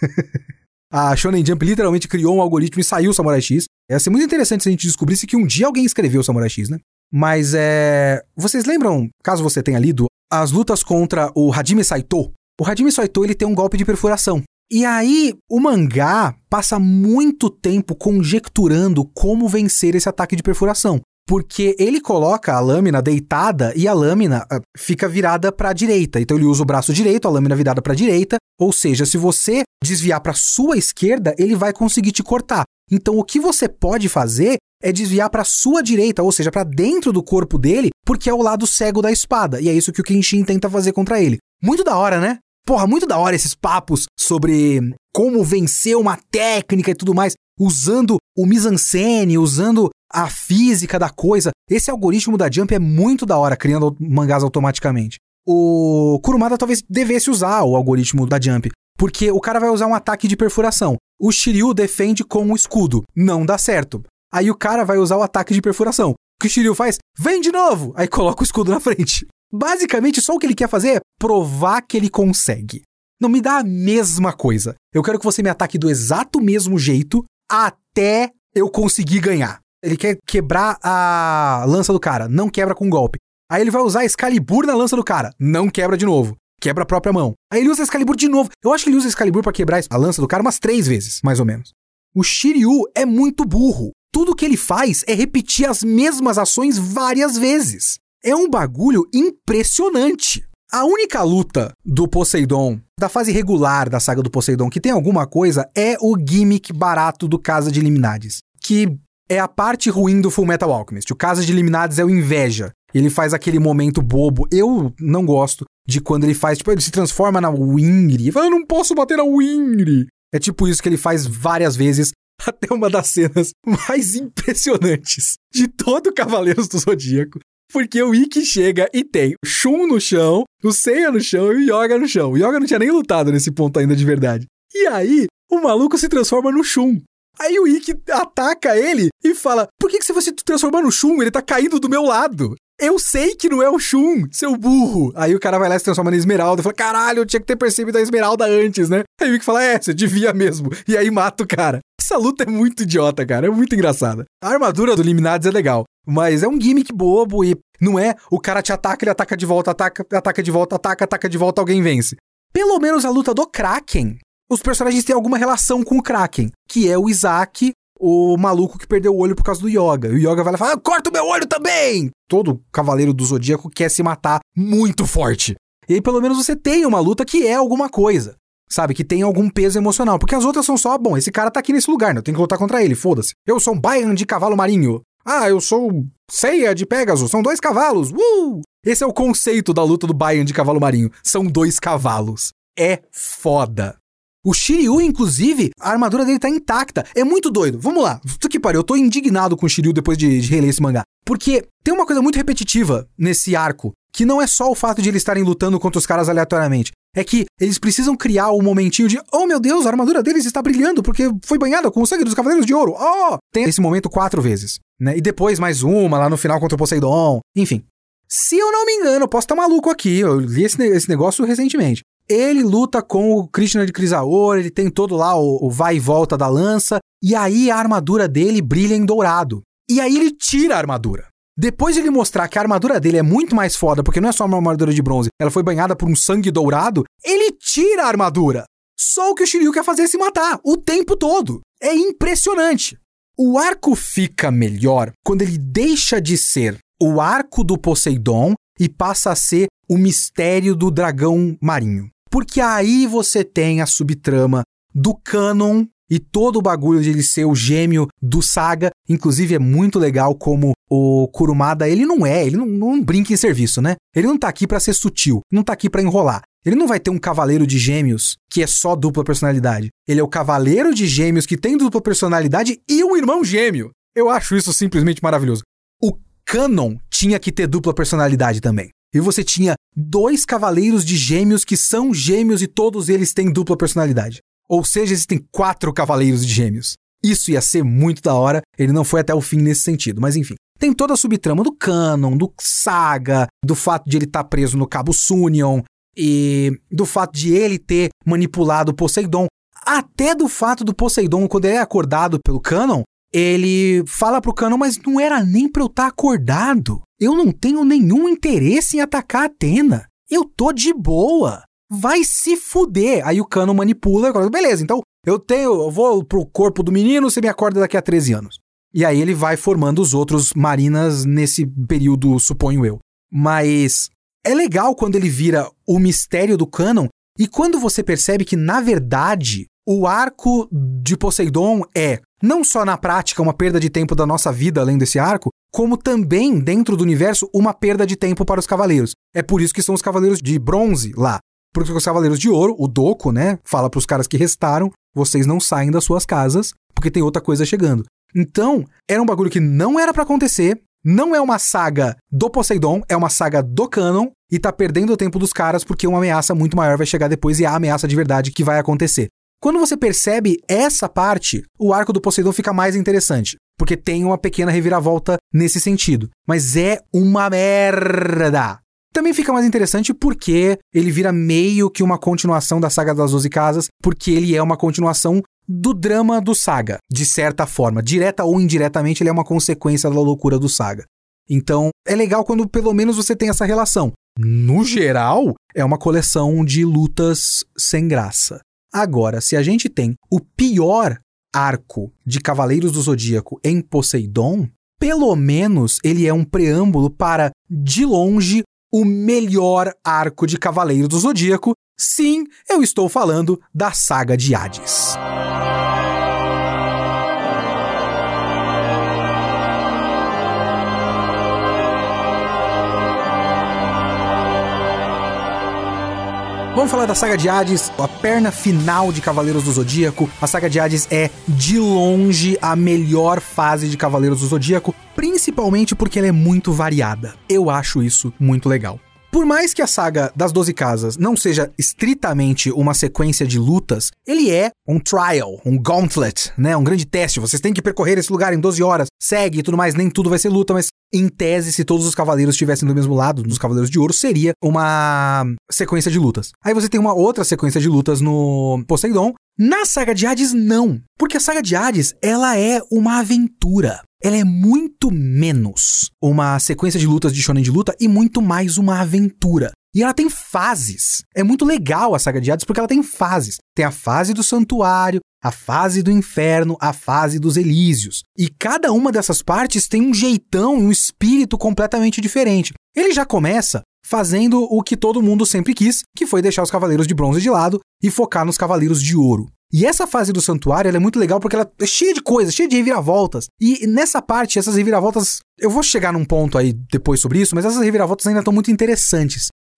A Shonen Jump literalmente criou um algoritmo e saiu o Samurai X. Ia ser muito interessante se a gente descobrisse que um dia alguém escreveu o Samurai X, né? Mas é... Vocês lembram, caso você tenha lido, as lutas contra o Hajime Saito? O Hajime Saito, ele tem um golpe de perfuração. E aí, o mangá passa muito tempo conjecturando como vencer esse ataque de perfuração. Porque ele coloca a lâmina deitada e a lâmina uh, fica virada para a direita. Então ele usa o braço direito, a lâmina virada para a direita. Ou seja, se você desviar para sua esquerda, ele vai conseguir te cortar. Então o que você pode fazer é desviar para sua direita, ou seja, para dentro do corpo dele, porque é o lado cego da espada. E é isso que o Kenshin tenta fazer contra ele. Muito da hora, né? Porra, muito da hora esses papos sobre como vencer uma técnica e tudo mais, usando o mise-en-scène, usando a física da coisa. Esse algoritmo da Jump é muito da hora, criando mangás automaticamente. O Kurumada talvez devesse usar o algoritmo da Jump, porque o cara vai usar um ataque de perfuração. O Shiryu defende com o escudo. Não dá certo. Aí o cara vai usar o ataque de perfuração. O que o Shiryu faz? Vem de novo! Aí coloca o escudo na frente. Basicamente, só o que ele quer fazer é provar que ele consegue. Não me dá a mesma coisa. Eu quero que você me ataque do exato mesmo jeito até eu conseguir ganhar. Ele quer quebrar a lança do cara. Não quebra com golpe. Aí ele vai usar Excalibur na lança do cara. Não quebra de novo. Quebra a própria mão. Aí ele usa Excalibur de novo. Eu acho que ele usa Excalibur pra quebrar a lança do cara umas três vezes, mais ou menos. O Shiryu é muito burro. Tudo que ele faz é repetir as mesmas ações várias vezes. É um bagulho impressionante. A única luta do Poseidon, da fase regular da saga do Poseidon, que tem alguma coisa, é o gimmick barato do Casa de Liminades. Que é a parte ruim do Fullmetal Alchemist. O Casa de Liminades é o Inveja. Ele faz aquele momento bobo. Eu não gosto de quando ele faz... Tipo, ele se transforma na Wingri. Ele fala, eu não posso bater na Wingri. É tipo isso que ele faz várias vezes. Até uma das cenas mais impressionantes de todo Cavaleiros do Zodíaco. Porque o Ikki chega e tem o Shun no chão, o Seiya no chão e o Yoga no chão. O Yoga não tinha nem lutado nesse ponto ainda de verdade. E aí, o maluco se transforma no Shun. Aí o Ikki ataca ele e fala, por que, que você vai se transformar no Shun? Ele tá caindo do meu lado. Eu sei que não é o Shun, seu burro. Aí o cara vai lá e se transforma na Esmeralda e fala, caralho, eu tinha que ter percebido a Esmeralda antes, né? Aí o Ikki fala, é, você devia mesmo. E aí mata o cara. Essa luta é muito idiota, cara. É muito engraçada. A armadura do Liminades é legal, mas é um gimmick bobo e não é o cara te ataca, ele ataca de volta, ataca, ataca de volta, ataca, ataca de volta, alguém vence. Pelo menos a luta do Kraken, os personagens têm alguma relação com o Kraken, que é o Isaac, o maluco que perdeu o olho por causa do Yoga. E o Yoga vai lá e fala, ah, corta o meu olho também! Todo cavaleiro do Zodíaco quer se matar muito forte. E aí pelo menos você tem uma luta que é alguma coisa. Sabe, que tem algum peso emocional. Porque as outras são só, bom, esse cara tá aqui nesse lugar, né? Eu tenho que lutar contra ele, foda-se. Eu sou um Baian de cavalo marinho. Ah, eu sou Seiya de Pegasus. São dois cavalos. Uh! Esse é o conceito da luta do Baian de cavalo marinho. São dois cavalos. É foda. O Shiryu, inclusive, a armadura dele tá intacta. É muito doido. Vamos lá. Puta que pariu, eu tô indignado com o Shiryu depois de, de reler esse mangá. Porque tem uma coisa muito repetitiva nesse arco, que não é só o fato de eles estarem lutando contra os caras aleatoriamente. É que eles precisam criar um momentinho de, oh meu Deus, a armadura deles está brilhando porque foi banhada com o sangue dos Cavaleiros de Ouro. Oh! Tem esse momento quatro vezes, né? E depois mais uma lá no final contra o Poseidon. Enfim. Se eu não me engano, eu posso estar maluco aqui. Eu li esse, esse negócio recentemente. Ele luta com o Krishna de Chrysaor, ele tem todo lá o, o vai e volta da lança, e aí a armadura dele brilha em dourado. E aí ele tira a armadura. Depois de ele mostrar que a armadura dele é muito mais foda, porque não é só uma armadura de bronze, ela foi banhada por um sangue dourado, ele tira a armadura. Só o que o Shiryu quer fazer é se matar, o tempo todo. É impressionante. O arco fica melhor quando ele deixa de ser o arco do Poseidon e passa a ser o mistério do dragão marinho. Porque aí você tem a subtrama do Canon e todo o bagulho de ele ser o gêmeo do Saga. Inclusive é muito legal como o Kurumada, ele não é, ele não, não brinca em serviço, né? Ele não tá aqui pra ser sutil, não tá aqui pra enrolar. Ele não vai ter um cavaleiro de gêmeos que é só dupla personalidade. Ele é o cavaleiro de gêmeos que tem dupla personalidade e um irmão gêmeo. Eu acho isso simplesmente maravilhoso. O Canon tinha que ter dupla personalidade também. E você tinha dois cavaleiros de gêmeos que são gêmeos e todos eles têm dupla personalidade. Ou seja, existem quatro cavaleiros de gêmeos. Isso ia ser muito da hora, ele não foi até o fim nesse sentido, mas enfim. Tem toda a subtrama do Canon, do Saga, do fato de ele estar tá preso no Cabo Sunion, e do fato de ele ter manipulado o Poseidon, até do fato do Poseidon, quando ele é acordado pelo Canon, ele fala pro Canon, mas não era nem pra eu estar tá acordado. Eu não tenho nenhum interesse em atacar a Athena. Eu tô de boa. Vai se fuder. Aí o Canon manipula, beleza, então eu tenho, eu vou pro corpo do menino, você me acorda daqui a treze anos. E aí ele vai formando os outros marinas nesse período, suponho eu. Mas é legal quando ele vira o mistério do Canon e quando você percebe que, na verdade, o arco de Poseidon é, não só na prática, uma perda de tempo da nossa vida além desse arco, como também, dentro do universo, uma perda de tempo para os cavaleiros. É por isso que são os cavaleiros de bronze lá. Porque os cavaleiros de ouro, o Doku, né, fala para os caras que restaram, vocês não saem das suas casas, porque tem outra coisa chegando. Então, era um bagulho que não era pra acontecer, não é uma saga do Poseidon, é uma saga do Canon, e tá perdendo o tempo dos caras porque uma ameaça muito maior vai chegar depois e é a ameaça de verdade que vai acontecer. Quando você percebe essa parte, o arco do Poseidon fica mais interessante, porque tem uma pequena reviravolta nesse sentido. Mas é uma merda! Também fica mais interessante porque ele vira meio que uma continuação da Saga das Doze Casas, porque ele é uma continuação do drama do Saga, de certa forma. Direta ou indiretamente, ele é uma consequência da loucura do Saga. Então, é legal quando pelo menos você tem essa relação. No geral, é uma coleção de lutas sem graça. Agora, se a gente tem o pior arco de Cavaleiros do Zodíaco em Poseidon, pelo menos ele é um preâmbulo para, de longe, o melhor arco de Cavaleiro do Zodíaco. Sim, eu estou falando da Saga de Hades. Vamos falar da Saga de Hades, a perna final de Cavaleiros do Zodíaco. A Saga de Hades é, de longe, a melhor fase de Cavaleiros do Zodíaco, principalmente porque ela é muito variada. Eu acho isso muito legal. Por mais que a Saga das Doze Casas não seja estritamente uma sequência de lutas, ele é um trial, um gauntlet, né? Um grande teste. Vocês têm que percorrer esse lugar em doze horas, segue e tudo mais. Nem tudo vai ser luta, mas em tese, se todos os cavaleiros estivessem do mesmo lado, dos Cavaleiros de Ouro, seria uma sequência de lutas. Aí você tem uma outra sequência de lutas no Poseidon. Na Saga de Hades, não. Porque a Saga de Hades, ela é uma aventura. Ela é muito menos uma sequência de lutas de shonen de luta e muito mais uma aventura. E ela tem fases. É muito legal a Saga de Hades porque ela tem fases. Tem a fase do santuário, a fase do inferno, a fase dos Elísios. E cada uma dessas partes tem um jeitão e um espírito completamente diferente. Ele já começa fazendo o que todo mundo sempre quis, que foi deixar os Cavaleiros de Bronze de lado e focar nos Cavaleiros de Ouro. E essa fase do santuário ela é muito legal porque ela é cheia de coisas, cheia de reviravoltas. E nessa parte, essas reviravoltas... Eu vou chegar num ponto aí depois sobre isso, mas essas reviravoltas ainda estão muito interessantes.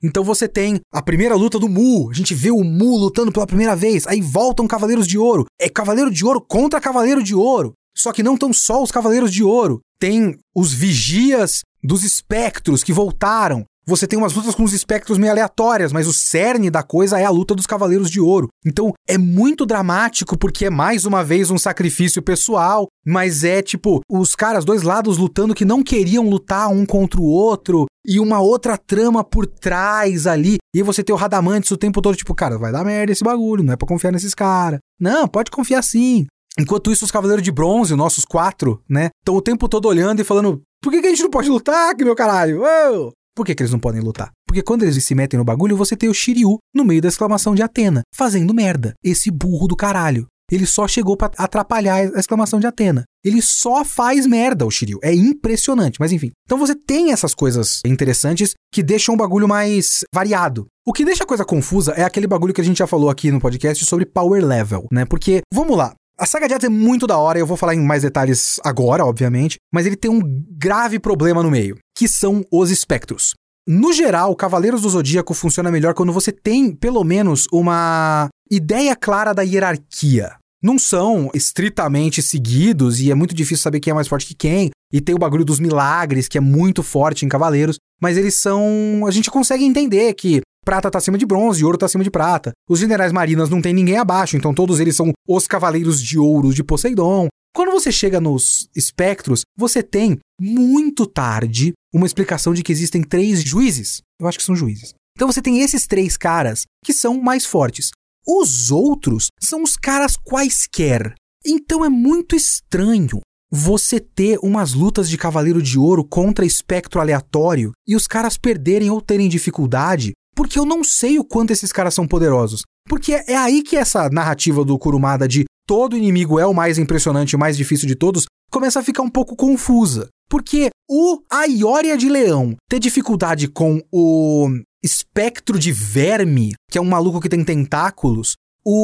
Então você tem a primeira luta do Mu, a gente vê o Mu lutando pela primeira vez, aí voltam Cavaleiros de Ouro, é Cavaleiro de Ouro contra Cavaleiro de Ouro, só que não estão só os Cavaleiros de Ouro, tem os Vigias dos Espectros que voltaram, você tem umas lutas com os espectros meio aleatórias, mas o cerne da coisa é a luta dos Cavaleiros de Ouro. Então é muito dramático porque é mais uma vez um sacrifício pessoal, mas é tipo, os caras, dois lados lutando que não queriam lutar um contra o outro, e uma outra trama por trás ali, e aí você tem o Radamantes o tempo todo, tipo, cara, vai dar merda esse bagulho, não é pra confiar nesses caras. Não, pode confiar sim. Enquanto isso, os Cavaleiros de Bronze, nossos quatro, né, estão o tempo todo olhando e falando, por que, que a gente não pode lutar aqui, meu caralho? Uou! Por que, que eles não podem lutar? Porque quando eles se metem no bagulho, você tem o Shiryu no meio da exclamação de Atena, fazendo merda. Esse burro do caralho. Ele só chegou pra atrapalhar a exclamação de Atena. Ele só faz merda, o Shiryu. É impressionante, mas enfim. Então você tem essas coisas interessantes que deixam o bagulho mais variado. O que deixa a coisa confusa é aquele bagulho que a gente já falou aqui no podcast sobre power level, né? Porque, vamos lá, a saga de Hades é muito da hora, eu vou falar em mais detalhes agora, obviamente, mas ele tem um grave problema no meio, que são os espectros. No geral, Cavaleiros do Zodíaco funciona melhor quando você tem, pelo menos, uma ideia clara da hierarquia. Não são estritamente seguidos e é muito difícil saber quem é mais forte que quem, e tem o bagulho dos milagres, que é muito forte em Cavaleiros, mas eles são... a gente consegue entender que prata tá acima de bronze e ouro tá acima de prata. Os generais marinas não tem ninguém abaixo, então todos eles são os cavaleiros de ouro de Poseidon. Quando você chega nos espectros, você tem, muito tarde, uma explicação de que existem três juízes. Eu acho que são juízes. Então você tem esses três caras que são mais fortes. Os outros são os caras quaisquer. Então é muito estranho você ter umas lutas de cavaleiro de ouro contra espectro aleatório e os caras perderem ou terem dificuldade, porque eu não sei o quanto esses caras são poderosos. Porque é aí que essa narrativa do Kurumada de todo inimigo é o mais impressionante e o mais difícil de todos começa a ficar um pouco confusa. Porque o Aioria de Leão ter dificuldade com o espectro de verme, que é um maluco que tem tentáculos,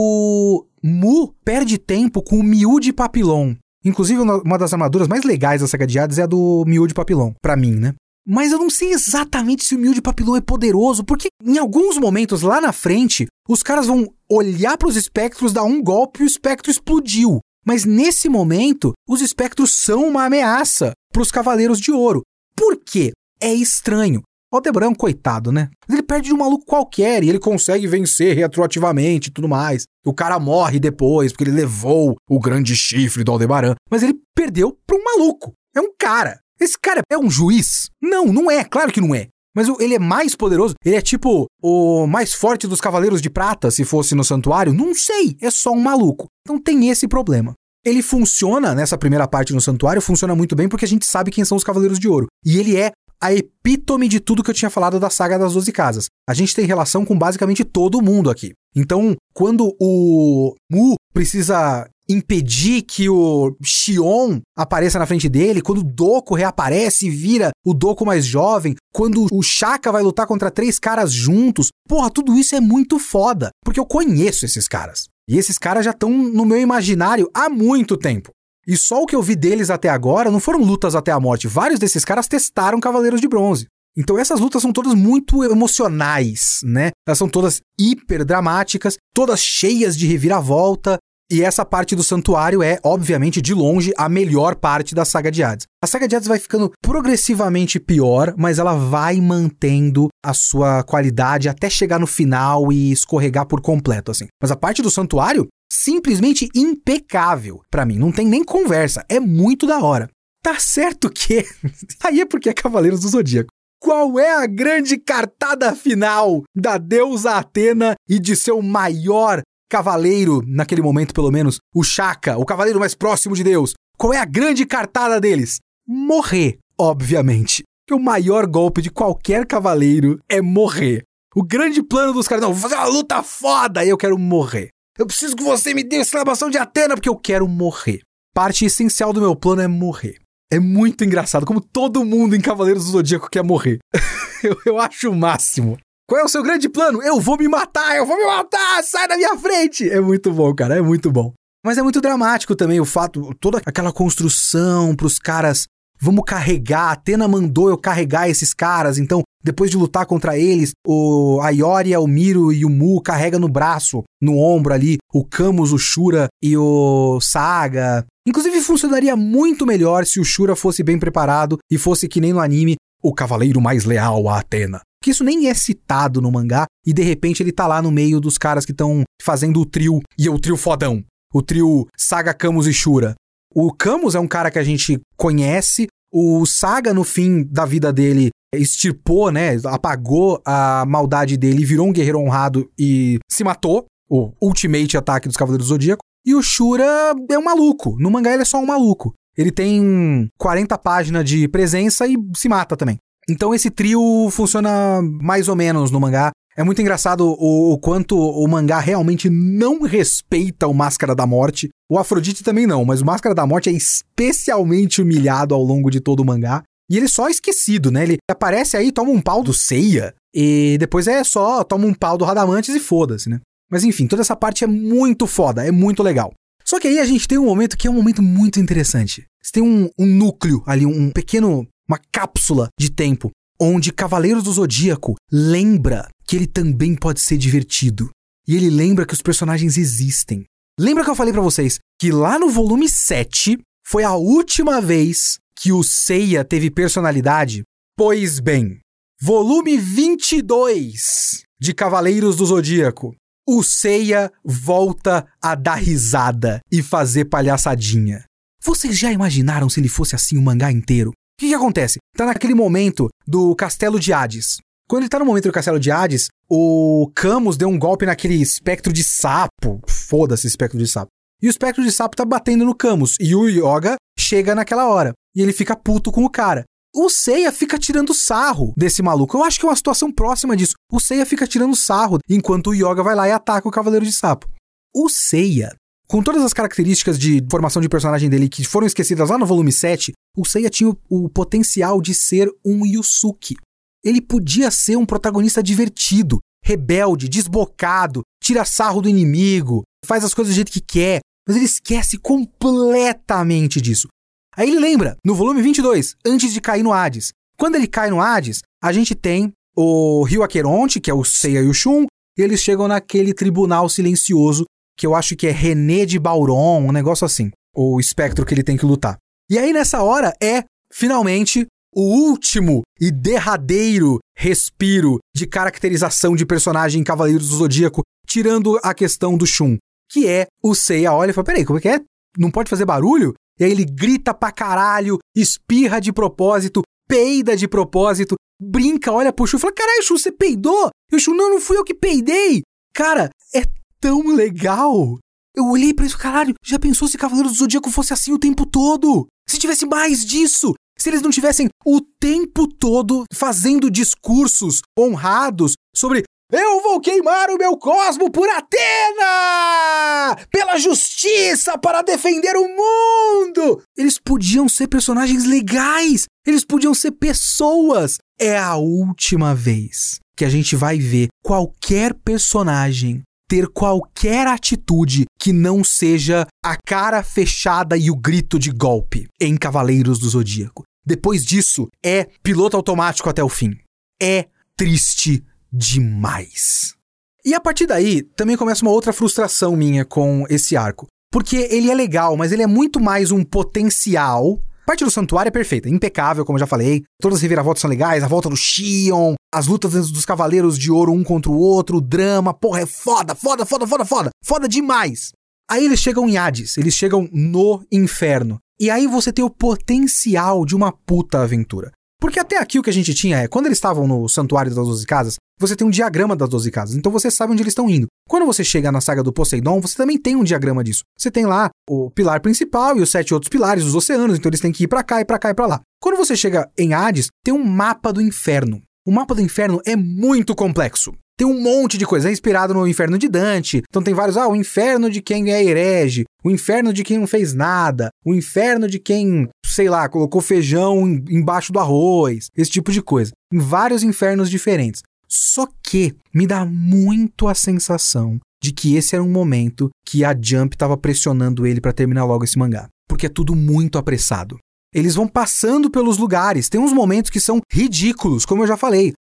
o Mu perde tempo com o Miú de Papillon. Inclusive, uma das armaduras mais legais da saga de Hades é a do Miú de Papillon, pra mim, né? Mas eu não sei exatamente se o Miú de Papillon é poderoso, porque em alguns momentos lá na frente, os caras vão olhar para os espectros, dar um golpe e o espectro explodiu. Mas nesse momento, os espectros são uma ameaça para os Cavaleiros de Ouro. Por quê? É estranho. O Aldebaran é um coitado, né? Ele perde de um maluco qualquer e ele consegue vencer retroativamente e tudo mais. O cara morre depois porque ele levou o grande chifre do Aldebaran. Mas ele perdeu para um maluco. É um cara. Esse cara é um juiz? Não, não é. Claro que não é. Mas ele é mais poderoso? Ele é tipo o mais forte dos Cavaleiros de Prata, se fosse no santuário? Não sei. É só um maluco. Então tem esse problema. Ele funciona, nessa primeira parte no santuário, funciona muito bem porque a gente sabe quem são os Cavaleiros de Ouro. E ele é a epítome de tudo que eu tinha falado da saga das doze casas. A gente tem relação com basicamente todo mundo aqui. Então, quando o Mu precisa impedir que o Xion apareça na frente dele, quando o Doku reaparece e vira o Doku mais jovem, quando o Shaka vai lutar contra três caras juntos, porra, tudo isso é muito foda, porque eu conheço esses caras. E esses caras já estão no meu imaginário há muito tempo. E só o que eu vi deles até agora não foram lutas até a morte. Vários desses caras testaram Cavaleiros de Bronze. Então essas lutas são todas muito emocionais, né? Elas são todas hiper dramáticas, todas cheias de reviravolta. E essa parte do santuário é, obviamente, de longe, a melhor parte da saga de Hades. A saga de Hades vai ficando progressivamente pior, mas ela vai mantendo a sua qualidade até chegar no final e escorregar por completo, assim. Mas a parte do santuário, simplesmente impecável pra mim. Não tem nem conversa. É muito da hora. Tá certo que... Aí é porque é Cavaleiros do Zodíaco. Qual é a grande cartada final da deusa Atena e de seu maior cavaleiro, naquele momento pelo menos, o Shaka, o cavaleiro mais próximo de Deus? Qual é a grande cartada deles? Morrer, obviamente. Porque o maior golpe de qualquer cavaleiro é morrer. O grande plano dos caras, não, vou fazer uma luta foda e eu quero morrer. Eu preciso que você me dê a exclamação de Atena porque eu quero morrer. Parte essencial do meu plano é morrer. É muito engraçado como todo mundo em Cavaleiros do Zodíaco quer morrer. eu, eu acho o máximo. Qual é o seu grande plano? Eu vou me matar, eu vou me matar, sai da minha frente. É muito bom, cara, é muito bom. Mas é muito dramático também o fato, toda aquela construção pros caras, vamos carregar, a Atena mandou eu carregar esses caras, então Depois de lutar contra eles, o a Ioria, o Miro e o Mu carrega no braço, no ombro ali, o Camus, o Shura e o Saga. Inclusive funcionaria muito melhor se o Shura fosse bem preparado e fosse que nem no anime, o cavaleiro mais leal a Athena. Porque isso nem é citado no mangá e de repente ele tá lá no meio dos caras que estão fazendo o trio, e é o trio fodão. O trio Saga, Camus e Shura. O Camus é um cara que a gente conhece, o Saga no fim da vida dele extirpou, né, apagou a maldade dele, virou um guerreiro honrado e se matou, o Ultimate Ataque dos Cavaleiros do Zodíaco. E o Shura é um maluco, no mangá ele é só um maluco. Ele tem quarenta páginas de presença e se mata também. Então esse trio funciona mais ou menos no mangá. É muito engraçado o, o quanto o mangá realmente não respeita o Máscara da Morte. O Afrodite também não, mas o Máscara da Morte é especialmente humilhado ao longo de todo o mangá. E ele só é esquecido, né? Ele aparece aí, toma um pau do Seiya, e depois é só toma um pau do Radamantes e foda-se, né? Mas enfim, toda essa parte é muito foda, é muito legal. Só que aí a gente tem um momento que é um momento muito interessante. Você tem um, um núcleo ali, um pequeno, uma cápsula de tempo, onde Cavaleiros do Zodíaco lembra que ele também pode ser divertido. E ele lembra que os personagens existem. Lembra que eu falei pra vocês que lá no volume sete foi a última vez que o Seiya teve personalidade? Pois bem, volume vinte e dois de Cavaleiros do Zodíaco. O Seiya volta a dar risada e fazer palhaçadinha. Vocês já imaginaram se ele fosse assim o mangá inteiro? O que que acontece? Tá naquele momento do Castelo de Hades. Quando ele tá no momento do Castelo de Hades, o Camus deu um golpe naquele espectro de sapo. Foda-se espectro de sapo. E o espectro de sapo tá batendo no Camus. E o Yoga chega naquela hora. E ele fica puto com o cara. O Seiya fica tirando sarro desse maluco. Eu acho que é uma situação próxima disso. O Seiya fica tirando sarro, enquanto o Yoga vai lá e ataca o Cavaleiro de Sapo. O Seiya, com todas as características de formação de personagem dele que foram esquecidas lá no volume sete, o Seiya tinha o, o potencial de ser um Yusuke. Ele podia ser um protagonista divertido, rebelde, desbocado, tira sarro do inimigo, faz as coisas do jeito que quer, mas ele esquece completamente disso. Aí ele lembra, no volume vinte e dois, antes de cair no Hades. Quando ele cai no Hades, a gente tem o Rio Aqueronte, que é o Seiya e o Shun, e eles chegam naquele tribunal silencioso, que eu acho que é René de Bauron, um negócio assim, o espectro que ele tem que lutar. E aí nessa hora é, finalmente, o último e derradeiro respiro de caracterização de personagem em Cavaleiros do Zodíaco, tirando a questão do Shun, que é o Seiya olha e fala, peraí, como é que é? Não pode fazer barulho? E aí ele grita pra caralho, espirra de propósito, peida de propósito, brinca, olha pro Shun e fala, caralho, Shun, você peidou? E o Shun, não, não fui eu que peidei. Cara, é tão legal. Eu olhei pra isso, caralho, já pensou se Cavaleiros do Zodíaco fosse assim o tempo todo? Se tivesse mais disso? Se eles não tivessem o tempo todo fazendo discursos honrados sobre eu vou queimar o meu cosmo por Athena! Pela justiça, para defender o mundo! Eles podiam ser personagens legais! Eles podiam ser pessoas! É a última vez que a gente vai ver qualquer personagem ter qualquer atitude que não seja a cara fechada e o grito de golpe em Cavaleiros do Zodíaco. Depois disso, é piloto automático até o fim. É triste demais. E a partir daí, também começa uma outra frustração minha com esse arco. Porque ele é legal, mas ele é muito mais um potencial. A parte do santuário é perfeita, impecável, como eu já falei. Todas as reviravoltas são legais, a volta do Xion, as lutas dos Cavaleiros de Ouro um contra o outro, o drama, porra, é foda, foda, foda, foda, foda. Foda demais. Aí eles chegam em Hades, eles chegam no inferno. E aí você tem o potencial de uma puta aventura. Porque até aqui o que a gente tinha é, quando eles estavam no Santuário das Doze Casas, você tem um diagrama das Doze Casas, então você sabe onde eles estão indo. Quando você chega na saga do Poseidon, você também tem um diagrama disso. Você tem lá o pilar principal e os sete outros pilares, os oceanos, então eles têm que ir pra cá, e pra cá, e pra lá. Quando você chega em Hades, tem um mapa do inferno. O mapa do inferno é muito complexo. Tem um monte de coisa, é inspirado no inferno de Dante. Então tem vários, ah, o inferno de quem é herege, o inferno de quem não fez nada, o inferno de quem, sei lá, colocou feijão embaixo do arroz, esse tipo de coisa. Em vários infernos diferentes. Só que me dá muito a sensação de que esse era um momento que a Jump estava pressionando ele para terminar logo esse mangá. Porque é tudo muito apressado. Eles vão passando pelos lugares, tem uns momentos que são ridículos, como eu já falei.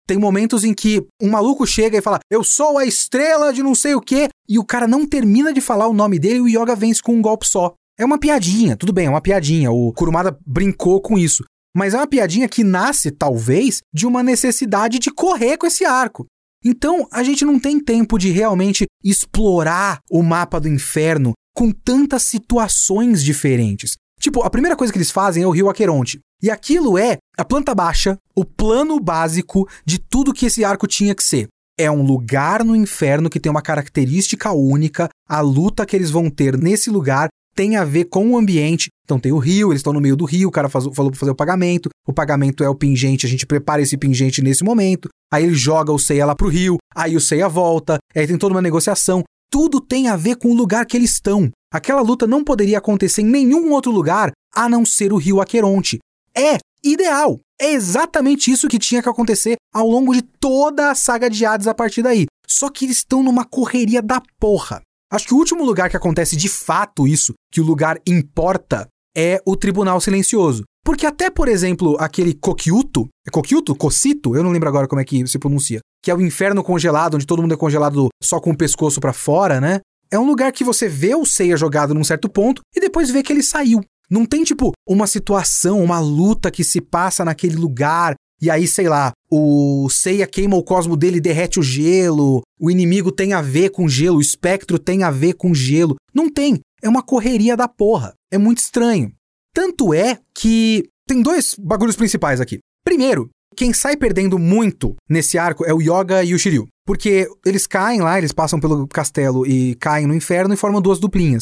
Tem momentos em que um maluco chega e fala, eu sou a estrela de não sei o quê, e o cara não termina de falar o nome dele e o Yoga vence com um golpe só. É uma piadinha, tudo bem, é uma piadinha, o Kurumada brincou com isso. Mas é uma piadinha que nasce, talvez, de uma necessidade de correr com esse arco. Então, a gente não tem tempo de realmente explorar o mapa do inferno com tantas situações diferentes. Tipo, a primeira coisa que eles fazem é o Rio Aqueronte. E aquilo é a planta baixa, o plano básico de tudo que esse arco tinha que ser. É um lugar no inferno que tem uma característica única, a luta que eles vão ter nesse lugar tem a ver com o ambiente. Então tem o rio, eles estão no meio do rio, o cara faz, falou pra fazer o pagamento, o pagamento é o pingente, a gente prepara esse pingente nesse momento, aí ele joga o Seiya lá pro rio, aí o Seiya volta, aí tem toda uma negociação. Tudo tem a ver com o lugar que eles estão. Aquela luta não poderia acontecer em nenhum outro lugar a não ser o Rio Aqueronte. É ideal. É exatamente isso que tinha que acontecer ao longo de toda a saga de Hades a partir daí. Só que eles estão numa correria da porra. Acho que o último lugar que acontece de fato isso, que o lugar importa, é o Tribunal Silencioso. Porque até, por exemplo, aquele Kokyuto, é Kokyuto? Kocito? Eu não lembro agora como é que se pronuncia. Que é o inferno congelado, onde todo mundo é congelado só com o pescoço pra fora, né? É um lugar que você vê o Seiya jogado num certo ponto e depois vê que ele saiu. Não tem, tipo, uma situação, uma luta que se passa naquele lugar e aí, sei lá, o Seiya queima o cosmo dele e derrete o gelo, o inimigo tem a ver com gelo, o espectro tem a ver com gelo. Não tem. É uma correria da porra. É muito estranho. Tanto é que tem dois bagulhos principais aqui. Primeiro, quem sai perdendo muito nesse arco é o Yoga e o Shiryu. Porque eles caem lá, eles passam pelo castelo e caem no inferno e formam duas duplinhas.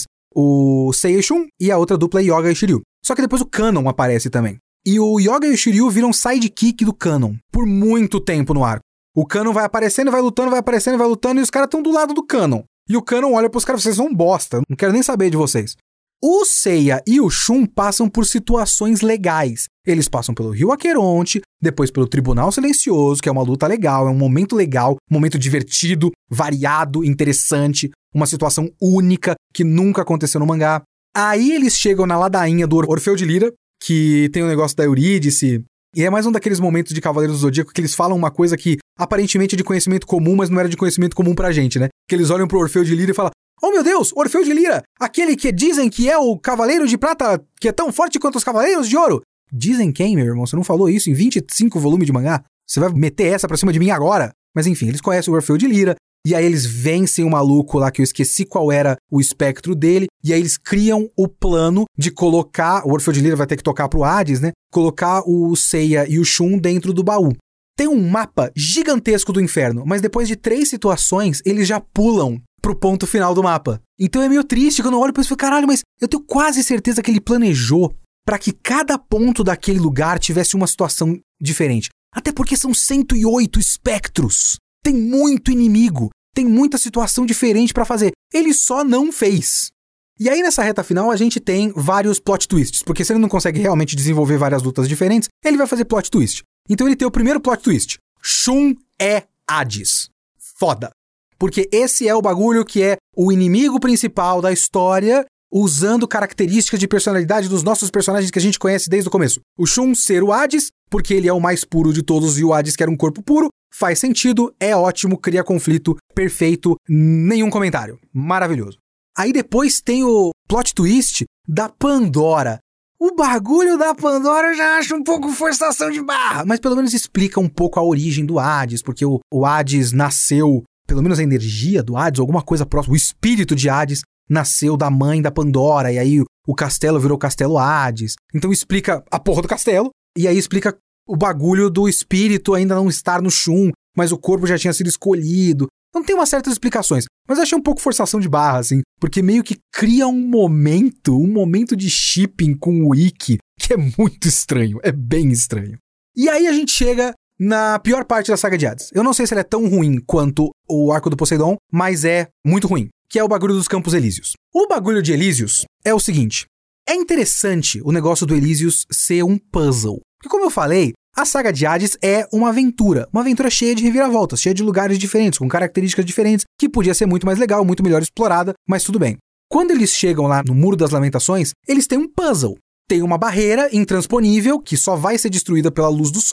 O Seiya e Shun e a outra dupla é Yoga e Shiryu. Só que depois o Kanon aparece também. E o Yoga e o Shiryu viram sidekick do Kanon por muito tempo no arco. O Kanon vai aparecendo, vai lutando, vai aparecendo, vai lutando e os caras estão do lado do Kanon. E o Kanon olha pros caras, vocês são bosta, não quero nem saber de vocês. O Seiya e o Shun passam por situações legais. Eles passam pelo Rio Aqueronte, depois pelo Tribunal Silencioso, que é uma luta legal, é um momento legal, um momento divertido, variado, interessante, uma situação única que nunca aconteceu no mangá. Aí eles chegam na ladainha do Orfeu de Lira, que tem o negócio da Eurídice, e é mais um daqueles momentos de Cavaleiros do Zodíaco que eles falam uma coisa que aparentemente é de conhecimento comum, mas não era de conhecimento comum pra gente, né? Que eles olham pro Orfeu de Lira e falam, oh meu Deus, Orfeu de Lira, aquele que dizem que é o Cavaleiro de Prata, que é tão forte quanto os Cavaleiros de Ouro. Dizem quem, meu irmão? Você não falou isso em vinte e cinco volumes de mangá? Você vai meter essa pra cima de mim agora? Mas enfim, eles conhecem o Orfeu de Lira, e aí eles vencem o maluco lá, que eu esqueci qual era o espectro dele, e aí eles criam o plano de colocar, o Orfeu de Lira vai ter que tocar pro Hades, né? Colocar o Seiya e o Shun dentro do baú. Tem um mapa gigantesco do inferno, mas depois de três situações, eles já pulam pro ponto final do mapa. Então é meio triste quando eu olho pra isso e falo, caralho, mas eu tenho quase certeza que ele planejou pra que cada ponto daquele lugar tivesse uma situação diferente. Até porque são cento e oito espectros. Tem muito inimigo, tem muita situação diferente pra fazer. Ele só não fez. E aí nessa reta final a gente tem vários plot twists, porque se ele não consegue realmente desenvolver várias lutas diferentes, ele vai fazer plot twist. Então ele tem o primeiro plot twist. Shun é Hades. Foda. Porque esse é o bagulho que é o inimigo principal da história, usando características de personalidade dos nossos personagens que a gente conhece desde o começo. O Shun ser o Hades, porque ele é o mais puro de todos e o Hades quer um corpo puro, faz sentido, é ótimo, cria conflito, perfeito, nenhum comentário. Maravilhoso. Aí depois tem o plot twist da Pandora. O bagulho da Pandora eu já acho um pouco forçação de barra, mas pelo menos explica um pouco a origem do Hades, porque o, o Hades nasceu, pelo menos a energia do Hades, alguma coisa próxima, o espírito de Hades nasceu da mãe da Pandora, e aí o, o castelo virou Castelo Hades. Então explica a porra do castelo, e aí explica o bagulho do espírito ainda não estar no Shun, mas o corpo já tinha sido escolhido. Então tem umas certas explicações, mas eu achei um pouco forçação de barra, assim, porque meio que cria um momento, um momento de shipping com o Ikki, que é muito estranho, é bem estranho. E aí a gente chega na pior parte da saga de Hades. Eu não sei se ela é tão ruim quanto o arco do Poseidon, mas é muito ruim, que é o bagulho dos Campos Elíseos. O bagulho de Elíseos é o seguinte, é interessante o negócio do Elíseos ser um puzzle. Porque como eu falei, a saga de Hades é uma aventura, uma aventura cheia de reviravoltas, cheia de lugares diferentes, com características diferentes, que podia ser muito mais legal, muito melhor explorada, mas tudo bem. Quando eles chegam lá no Muro das Lamentações, eles têm um puzzle. Tem uma barreira intransponível, que só vai ser destruída pela luz do sol,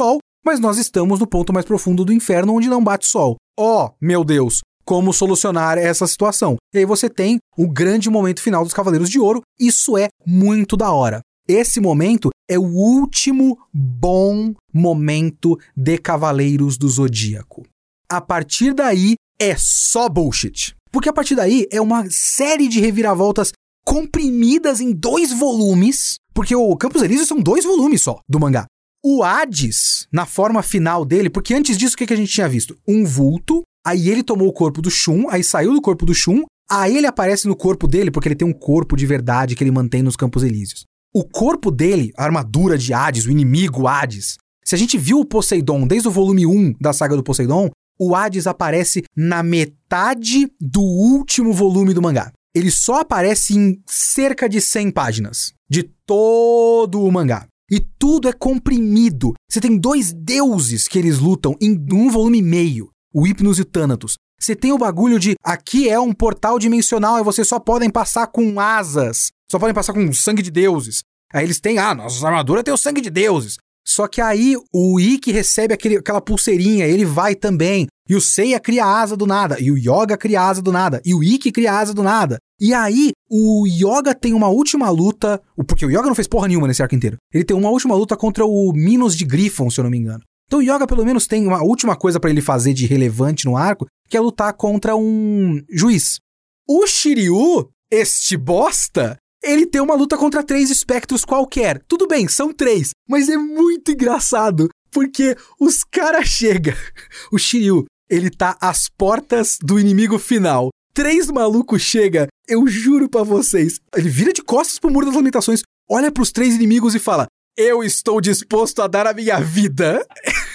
mas nós estamos no ponto mais profundo do inferno onde não bate sol. Oh, meu Deus, como solucionar essa situação? E aí você tem o grande momento final dos Cavaleiros de Ouro, isso é muito da hora. Esse momento é o último bom momento de Cavaleiros do Zodíaco. A partir daí é só bullshit. Porque a partir daí é uma série de reviravoltas comprimidas em dois volumes, porque o Campos Elíseos são dois volumes só do mangá. O Hades, na forma final dele, porque antes disso o que a gente tinha visto? Um vulto, aí ele tomou o corpo do Shun, aí saiu do corpo do Shun, aí ele aparece no corpo dele, porque ele tem um corpo de verdade que ele mantém nos Campos Elíseos. O corpo dele, a armadura de Hades, o inimigo Hades, se a gente viu o Poseidon desde o volume um da saga do Poseidon, o Hades aparece na metade do último volume do mangá. Ele só aparece em cerca de cem páginas de todo o mangá. E tudo é comprimido. Você tem dois deuses que eles lutam em um volume e meio, o Hypnos e o Thanatos. Você tem o bagulho de aqui é um portal dimensional e vocês só podem passar com asas, só podem passar com sangue de deuses. Aí eles têm, ah, nossa armadura tem o sangue de deuses. Só que aí o Ikki recebe aquele, aquela pulseirinha, ele vai também. E o Seiya cria asa do nada. E o Yoga cria asa do nada. E o Ikki cria asa do nada. E aí o Yoga tem uma última luta. Porque o Yoga não fez porra nenhuma nesse arco inteiro. Ele tem uma última luta contra o Minos de Griffon, se eu não me engano. Então o Yoga pelo menos tem uma última coisa pra ele fazer de relevante no arco, que é lutar contra um juiz. O Shiryu, este bosta, ele tem uma luta contra três espectros qualquer. Tudo bem, são três, mas é muito engraçado, porque os caras chegam. O Shiryu, ele tá às portas do inimigo final. Três malucos chegam, eu juro pra vocês. Ele vira de costas pro Muro das Lamentações, olha pros três inimigos e fala: eu estou disposto a dar a minha vida.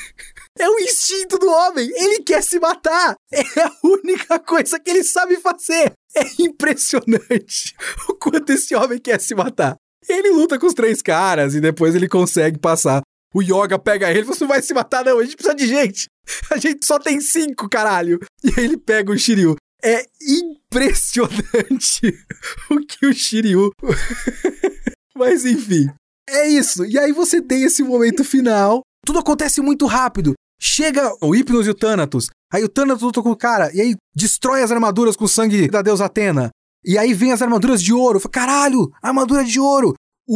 É o instinto do homem, ele quer se matar. É a única coisa que ele sabe fazer. É impressionante o quanto esse homem quer se matar. Ele luta com os três caras e depois ele consegue passar. O Yoga pega ele e fala: você não vai se matar não, a gente precisa de gente. A gente só tem cinco, caralho. E aí ele pega o Shiryu. É impressionante o que o Shiryu... Mas enfim, é isso. E aí você tem esse momento final. Tudo acontece muito rápido. Chega o Hypnos e o Thanatos. Aí o Thanatos luta com o cara. E aí destrói as armaduras com o sangue da deusa Atena. E aí vem as armaduras de ouro. Fala, caralho, armadura de ouro.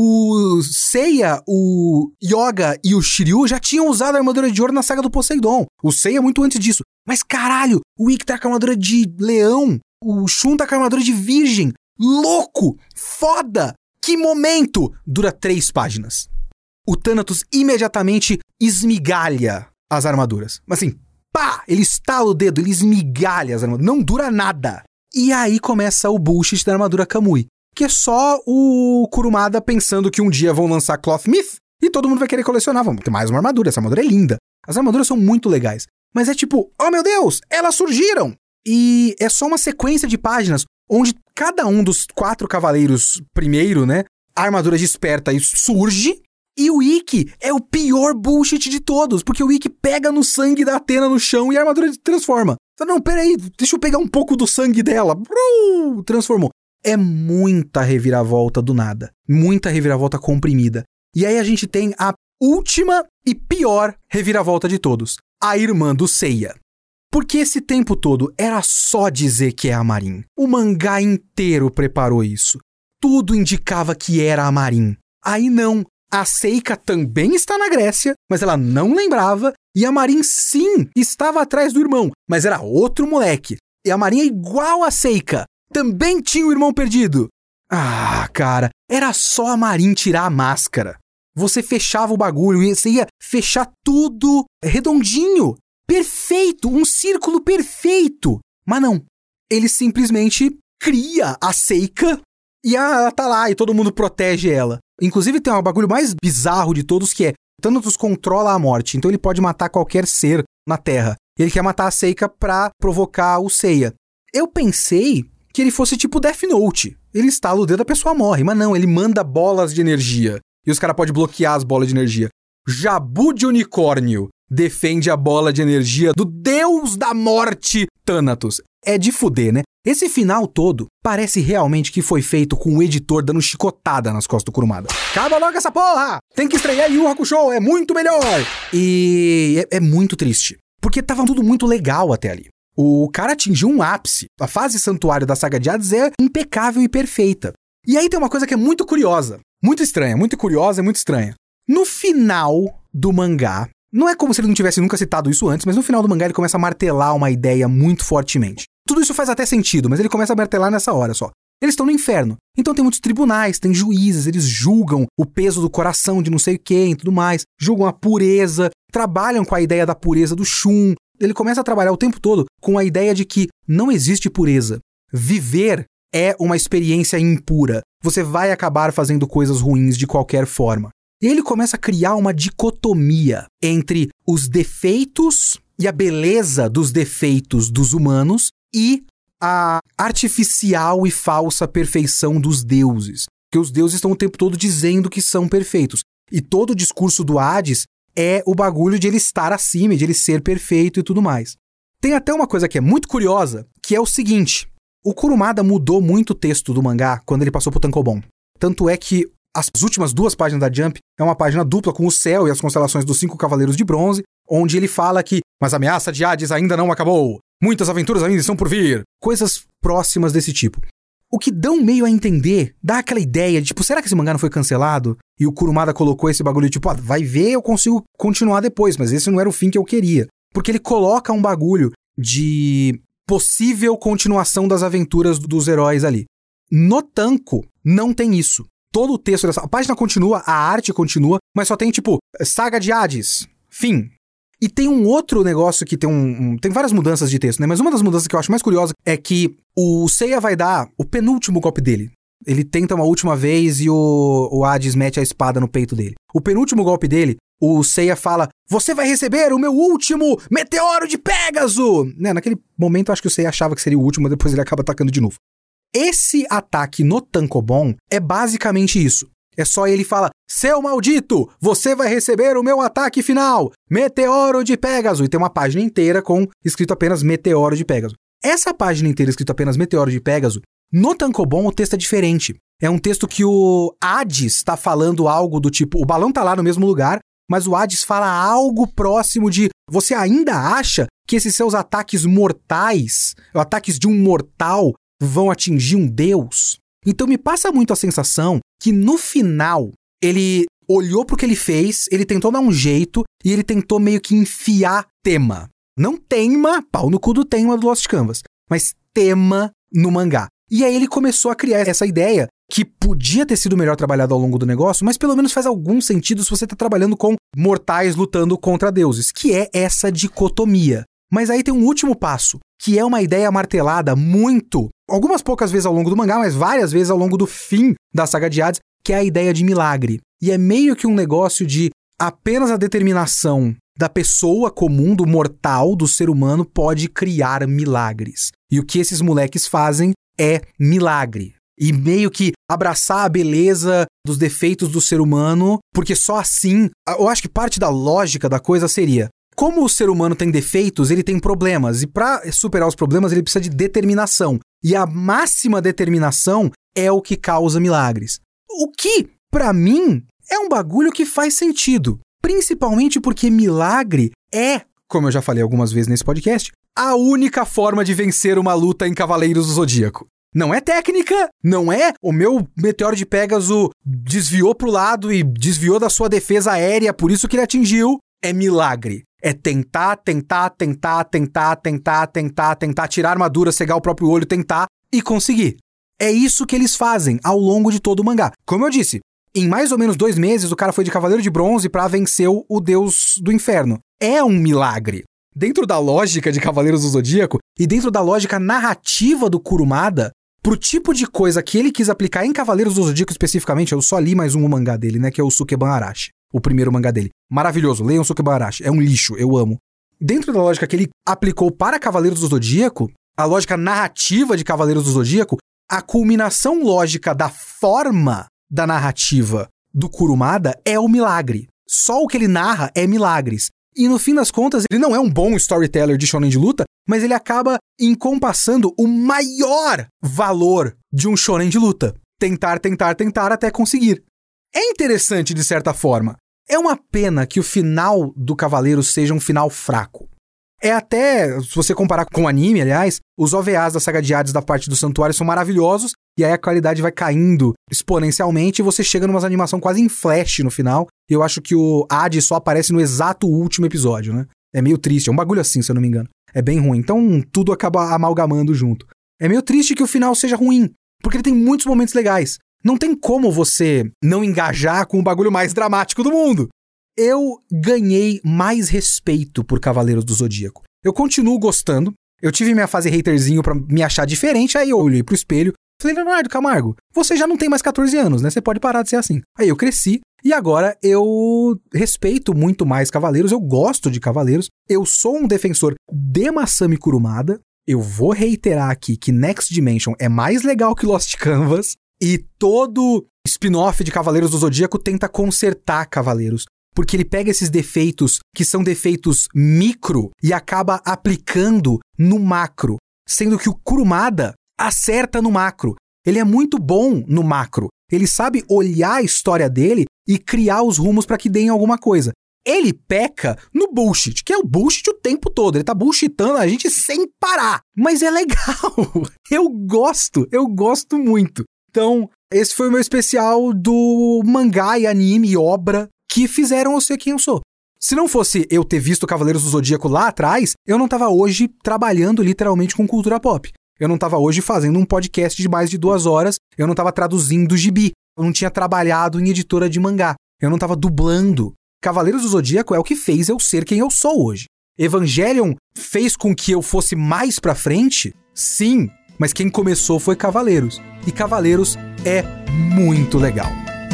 O Seiya, o Yoga e o Shiryu já tinham usado a armadura de ouro na saga do Poseidon. O Seiya muito antes disso. Mas caralho, o Ikki tá com a armadura de leão. O Shun tá com a armadura de virgem. Louco! Foda! Que momento! Dura três páginas. O Thanatos imediatamente esmigalha as armaduras. Mas assim, pá! Ele estala o dedo, ele esmigalha as armaduras. Não dura nada. E aí começa o bullshit da armadura Kamui. Que é só o Kurumada pensando que um dia vão lançar Cloth Myth e todo mundo vai querer colecionar. Vamos ter mais uma armadura, essa armadura é linda. As armaduras são muito legais. Mas é tipo, oh meu Deus, elas surgiram! E é só uma sequência de páginas onde cada um dos quatro cavaleiros primeiro, né, a armadura desperta e surge. E o Ikki é o pior bullshit de todos, porque o Ikki pega no sangue da Atena no chão e a armadura se transforma. Não, peraí, deixa eu pegar um pouco do sangue dela. Bruu, transformou. É muita reviravolta do nada. Muita reviravolta comprimida. E aí a gente tem a última e pior reviravolta de todos. A irmã do Seiya. Porque esse tempo todo era só dizer que é a Marin. O mangá inteiro preparou isso. Tudo indicava que era a Marin. Aí não. A Seika também está na Grécia, mas ela não lembrava. E a Marin sim estava atrás do irmão, mas era outro moleque. E a Marin é igual a Seika. Também tinha o irmão perdido. Ah, cara, era só a Marin tirar a máscara. Você fechava o bagulho e você ia fechar tudo redondinho. Perfeito, um círculo perfeito. Mas não, ele simplesmente cria a Seika e ela tá lá e todo mundo protege ela. Inclusive tem um bagulho mais bizarro de todos que é Thanatos controla a morte, então ele pode matar qualquer ser na Terra. E ele quer matar a Seika pra provocar o Seiya. Eu pensei que ele fosse tipo Death Note. Ele estala o dedo, a pessoa morre. Mas não, ele manda bolas de energia. E os caras podem bloquear as bolas de energia. Jabu de unicórnio defende a bola de energia do deus da morte, Thanatos. É de fuder, né? Esse final todo parece realmente que foi feito com o editor dando chicotada nas costas do Kurumada. Acaba logo essa porra! Tem que estrear Yu Yu Hakusho, é muito melhor! E é, é muito triste, porque tava tudo muito legal até ali. O cara atingiu um ápice. A fase Santuário da Saga de Hades é impecável e perfeita. E aí tem uma coisa que é muito curiosa, muito estranha, muito curiosa e muito estranha. No final do mangá, não é como se ele não tivesse nunca citado isso antes, mas no final do mangá ele começa a martelar uma ideia muito fortemente. Tudo isso faz até sentido, mas ele começa a martelar nessa hora só. Eles estão no inferno, então tem muitos tribunais, tem juízes, eles julgam o peso do coração de não sei quem e tudo mais, julgam a pureza, trabalham com a ideia da pureza do Shun. Ele começa a trabalhar o tempo todo com a ideia de que não existe pureza. Viver é uma experiência impura. Você vai acabar fazendo coisas ruins de qualquer forma. E ele começa a criar uma dicotomia entre os defeitos e a beleza dos defeitos dos humanos e a artificial e falsa perfeição dos deuses. Porque os deuses estão o tempo todo dizendo que são perfeitos. E todo o discurso do Hades é o bagulho de ele estar acima, de ele ser perfeito e tudo mais. Tem até uma coisa que é muito curiosa, que é o seguinte. O Kurumada mudou muito o texto do mangá quando ele passou pro Tankobon. Tanto é que as últimas duas páginas da Jump é uma página dupla com o céu e as constelações dos cinco cavaleiros de bronze, onde ele fala que mas a ameaça de Hades ainda não acabou, muitas aventuras ainda estão por vir, coisas próximas desse tipo. O que dão meio a entender, dá aquela ideia de, tipo, será que esse mangá não foi cancelado? E o Kurumada colocou esse bagulho de, tipo, ah, vai ver, eu consigo continuar depois, mas esse não era o fim que eu queria. Porque ele coloca um bagulho de possível continuação das aventuras dos heróis ali. No Tanko, não tem isso. Todo o texto dessa... A página continua, a arte continua, mas só tem, tipo, Saga de Hades, fim. E tem um outro negócio que tem um, um... Tem várias mudanças de texto, né? Mas uma das mudanças que eu acho mais curiosa é que o Seiya vai dar o penúltimo golpe dele. Ele tenta uma última vez e o, o Hades mete a espada no peito dele. O penúltimo golpe dele, o Seiya fala, você vai receber o meu último meteoro de Pégaso! Né? Naquele momento eu acho que o Seiya achava que seria o último, mas depois ele acaba atacando de novo. Esse ataque no Tankobon é basicamente isso. É só ele falar, seu maldito, você vai receber o meu ataque final, Meteoro de Pégaso. E tem uma página inteira com escrito apenas Meteoro de Pégaso. Essa página inteira escrito apenas Meteoro de Pégaso, no Tankobon o texto é diferente. É um texto que o Hades está falando algo do tipo, o balão tá lá no mesmo lugar, mas o Hades fala algo próximo de, você ainda acha que esses seus ataques mortais, ataques de um mortal, vão atingir um deus? Então me passa muito a sensação que no final ele olhou pro que ele fez, ele tentou dar um jeito e ele tentou meio que enfiar tema. Não tema, pau no cu do tema do Lost Canvas, mas tema no mangá. E aí ele começou a criar essa ideia que podia ter sido melhor trabalhado ao longo do negócio, mas pelo menos faz algum sentido se você tá trabalhando com mortais lutando contra deuses, que é essa dicotomia. Mas aí tem um último passo, que é uma ideia martelada muito, algumas poucas vezes ao longo do mangá, mas várias vezes ao longo do fim da Saga de Hades, que é a ideia de milagre. E é meio que um negócio de apenas a determinação da pessoa comum, do mortal, do ser humano, pode criar milagres. E o que esses moleques fazem é milagre. E meio que abraçar a beleza dos defeitos do ser humano, porque só assim, eu acho que parte da lógica da coisa seria, como o ser humano tem defeitos, ele tem problemas, e para superar os problemas ele precisa de determinação. E a máxima determinação é o que causa milagres. O que, pra mim, é um bagulho que faz sentido. Principalmente porque milagre é, como eu já falei algumas vezes nesse podcast, a única forma de vencer uma luta em Cavaleiros do Zodíaco. Não é técnica, não é o meu meteoro de Pégaso desviou pro lado e desviou da sua defesa aérea, por isso que ele atingiu. É milagre. É tentar, tentar, tentar, tentar, tentar, tentar, tentar, tirar a armadura, cegar o próprio olho, tentar e conseguir. É isso que eles fazem ao longo de todo o mangá. Como eu disse, em mais ou menos dois meses o cara foi de Cavaleiro de Bronze pra vencer o Deus do Inferno. É um milagre. Dentro da lógica de Cavaleiros do Zodíaco e dentro da lógica narrativa do Kurumada, pro tipo de coisa que ele quis aplicar em Cavaleiros do Zodíaco especificamente, eu só li mais um mangá dele, né, que é o Sukeban Arashi. O primeiro mangá dele. Maravilhoso, leiam Sukeban Arashi. É um lixo, eu amo. Dentro da lógica que ele aplicou para Cavaleiros do Zodíaco, a lógica narrativa de Cavaleiros do Zodíaco, a culminação lógica da forma da narrativa do Kurumada é o milagre. Só o que ele narra é milagres. E no fim das contas, ele não é um bom storyteller de shonen de luta, mas ele acaba encompassando o maior valor de um shonen de luta. Tentar, tentar, tentar até conseguir. É interessante de certa forma. É uma pena que o final do Cavaleiros seja um final fraco. É até, se você comparar com o anime, aliás, os O V As da saga de Hades da parte do Santuário são maravilhosos, e aí a qualidade vai caindo exponencialmente e você chega numa animação quase em flash no final. E eu acho que o Hades só aparece no exato último episódio, né? É meio triste, é um bagulho assim, se eu não me engano. É bem ruim, então tudo acaba amalgamando junto. É meio triste que o final seja ruim, porque ele tem muitos momentos legais. Não tem como você não engajar com o bagulho mais dramático do mundo. Eu ganhei mais respeito por Cavaleiros do Zodíaco. Eu continuo gostando. Eu tive minha fase haterzinho pra me achar diferente, aí eu olhei pro espelho. Falei, Leonardo Camargo, você já não tem mais catorze anos, né? Você pode parar de ser assim. Aí eu cresci e agora eu respeito muito mais Cavaleiros. Eu gosto de Cavaleiros. Eu sou um defensor de Masami Kurumada. Eu vou reiterar aqui que Next Dimension é mais legal que Lost Canvas. E todo spin-off de Cavaleiros do Zodíaco tenta consertar Cavaleiros. Porque ele pega esses defeitos, que são defeitos micro, e acaba aplicando no macro. Sendo que o Kurumada acerta no macro. Ele é muito bom no macro. Ele sabe olhar a história dele e criar os rumos para que deem alguma coisa. Ele peca no bullshit, que é o bullshit o tempo todo. Ele tá bullshitando a gente sem parar. Mas é legal. Eu gosto, eu gosto muito. Então, esse foi o meu especial do mangá e anime e obra que fizeram eu ser quem eu sou. Se não fosse eu ter visto Cavaleiros do Zodíaco lá atrás, eu não tava hoje trabalhando literalmente com cultura pop. Eu não tava hoje fazendo um podcast de mais de duas horas, eu não tava traduzindo gibi, eu não tinha trabalhado em editora de mangá, eu não tava dublando. Cavaleiros do Zodíaco é o que fez eu ser quem eu sou hoje. Evangelion fez com que eu fosse mais pra frente? Sim, mas quem começou foi Cavaleiros. E Cavaleiros é muito legal.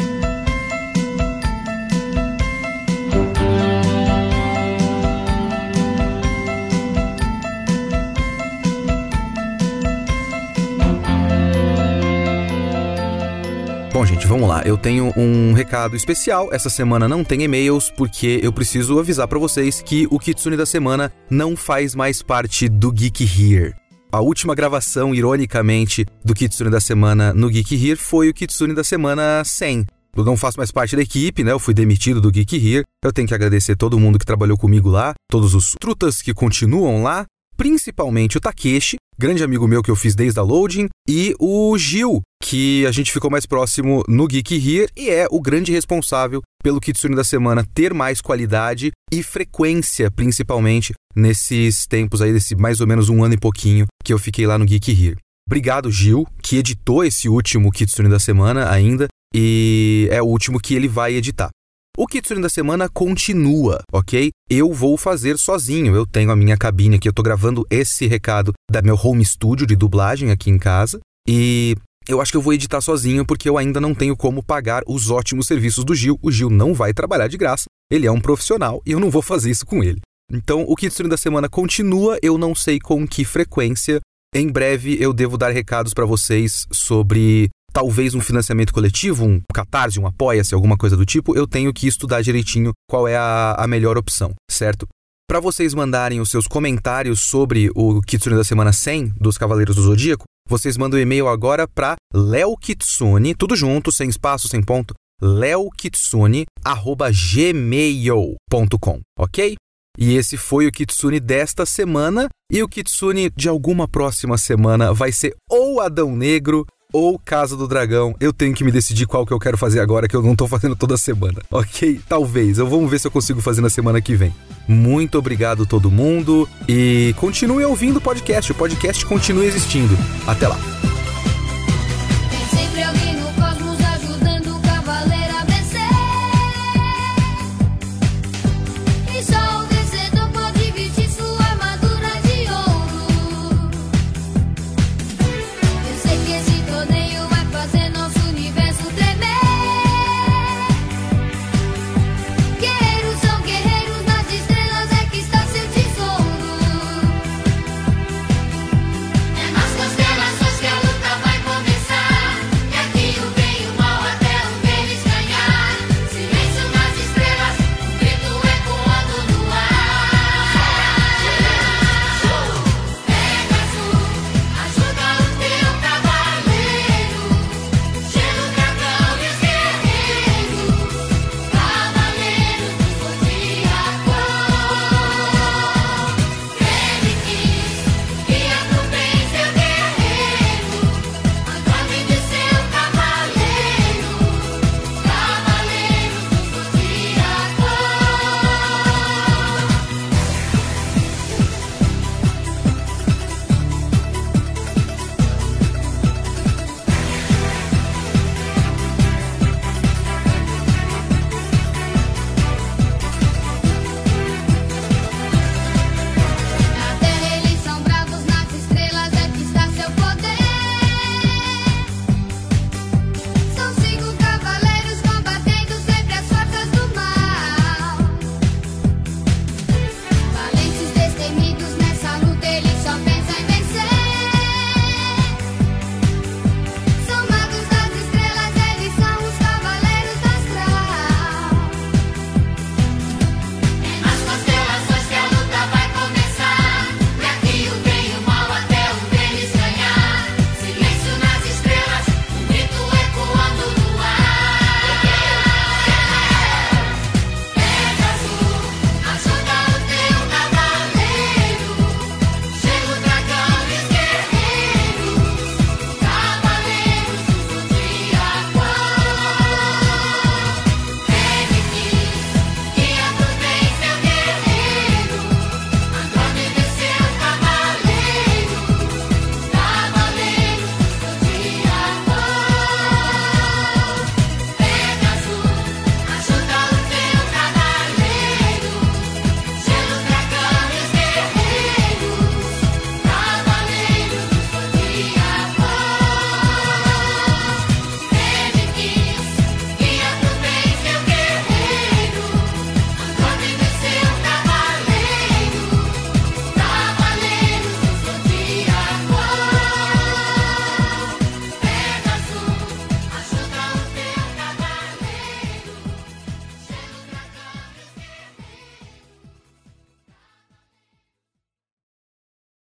Bom, gente, vamos lá. Eu tenho um recado especial. Essa semana não tem e-mails, porque eu preciso avisar pra vocês que o Kitsune da semana não faz mais parte do Geek Here. A última gravação, ironicamente, do Kitsune da semana no Geek Here foi o Kitsune da semana cem. Eu não faço mais parte da equipe, né? Eu fui demitido do Geek Here. Eu tenho que agradecer todo mundo que trabalhou comigo lá, todos os trutas que continuam lá, principalmente o Takeshi, grande amigo meu que eu fiz desde a Loading, e o Gil, que a gente ficou mais próximo no Geek Here e é o grande responsável pelo Kitsune da semana ter mais qualidade e frequência, principalmente, nesses tempos aí, desse mais ou menos um ano e pouquinho que eu fiquei lá no Geek Here. Obrigado, Gil, que editou esse último Kitsune da semana ainda, e é o último que ele vai editar. O Kitsune da semana continua, ok? Eu vou fazer sozinho, eu tenho a minha cabine aqui, eu tô gravando esse recado da meu home studio de dublagem aqui em casa, e eu acho que eu vou editar sozinho porque eu ainda não tenho como pagar os ótimos serviços do Gil. O Gil não vai trabalhar de graça, ele é um profissional e eu não vou fazer isso com ele. Então, o Kitsune da semana continua, eu não sei com que frequência. Em breve eu devo dar recados para vocês sobre talvez um financiamento coletivo, um Catarse, um Apoia-se, alguma coisa do tipo. Eu tenho que estudar direitinho qual é a, a melhor opção, certo? Para vocês mandarem os seus comentários sobre o Kitsune da semana cem dos Cavaleiros do Zodíaco, vocês mandam um e-mail agora para leokitsune, tudo junto, sem espaço, sem ponto, leokitsune arroba gmail ponto com, ok? E esse foi o Kitsune desta semana, e o Kitsune de alguma próxima semana vai ser ou Adão Negro ou Casa do Dragão. Eu tenho que me decidir qual que eu quero fazer agora, que eu não tô fazendo toda semana, ok? Talvez, eu vamos ver se eu consigo fazer na semana que vem. Muito obrigado todo mundo, e continue ouvindo o podcast, o podcast continua existindo. Até lá!